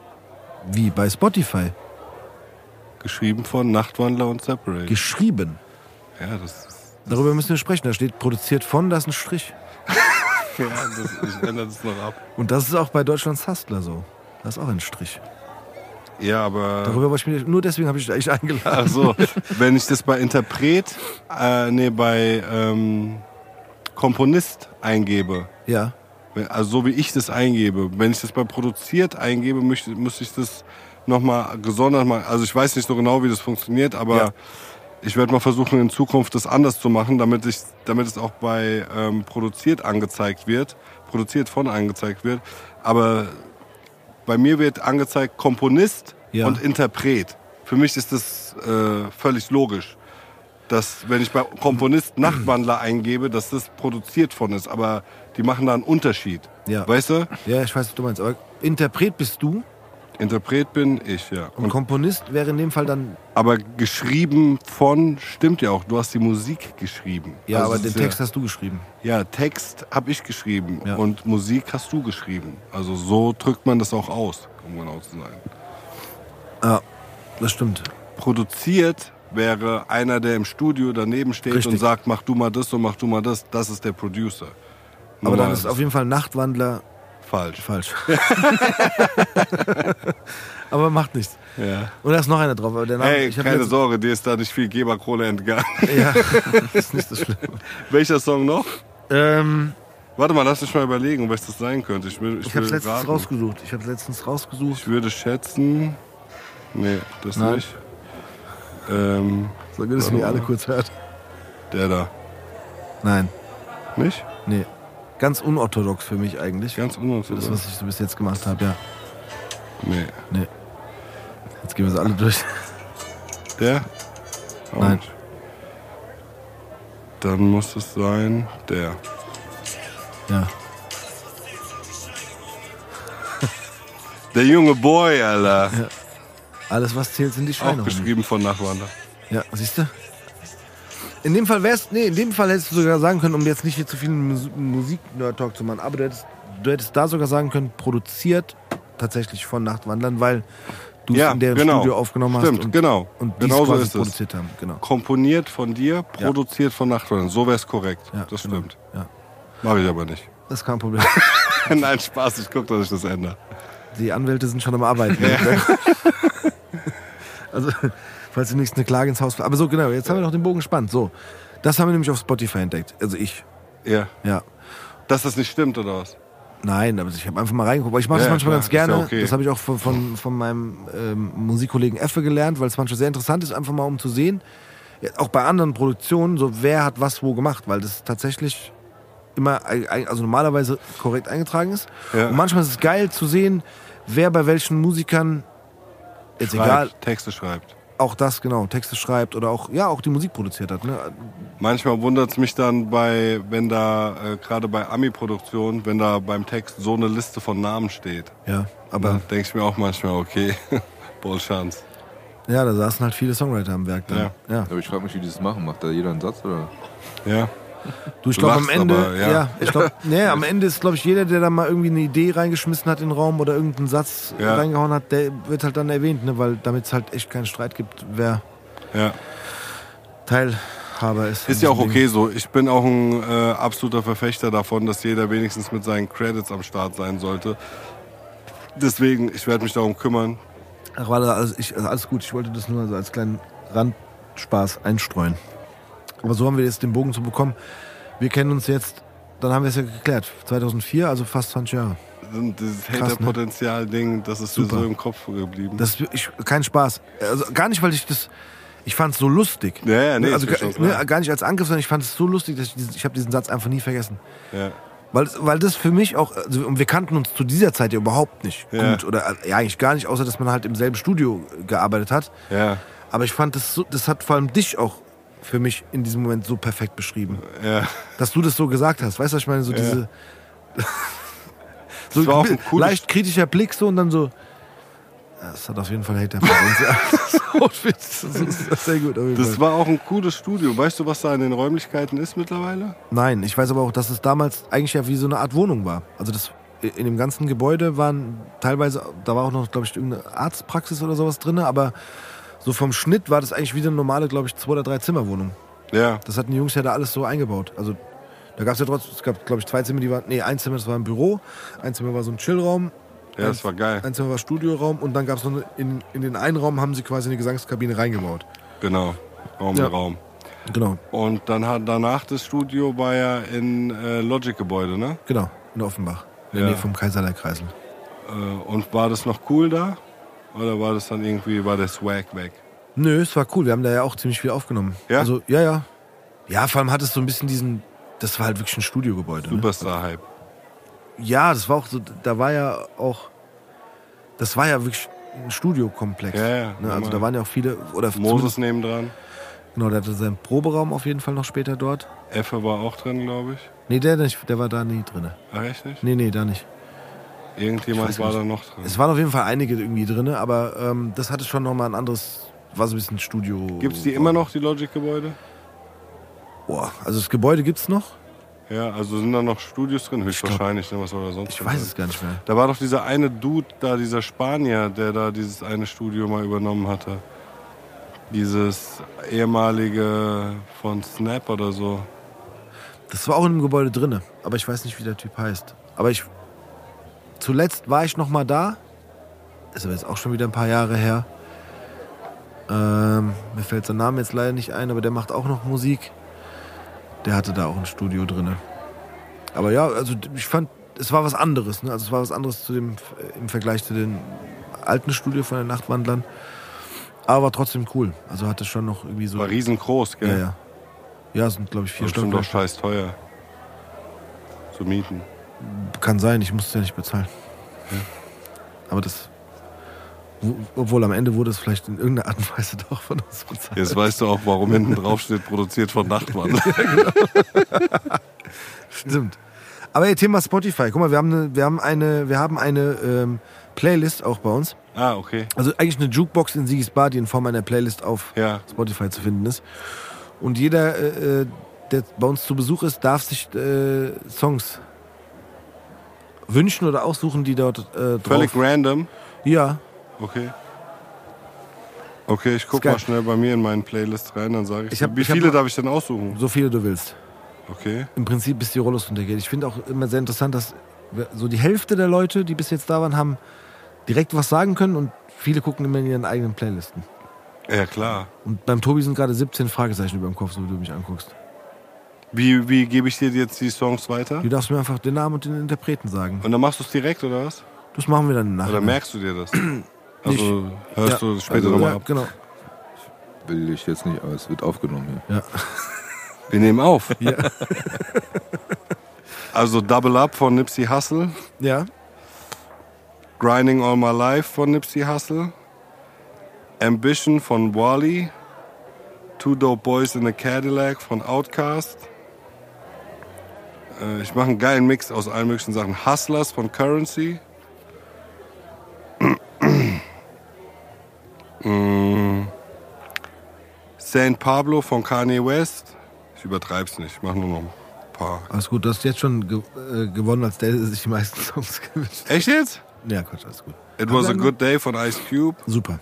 Wie bei Spotify. Geschrieben von Nachtwandler und Separate. Geschrieben. Ja, das ist... Darüber müssen wir sprechen. Da steht produziert von, das ist ein Strich. Ja, das, ich ändere das noch ab. Und das ist auch bei Deutschlands Hustler so. Das ist auch ein Strich. Ja, aber... Darüber war ich mir, nur deswegen habe ich dich eigentlich eingeladen. Ach so, wenn ich das bei Interpret, äh, nee, bei ähm, Komponist eingebe, Ja. wenn- also so wie ich das eingebe, wenn ich das bei produziert eingebe, möchte, müsste ich das nochmal gesondert machen. Also ich weiß nicht so genau, wie das funktioniert, aber Ja. ich werde mal versuchen, in Zukunft das anders zu machen, damit, ich, damit es auch bei ähm, produziert angezeigt wird, produziert von angezeigt wird. Aber bei mir wird angezeigt Komponist Ja. und Interpret. Für mich ist das äh, völlig logisch, dass wenn ich bei Komponist Nachtwandler eingebe, dass das produziert von ist. Aber die machen da einen Unterschied. Ja. Weißt du? Ja, ich weiß, was du meinst. Aber Interpret bist du Interpret bin ich, ja. und Und, Komponist wäre in dem Fall dann... aber geschrieben von, stimmt ja auch, du hast die Musik geschrieben. Ja, Also aber es den ist Text hast du geschrieben. Ja, ja, Text habe ich geschrieben Ja. und Musik hast du geschrieben. Also so drückt man das auch aus, um genau zu sein. Ja, das stimmt. Produziert wäre einer, der im Studio daneben steht Richtig. und sagt, mach du mal das und mach du mal das. Das ist der Producer. Aber Normal dann ist auf jeden Fall Nachtwandler falsch. falsch. Aber macht nichts. Ja. Und da ist noch einer drauf. Aber der Name, Hey, ich hab keine jetzt- Sorge, dir ist da nicht viel Geberkrone entgangen. Ja, das ist nicht so schlimm. Welcher Song noch? Ähm, Warte mal, lass mich mal überlegen, was das sein könnte. Ich, will, ich, ich habe es will letztens raten. rausgesucht. Ich habe es letztens rausgesucht. Ich würde schätzen... Nee, das Nein. nicht. Ähm, So gut, dass ihr alle kurz hört. der da. Nein, Nicht? nee. Ganz unorthodox für mich eigentlich. Ganz Für das, unorthodox. was ich so bis jetzt gemacht habe, ja. Nee. Nee. Jetzt gehen wir sie alle durch. Der? Auch Nein. nicht. Dann muss es sein der. Ja. Der junge Boy, Alter. Alles, was zählt, sind die Schweine. Auch geschrieben von Nachwander. Ja, siehst du? In dem Fall wär's, nee, in dem Fall hättest du sogar sagen können, um jetzt nicht hier zu viel Mus- Musik-Nerd-Talk zu machen, aber du hättest, du hättest da sogar sagen können, produziert tatsächlich von Nachtwandlern, weil du es Ja, in deren genau. Studio aufgenommen Stimmt, hast und, genau. und die Genau es so quasi ist es. produziert haben. Genau. Komponiert von dir, produziert von Nachtwandern. So wäre es korrekt. Ja, das genau. stimmt. Ja. Mache ich aber nicht. Das ist kein Problem. Nein, Spaß, ich gucke, dass ich das ändere. Die Anwälte sind schon am Arbeiten. Also, falls demnächst eine Klage ins Haus... Aber so, genau, jetzt haben wir noch den Bogen gespannt. So, das haben wir nämlich auf Spotify entdeckt. Also ich, Ja. ja. Dass das nicht stimmt, oder was? Nein, aber ich habe einfach mal reingeguckt. Aber ich mache das Ja, manchmal klar, ganz ist ja gerne. okay. Das habe ich auch von, von, von meinem ähm, Musikkollegen Effe gelernt, weil es manchmal sehr interessant ist, einfach mal um zu sehen, ja, auch bei anderen Produktionen, so wer hat was wo gemacht, weil das tatsächlich immer, ein- also normalerweise korrekt eingetragen ist. Ja. Und manchmal ist es geil zu sehen, wer bei welchen Musikern, jetzt Schreibt, egal, Texte schreibt. auch das, genau, Texte schreibt oder auch, ja, auch die Musik produziert hat. Ne? Manchmal wundert es mich dann bei, wenn da, äh, gerade bei Ami-Produktionen, wenn da beim Text so eine Liste von Namen steht. Ja, Aber aber denke ich mir auch manchmal, okay, Bullchance. ja, da saßen halt viele Songwriter am Werk dann. Ja. Ja. Aber ich frage mich, wie die das machen. Macht da jeder einen Satz oder? Ja. Du, ich Du glaube am lachst Ende, aber, ja. ja. ich glaube, nee, am Ende ist, glaube ich, jeder, der da mal irgendwie eine Idee reingeschmissen hat in den Raum oder irgendeinen Satz Ja. reingehauen hat, der wird halt dann erwähnt, ne, weil damit es halt echt keinen Streit gibt, wer Ja. Teilhaber ist. Ist ja auch okay so. Ich bin auch ein äh, absoluter Verfechter davon, dass jeder wenigstens mit seinen Credits am Start sein sollte. Deswegen, ich werde mich darum kümmern. Ach, warte, also ich, also alles gut. Ich wollte das nur so als kleinen Randspaß einstreuen. Aber so haben wir jetzt den Bogen zu bekommen. Wir kennen uns jetzt, dann haben wir es ja geklärt, zweitausendvier, also fast zwanzig Jahre. Und dieses Krass, ne? Hater-Potenzial-Ding, das ist mir Super. so im Kopf geblieben. Das ist wirklich kein Spaß. Also gar nicht, weil ich das, ich fand es so lustig. Ja, ja, nee, also ist mir gar, schon klar. ne, gar nicht als Angriff, sondern ich fand es so lustig, dass ich, diesen, ich habe diesen Satz einfach nie vergessen. ja. Weil, weil das für mich auch, also, und wir kannten uns zu dieser Zeit ja überhaupt nicht Ja. gut. Oder ja, eigentlich gar nicht, außer dass man halt im selben Studio gearbeitet hat. Ja, Aber ich fand das so, das hat vor allem dich auch für mich in diesem Moment so perfekt beschrieben. ja. Dass du das so gesagt hast. Weißt du, was ich meine? So diese. so Das war auch ein cooles- leicht kritischer Blick so und dann so. Ja, das hat auf jeden Fall Hater von uns. Ja, das ist das ist sehr gut. Auf jeden Das Fall. war auch ein cooles Studio. Weißt du, was da in den Räumlichkeiten ist mittlerweile? Nein, ich weiß aber auch, dass es damals eigentlich ja wie so eine Art Wohnung war. Also das in dem ganzen Gebäude waren teilweise, da war auch noch, glaube ich, irgendeine Arztpraxis oder sowas drin, aber so vom Schnitt war das eigentlich wie eine normale, glaube ich, zwei oder drei Zimmerwohnung. Ja. Das hatten die Jungs ja da alles so eingebaut. Also da gab es ja trotzdem, es gab glaube ich zwei Zimmer, die waren, nee, ein Zimmer, das war ein Büro, ein Zimmer war so ein Chillraum. Ja, das war geil. Ein Zimmer war Studioraum und dann gab es noch eine, in, in den einen Raum haben sie quasi eine Gesangskabine reingebaut. Genau, Raum Ja. in Raum. Genau, Und dann hat danach das Studio war ja in äh, Logic-Gebäude, ne? genau, in Offenbach. In der Ja. Nähe vom Kaiserlei-Kreisel. Äh, und war das noch cool da? Oder war das dann irgendwie, war der Swag weg? Nö, es war cool. Wir haben da ja auch ziemlich viel aufgenommen. Ja? Also, ja, ja. Ja, vor allem hat es so ein bisschen diesen, das war halt wirklich ein Studiogebäude. Ne? Superstar-Hype. Ja, das war auch so, da war ja auch, das war ja wirklich ein Studiokomplex. Ja, ja, Ne? Also normal. da waren ja auch viele, oder Moses zumindest- nebendran. genau, der hatte seinen Proberaum auf jeden Fall noch später dort. Effe war auch drin, glaube ich. Nee, der nicht, der war da nie drin. Ach, echt nicht? Nee, nee, da nicht. Irgendjemand Ich weiß war nicht. da noch drin. Es waren auf jeden Fall einige irgendwie drin, aber ähm, das hatte schon nochmal ein anderes, war so ein bisschen Studio. Gibt es die immer noch, die Logic-Gebäude? Boah, also das Gebäude gibt's noch? Ja, also sind da noch Studios drin? Höchstwahrscheinlich, ne? Was soll da sonst Ich drin weiß sein? es gar nicht mehr. Da war doch dieser eine Dude da, dieser Spanier, der da dieses eine Studio mal übernommen hatte. Dieses ehemalige von Snap oder so. Das war auch in einem Gebäude drinne, aber ich weiß nicht, wie der Typ heißt. Aber ich zuletzt war ich noch mal da. Ist aber jetzt auch schon wieder ein paar Jahre her. Ähm, mir fällt sein Name jetzt leider nicht ein, aber der macht auch noch Musik. Der hatte da auch ein Studio drinne. Aber ja, also ich fand, es war was anderes. Ne? Also es war was anderes zu dem, im Vergleich zu dem alten Studio von den Nachtwandlern. Aber war trotzdem cool. Also hatte schon noch irgendwie so. War riesengroß, gell? Ja, ja. Ja, es sind glaube ich vier Das ist bestimmt doch Stockwerke. scheiß teuer. Zu mieten. Kann sein, ich musste ja nicht bezahlen. Aber das. wo- Obwohl am Ende wurde es vielleicht in irgendeiner Art und Weise doch von uns bezahlt. Jetzt weißt du auch, warum hinten drauf steht, produziert von Nachtwandler. Stimmt. Aber hey, Thema Spotify. Guck mal, wir haben eine, wir haben eine, wir haben eine ähm, Playlist auch bei uns. Ah, okay. Also eigentlich eine Jukebox in Sigis Bar, die in Form einer Playlist auf Ja. Spotify zu finden ist. Und jeder, äh, der bei uns zu Besuch ist, darf sich äh, Songs wünschen oder aussuchen, die dort äh, drauf. Völlig random. Ja. Okay. Okay, ich guck Ist geil. mal schnell bei mir in meinen Playlist rein, dann sage ich. Ich hab- Wie ich hab viele noch- darf ich denn aussuchen? So viele du willst. Okay. Im Prinzip bis die Rollos runtergeht. Ich finde auch immer sehr interessant, dass wir- so die Hälfte der Leute, die bis jetzt da waren, haben direkt was sagen können und viele gucken immer in ihren eigenen Playlisten. Ja, klar. Und beim Tobi sind gerade siebzehn Fragezeichen über dem Kopf, so wie du mich anguckst. Wie, wie gebe ich dir jetzt die Songs weiter? Du darfst mir einfach den Namen und den Interpreten sagen. Und dann machst du es direkt, oder was? Das machen wir dann nachher. Oder merkst du dir das? Also hörst Ja. du später Also, nochmal Ja, ab. genau. Will ich jetzt nicht, aber es wird aufgenommen hier. Ja. Wir nehmen auf. Ja. Also Double Up von Nipsey Hussle. ja. Grinding All My Life von Nipsey Hussle. Ambition von Wally. Two Dope Boys in a Cadillac von Outkast. Äh, ich mache einen geilen Mix aus allen möglichen Sachen. Hustlers von Currency. mm. Saint Pablo von Kanye West. Ich übertreib's nicht, ich mach nur noch ein paar. Alles gut, du hast jetzt schon ge äh, gewonnen, als der der sich die meisten Songs gewünscht hat. Echt jetzt? Ja, Quatsch, alles gut. It Was a Haben wir Good Day von Ice Cube. Super.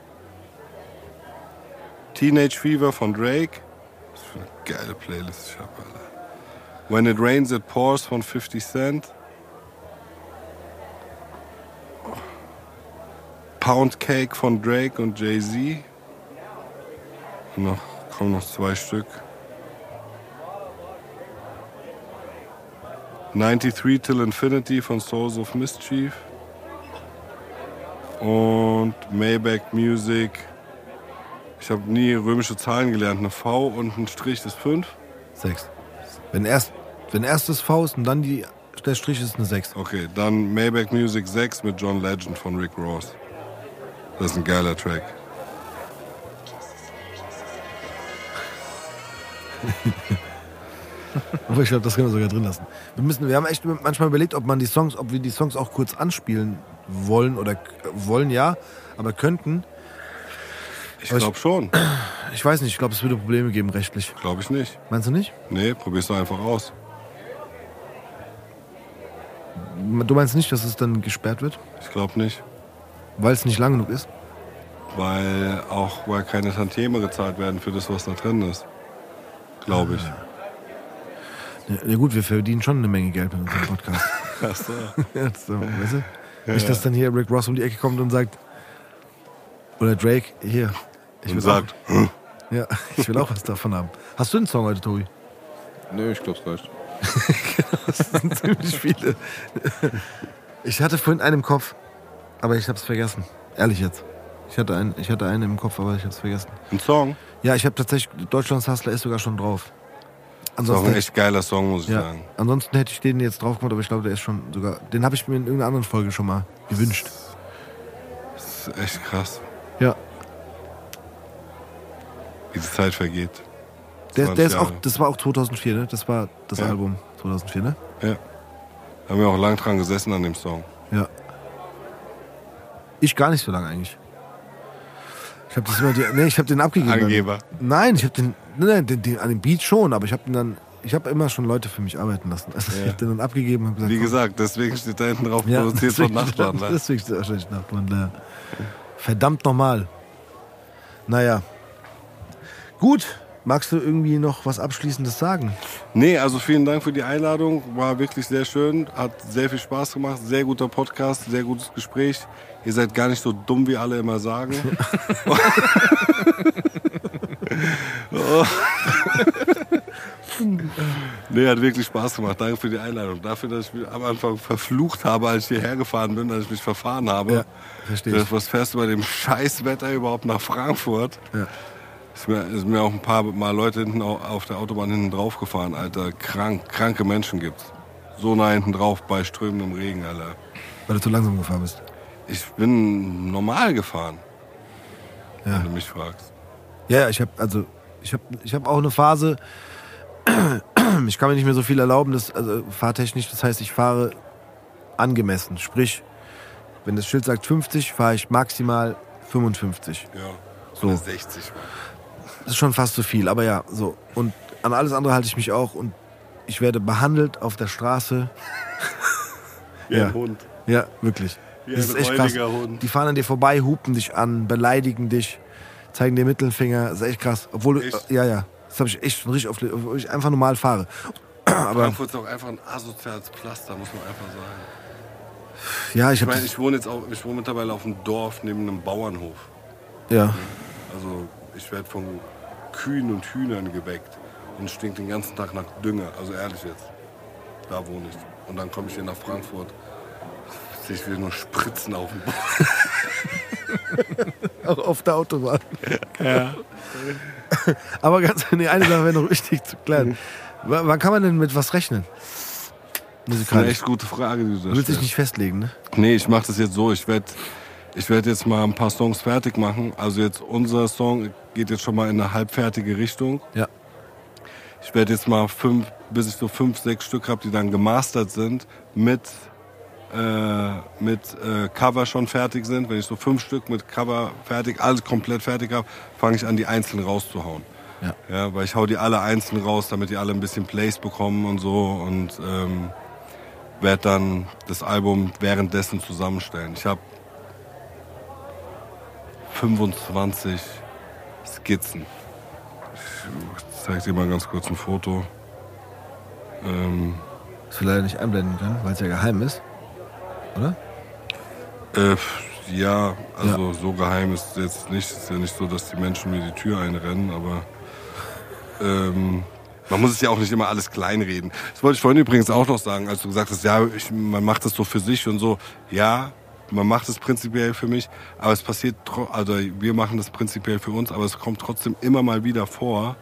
Teenage Fever von Drake. Was für eine geile Playlist ich hab, Alter. When It Rains It Pours von fifty Cent. Pound Cake von Drake und Jay-Z. Und noch, kommen noch zwei Stück. ninety-three Till Infinity von Souls of Mischief. Und Maybach Music. Ich habe nie römische Zahlen gelernt. Eine V und ein Strich ist fünf. Sechs. Wenn erst, wenn erst das V ist und dann die, der Strich ist eine Sechs. Okay, dann Maybach Music sechs mit John Legend von Rick Ross. Das ist ein geiler Track. Aber ich glaube, das können wir sogar drin lassen. Wir, müssen, wir haben echt manchmal überlegt, ob man die Songs, ob wir die Songs auch kurz anspielen wollen oder k- wollen, ja, aber könnten. Ich Aber ich- glaube schon. Ich weiß nicht, ich glaube, es würde Probleme geben rechtlich. Glaube ich nicht. Meinst du nicht? Nee, probier's doch einfach aus. Du meinst nicht, dass es dann gesperrt wird, Ich glaube nicht. weil es nicht lang genug ist? Weil auch weil keine Tantieme gezahlt werden für das, was da drin ist. glaube ich. Ja, ja gut, wir verdienen schon eine Menge Geld mit unserem Podcast. Krass, ja. Ja, das, so, weißt du? Nicht, dass dann hier Rick Ross um die Ecke kommt und sagt, oder Drake, hier. Ich Und will sagt, auch, ja, ich will auch was davon haben. Hast du einen Song heute, Tobi? Nö, ich glaube, es reicht. Das sind ziemlich viele. Ich hatte vorhin einen im Kopf, aber ich hab's vergessen. Ehrlich jetzt. Ich hatte einen, ich hatte einen im Kopf, aber ich hab's vergessen. ein Song? Ja, ich habe tatsächlich, Deutschlands Hustler ist sogar schon drauf. Das ist auch ein echt geiler Song, muss ich ja, sagen. ansonsten hätte ich den jetzt drauf gemacht, aber ich glaube, der ist schon sogar, den habe ich mir in irgendeiner anderen Folge schon mal gewünscht. Das ist echt krass, Ja. wie die Zeit vergeht. Der, der ist Jahre. auch, das war auch zweitausendvier, ne? Das war das Ja. Album zweitausendvier, ne? Ja. Da haben wir auch lang dran gesessen an dem Song. Ja. Ich gar nicht so lange eigentlich. Ich habe das immer, die, nee, ich habe den abgegeben. Angeber. Dann. Nein, ich habe den, nein, den, den, an dem Beat schon, aber ich habe den dann, ich habe immer schon Leute für mich arbeiten lassen. Also Ja. ich habe den dann abgegeben und gesagt, Wie komm, gesagt, deswegen steht da hinten drauf, ja, produziert von deswegen- Nachtwandler. Deswegen steht da wahrscheinlich Nachtwandler. Verdammt nochmal. Naja. Gut. Magst du irgendwie noch was Abschließendes sagen? Nee, also vielen Dank für die Einladung. War wirklich sehr schön. Hat sehr viel Spaß gemacht. Sehr guter Podcast, sehr gutes Gespräch. Ihr seid gar nicht so dumm, wie alle immer sagen. Oh. Nee, hat wirklich Spaß gemacht. Danke für die Einladung. Dafür, dass ich mich am Anfang verflucht habe, als ich hierher gefahren bin, dass ich mich verfahren habe. Ja, verstehe ich. Das, was fährst du bei dem Scheißwetter überhaupt nach Frankfurt? Ja. Ist mir, ist mir auch ein paar Mal Leute hinten au- auf der Autobahn hinten drauf gefahren, Alter. Krank, kranke Menschen gibt's. So nah hinten drauf bei strömendem Regen, Alter. Weil du zu langsam gefahren bist. Ich bin normal gefahren, Ja. wenn du mich fragst. Ja, ich habe also ich habe ich habe auch eine Phase. Ich kann mir nicht mehr so viel erlauben, das, also fahrtechnisch. Das heißt, ich fahre angemessen. Sprich, wenn das Schild sagt fünfzig, fahre ich maximal fünfundfünfzig. Ja, So. oder sechzig. Das ist schon fast zu viel, aber ja, so. Und an alles andere halte ich mich auch und ich werde behandelt auf der Straße. Wie Ja. ein Hund. Ja, wirklich. Wie Das ein ist echt krass. räudiger Hund. Die fahren an dir vorbei, hupen dich an, beleidigen dich, zeigen dir Mittelfinger. Das ist echt krass. Obwohl du, Echt? äh, ja, ja. Das habe ich echt schon richtig oft, obwohl ich einfach normal fahre. Aber Frankfurt ist auch einfach ein asoziales Pflaster, muss man einfach sagen. ja, ich Ich habe meine, ich wohne jetzt auch, ich wohne mittlerweile auf einem Dorf neben einem Bauernhof. ja. Also ich werde von Kühen und Hühnern geweckt und stinkt den ganzen Tag nach Dünger. Also ehrlich jetzt, da wohne ich. Und dann komme ich hier nach Frankfurt, sehe ich wieder nur Spritzen auf dem Boden. Auch auf der Autobahn. Ja. Aber ganz, nee, eine Sache wäre noch wichtig zu klären. W wann kann man denn mit was rechnen? Das ist eine Musikalisch. echt gute Frage, die du Du da willst dich stellst. nicht festlegen, ne? Nee, ich mache das jetzt so. Ich werde ich werd jetzt mal ein paar Songs fertig machen. Also jetzt unser Song geht jetzt schon mal in eine halbfertige Richtung. Ja. Ich werde jetzt mal fünf, bis ich so fünf, sechs Stück habe, die dann gemastert sind, mit, äh, mit äh, Cover schon fertig sind. Wenn ich so fünf Stück mit Cover fertig, alles komplett fertig habe, fange ich an, die einzeln rauszuhauen. Ja. Ja, weil ich hau die alle einzeln raus, damit die alle ein bisschen Plays bekommen und so. Und ähm, werde dann das Album währenddessen zusammenstellen. Ich habe fünfundzwanzig Skizzen. Ich zeige dir mal ganz kurz ein Foto. Ähm, Das wir leider nicht einblenden können, weil es ja geheim ist. Oder? äh, ja, also so geheim ist es jetzt nicht. Es ist ja nicht so, dass die Menschen mir die Tür einrennen, aber ähm, man muss es ja auch nicht immer alles kleinreden. Das wollte ich vorhin übrigens auch noch sagen, als du gesagt hast, ja, ich, man macht das so für sich und so. Ja, man macht es prinzipiell für mich, aber es passiert, tro- also wir machen das prinzipiell für uns, aber es kommt trotzdem immer mal wieder vor.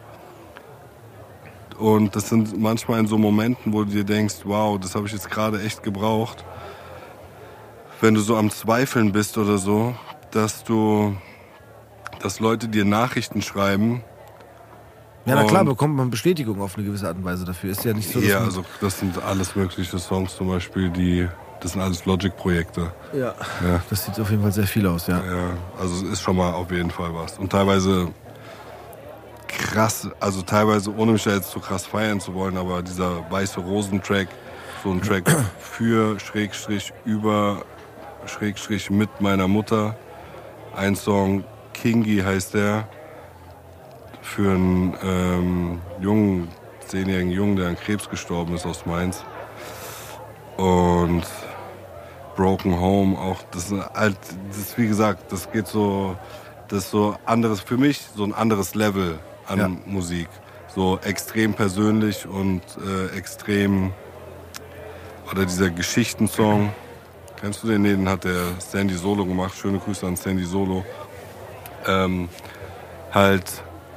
Und das sind manchmal in so Momenten, wo du dir denkst, wow, das habe ich jetzt gerade echt gebraucht. Wenn du so am Zweifeln bist oder so, dass du, dass Leute dir Nachrichten schreiben. Ja, na klar, Und- bekommt man Bestätigung auf eine gewisse Art und Weise dafür. Ist ja nicht so, dass Ja, man, also das sind alles mögliche Songs zum Beispiel, die, das sind alles Logic-Projekte. ja. Ja. Das sieht auf jeden Fall sehr viel aus, ja. Ja, also es ist schon mal auf jeden Fall was. Und teilweise krass, also teilweise, ohne mich da jetzt zu krass feiern zu wollen, aber dieser Weiße Rosen-Track, so ein Track für, Schrägstrich, über, Schrägstrich mit meiner Mutter. Ein Song, Kingi heißt der, für einen ähm, jungen, zehnjährigen Jungen, der an Krebs gestorben ist aus Mainz. Und Broken Home auch, das ist halt, das ist, wie gesagt, das geht so, das ist so anderes, für mich so ein anderes Level an Ja. Musik. So extrem persönlich und äh, extrem, oder dieser Geschichtensong, kennst du den? Den hat der Sandy Solo gemacht, schöne Grüße an Sandy Solo. Ähm, halt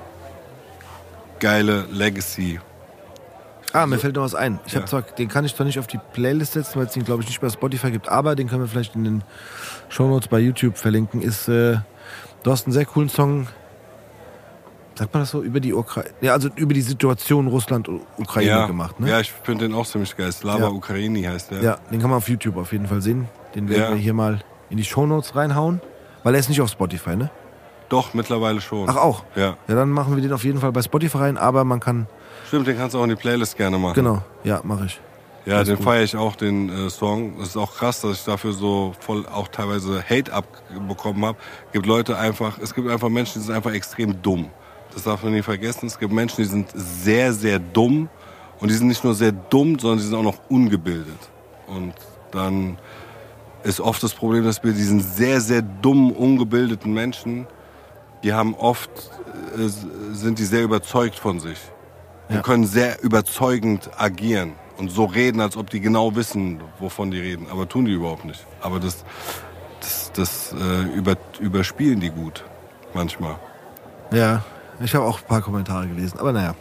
geile Legacy. Ah, mir fällt noch was ein. Ich Ja. hab zwar, den kann ich zwar nicht auf die Playlist setzen, weil es den, glaube ich, nicht bei Spotify gibt, aber den können wir vielleicht in den Shownotes bei YouTube verlinken. Ist, äh, du hast einen sehr coolen Song, sagt man das so, über die Ukraine, ja, also über die Situation Russland-Ukraine ja, gemacht, ne? Ja, ich finde den auch ziemlich geil. Slava Ja. Ukraini heißt der. Ja, den kann man auf YouTube auf jeden Fall sehen. Den werden Ja. wir hier mal in die Shownotes reinhauen, weil er ist nicht auf Spotify, ne? Doch, mittlerweile schon. Ach, auch? Ja. Ja, dann machen wir den auf jeden Fall bei Spotify rein, aber man kann, Stimmt, den kannst du auch in die Playlist gerne machen. genau, ja, mache ich. Ja, Alles den gut. feiere ich auch, den äh, Song. Das ist auch krass, dass ich dafür so voll auch teilweise Hate abbekommen habe. Es gibt Leute einfach, es gibt einfach Menschen, die sind einfach extrem dumm. Das darf man nie vergessen. Es gibt Menschen, die sind sehr, sehr dumm. Und die sind nicht nur sehr dumm, sondern die sind auch noch ungebildet. Und dann ist oft das Problem, dass wir diesen sehr, sehr dummen, ungebildeten Menschen, die haben oft, äh, sind die sehr überzeugt von sich. Und Ja. können sehr überzeugend agieren und so reden, als ob die genau wissen, wovon die reden. Aber tun die überhaupt nicht. Aber das, das, das äh, über, überspielen die gut manchmal. Ja, ich habe auch ein paar Kommentare gelesen, aber naja.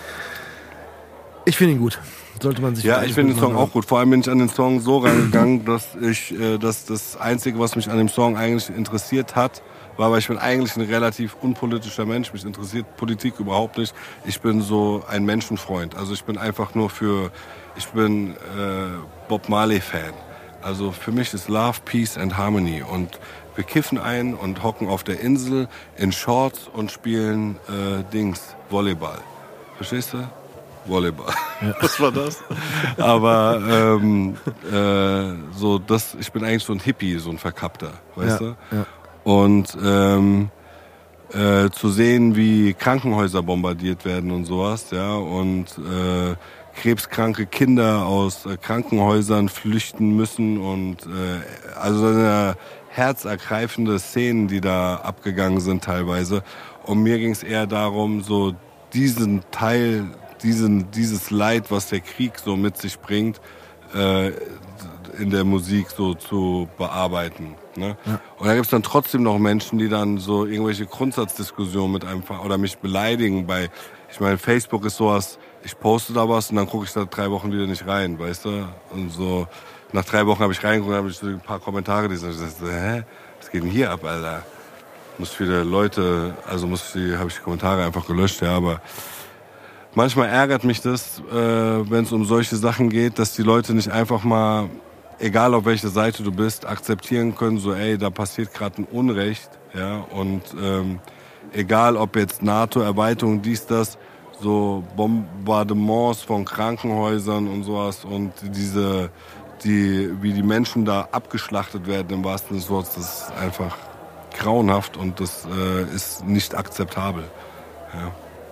Ich finde ihn gut. Sollte man sich Ja, vielleicht ich finde den Song mal- auch gut. Vor allem bin ich an den Song so rangegangen, dass ich, äh, dass das Einzige, was mich an dem Song eigentlich interessiert hat, war, weil ich bin eigentlich ein relativ unpolitischer Mensch. Mich interessiert Politik überhaupt nicht. Ich bin so ein Menschenfreund. Also ich bin einfach nur für, ich bin äh, Bob Marley-Fan. Also für mich ist Love, Peace and Harmony. Und wir kiffen ein und hocken auf der Insel in Shorts und spielen äh, Dings, Volleyball. Verstehst du? Volleyball. Was war das? Aber ähm, äh, so das, ich bin eigentlich so ein Hippie, so ein Verkappter, weißt Ja, du? ja. Und ähm, äh, zu sehen, wie Krankenhäuser bombardiert werden und sowas, ja, und äh, krebskranke Kinder aus äh, Krankenhäusern flüchten müssen und äh, also eine herzergreifende Szenen, die da abgegangen sind teilweise. Und mir ging es eher darum, so diesen Teil, diesen, dieses Leid, was der Krieg so mit sich bringt, äh, in der Musik so zu bearbeiten. Ne? Ja. Und da gibt es dann trotzdem noch Menschen, die dann so irgendwelche Grundsatzdiskussionen mit einem oder mich beleidigen. Bei, ich meine, Facebook ist sowas, ich poste da was und dann gucke ich da drei Wochen wieder nicht rein, weißt du? Und so nach drei Wochen habe ich reingeguckt, habe ich so ein paar Kommentare, die sagen, hä, was geht denn hier ab, Alter? Muss viele Leute, also muss die, habe ich die Kommentare einfach gelöscht, ja, aber manchmal ärgert mich das, äh, wenn es um solche Sachen geht, dass die Leute nicht einfach mal, egal auf welcher Seite du bist, akzeptieren können, so ey, da passiert gerade ein Unrecht, ja, und ähm, egal ob jetzt NATO-Erweiterung, dies, das, so Bombardements von Krankenhäusern und sowas und diese, die, wie die Menschen da abgeschlachtet werden im wahrsten Sinne des Wortes, das ist einfach grauenhaft und das äh, ist nicht akzeptabel, ja.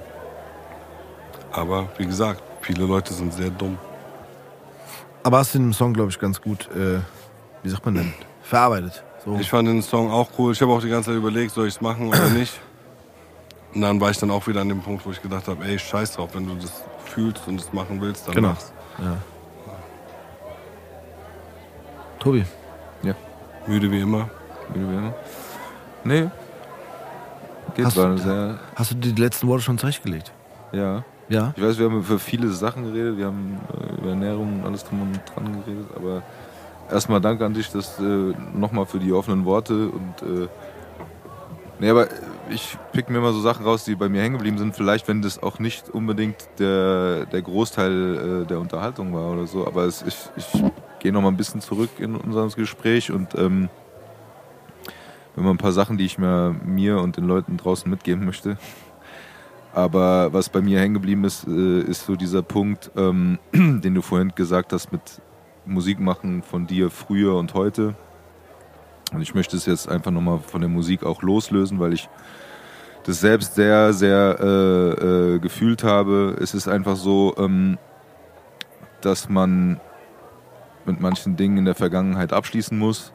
Aber wie gesagt, viele Leute sind sehr dumm. Aber hast du den Song, glaube ich, ganz gut, äh, wie sagt man denn, verarbeitet. So. Ich fand den Song auch cool. Ich habe auch die ganze Zeit überlegt, soll ich es machen oder nicht. Und dann war ich dann auch wieder an dem Punkt, wo ich gedacht habe, ey, scheiß drauf, wenn du das fühlst und das machen willst, dann Genau. mach's. Ja. Tobi. Müde wie immer. Nee. Geht Hast war du- sehr, Hast du dir die letzten Worte schon zurechtgelegt? ja. Ja. Ich weiß, wir haben über viele Sachen geredet, wir haben äh, über Ernährung und alles drum und dran geredet, aber erstmal danke an dich, dass äh, nochmal für die offenen Worte und äh, nee, aber ich pick mir mal so Sachen raus, die bei mir hängen geblieben sind, vielleicht wenn das auch nicht unbedingt der, der Großteil äh, der Unterhaltung war oder so, aber es, ich, ich gehe nochmal ein bisschen zurück in unser Gespräch und ähm, wenn mal ein paar Sachen, die ich mir, mir und den Leuten draußen mitgeben möchte. Aber was bei mir hängen geblieben ist, äh, ist so dieser Punkt, ähm, den du vorhin gesagt hast mit Musik machen von dir früher und heute. Und ich möchte es jetzt einfach nochmal von der Musik auch loslösen, weil ich das selbst sehr, sehr äh, äh, gefühlt habe. Es ist einfach so, ähm, dass man mit manchen Dingen in der Vergangenheit abschließen muss.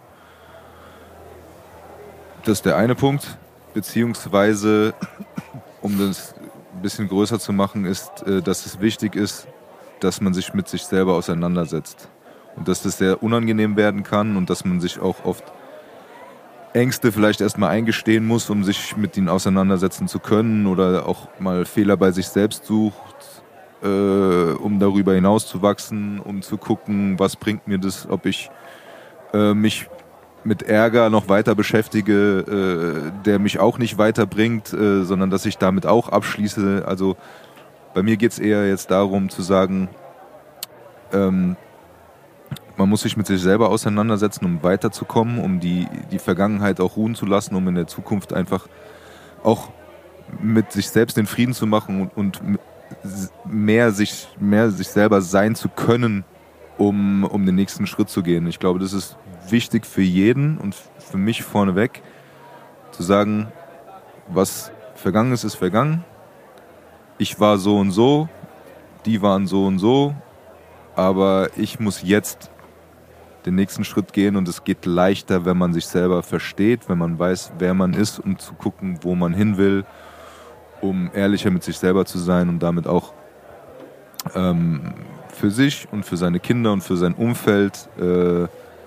Das ist der eine Punkt. Beziehungsweise, um das ein bisschen größer zu machen, ist, äh, dass es wichtig ist, dass man sich mit sich selber auseinandersetzt. Und dass das sehr unangenehm werden kann und dass man sich auch oft Ängste vielleicht erstmal eingestehen muss, um sich mit ihnen auseinandersetzen zu können oder auch mal Fehler bei sich selbst sucht, äh, um darüber hinaus zu wachsen, um zu gucken, was bringt mir das, ob ich äh, mich mit Ärger noch weiter beschäftige, äh, der mich auch nicht weiterbringt, äh, sondern dass ich damit auch abschließe. Also bei mir geht es eher jetzt darum zu sagen, ähm, man muss sich mit sich selber auseinandersetzen, um weiterzukommen, um die, die Vergangenheit auch ruhen zu lassen, um in der Zukunft einfach auch mit sich selbst den Frieden zu machen und, und mehr, sich, mehr sich selber sein zu können, um, um den nächsten Schritt zu gehen. Ich glaube, das ist wichtig für jeden und für mich vorneweg, zu sagen, was vergangen ist, ist vergangen. Ich war so und so, die waren so und so, aber ich muss jetzt den nächsten Schritt gehen und es geht leichter, wenn man sich selber versteht, wenn man weiß, wer man ist, um zu gucken, wo man hin will, um ehrlicher mit sich selber zu sein und damit auch ähm, für sich und für seine Kinder und für sein Umfeld äh,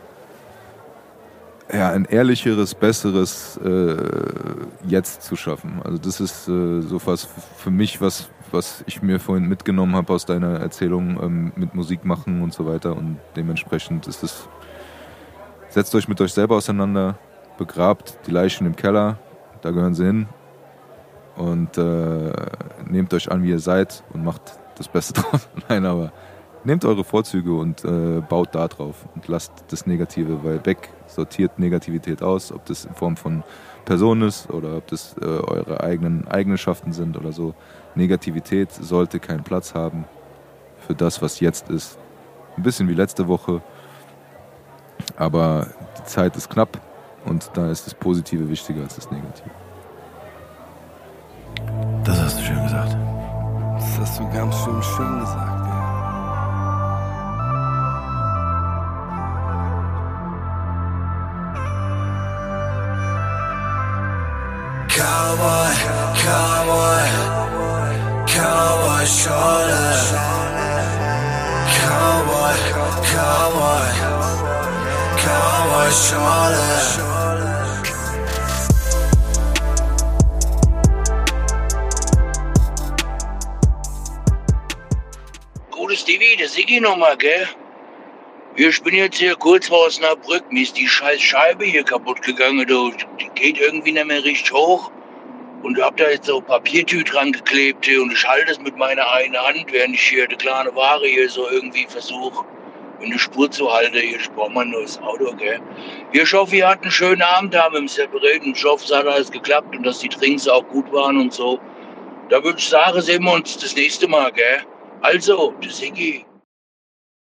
ja, ein ehrlicheres, besseres äh, Jetzt zu schaffen. Also das ist äh, so was für mich, was, was ich mir vorhin mitgenommen habe aus deiner Erzählung ähm, mit Musik machen und so weiter. Und dementsprechend ist es, setzt euch mit euch selber auseinander, begrabt die Leichen im Keller, da gehören sie hin. Und äh, nehmt euch an, wie ihr seid und macht das Beste draus. Nein, aber nehmt eure Vorzüge und äh, baut da drauf und lasst das Negative, weil weg, sortiert Negativität aus, ob das in Form von Personen ist oder ob das äh, eure eigenen Eigenschaften sind oder so. Negativität sollte keinen Platz haben für das, was jetzt ist. Ein bisschen wie letzte Woche, aber die Zeit ist knapp und da ist das Positive wichtiger als das Negative. Das hast du schön gesagt. Das hast du ganz schön schön gesagt, ja. Cowboy, Cowboy, Cowboy Schorle. Cowboy, Cowboy, Cowboy Schorle. Gutes Stevie, der Siggi nochmal, gell? Ich bin jetzt hier kurz vor Osnabrück. Mir ist die scheiß Scheibe hier kaputt gegangen. Du. Die geht irgendwie nicht mehr richtig hoch. Und hab da jetzt so Papiertüte dran geklebt hier. Und ich halte es mit meiner einen Hand, während ich hier die kleine Ware hier so irgendwie versuche, in die Spur zu halten. Hier, ich brauche mal ein neues Auto, gell? Hier, ich hoffe, ihr hattet einen schönen Abend da mit dem Separate. Und ich hoffe, es hat alles geklappt und dass die Drinks auch gut waren und so. Da würde ich sagen, sehen wir uns das nächste Mal, gell? Also, der Siggi.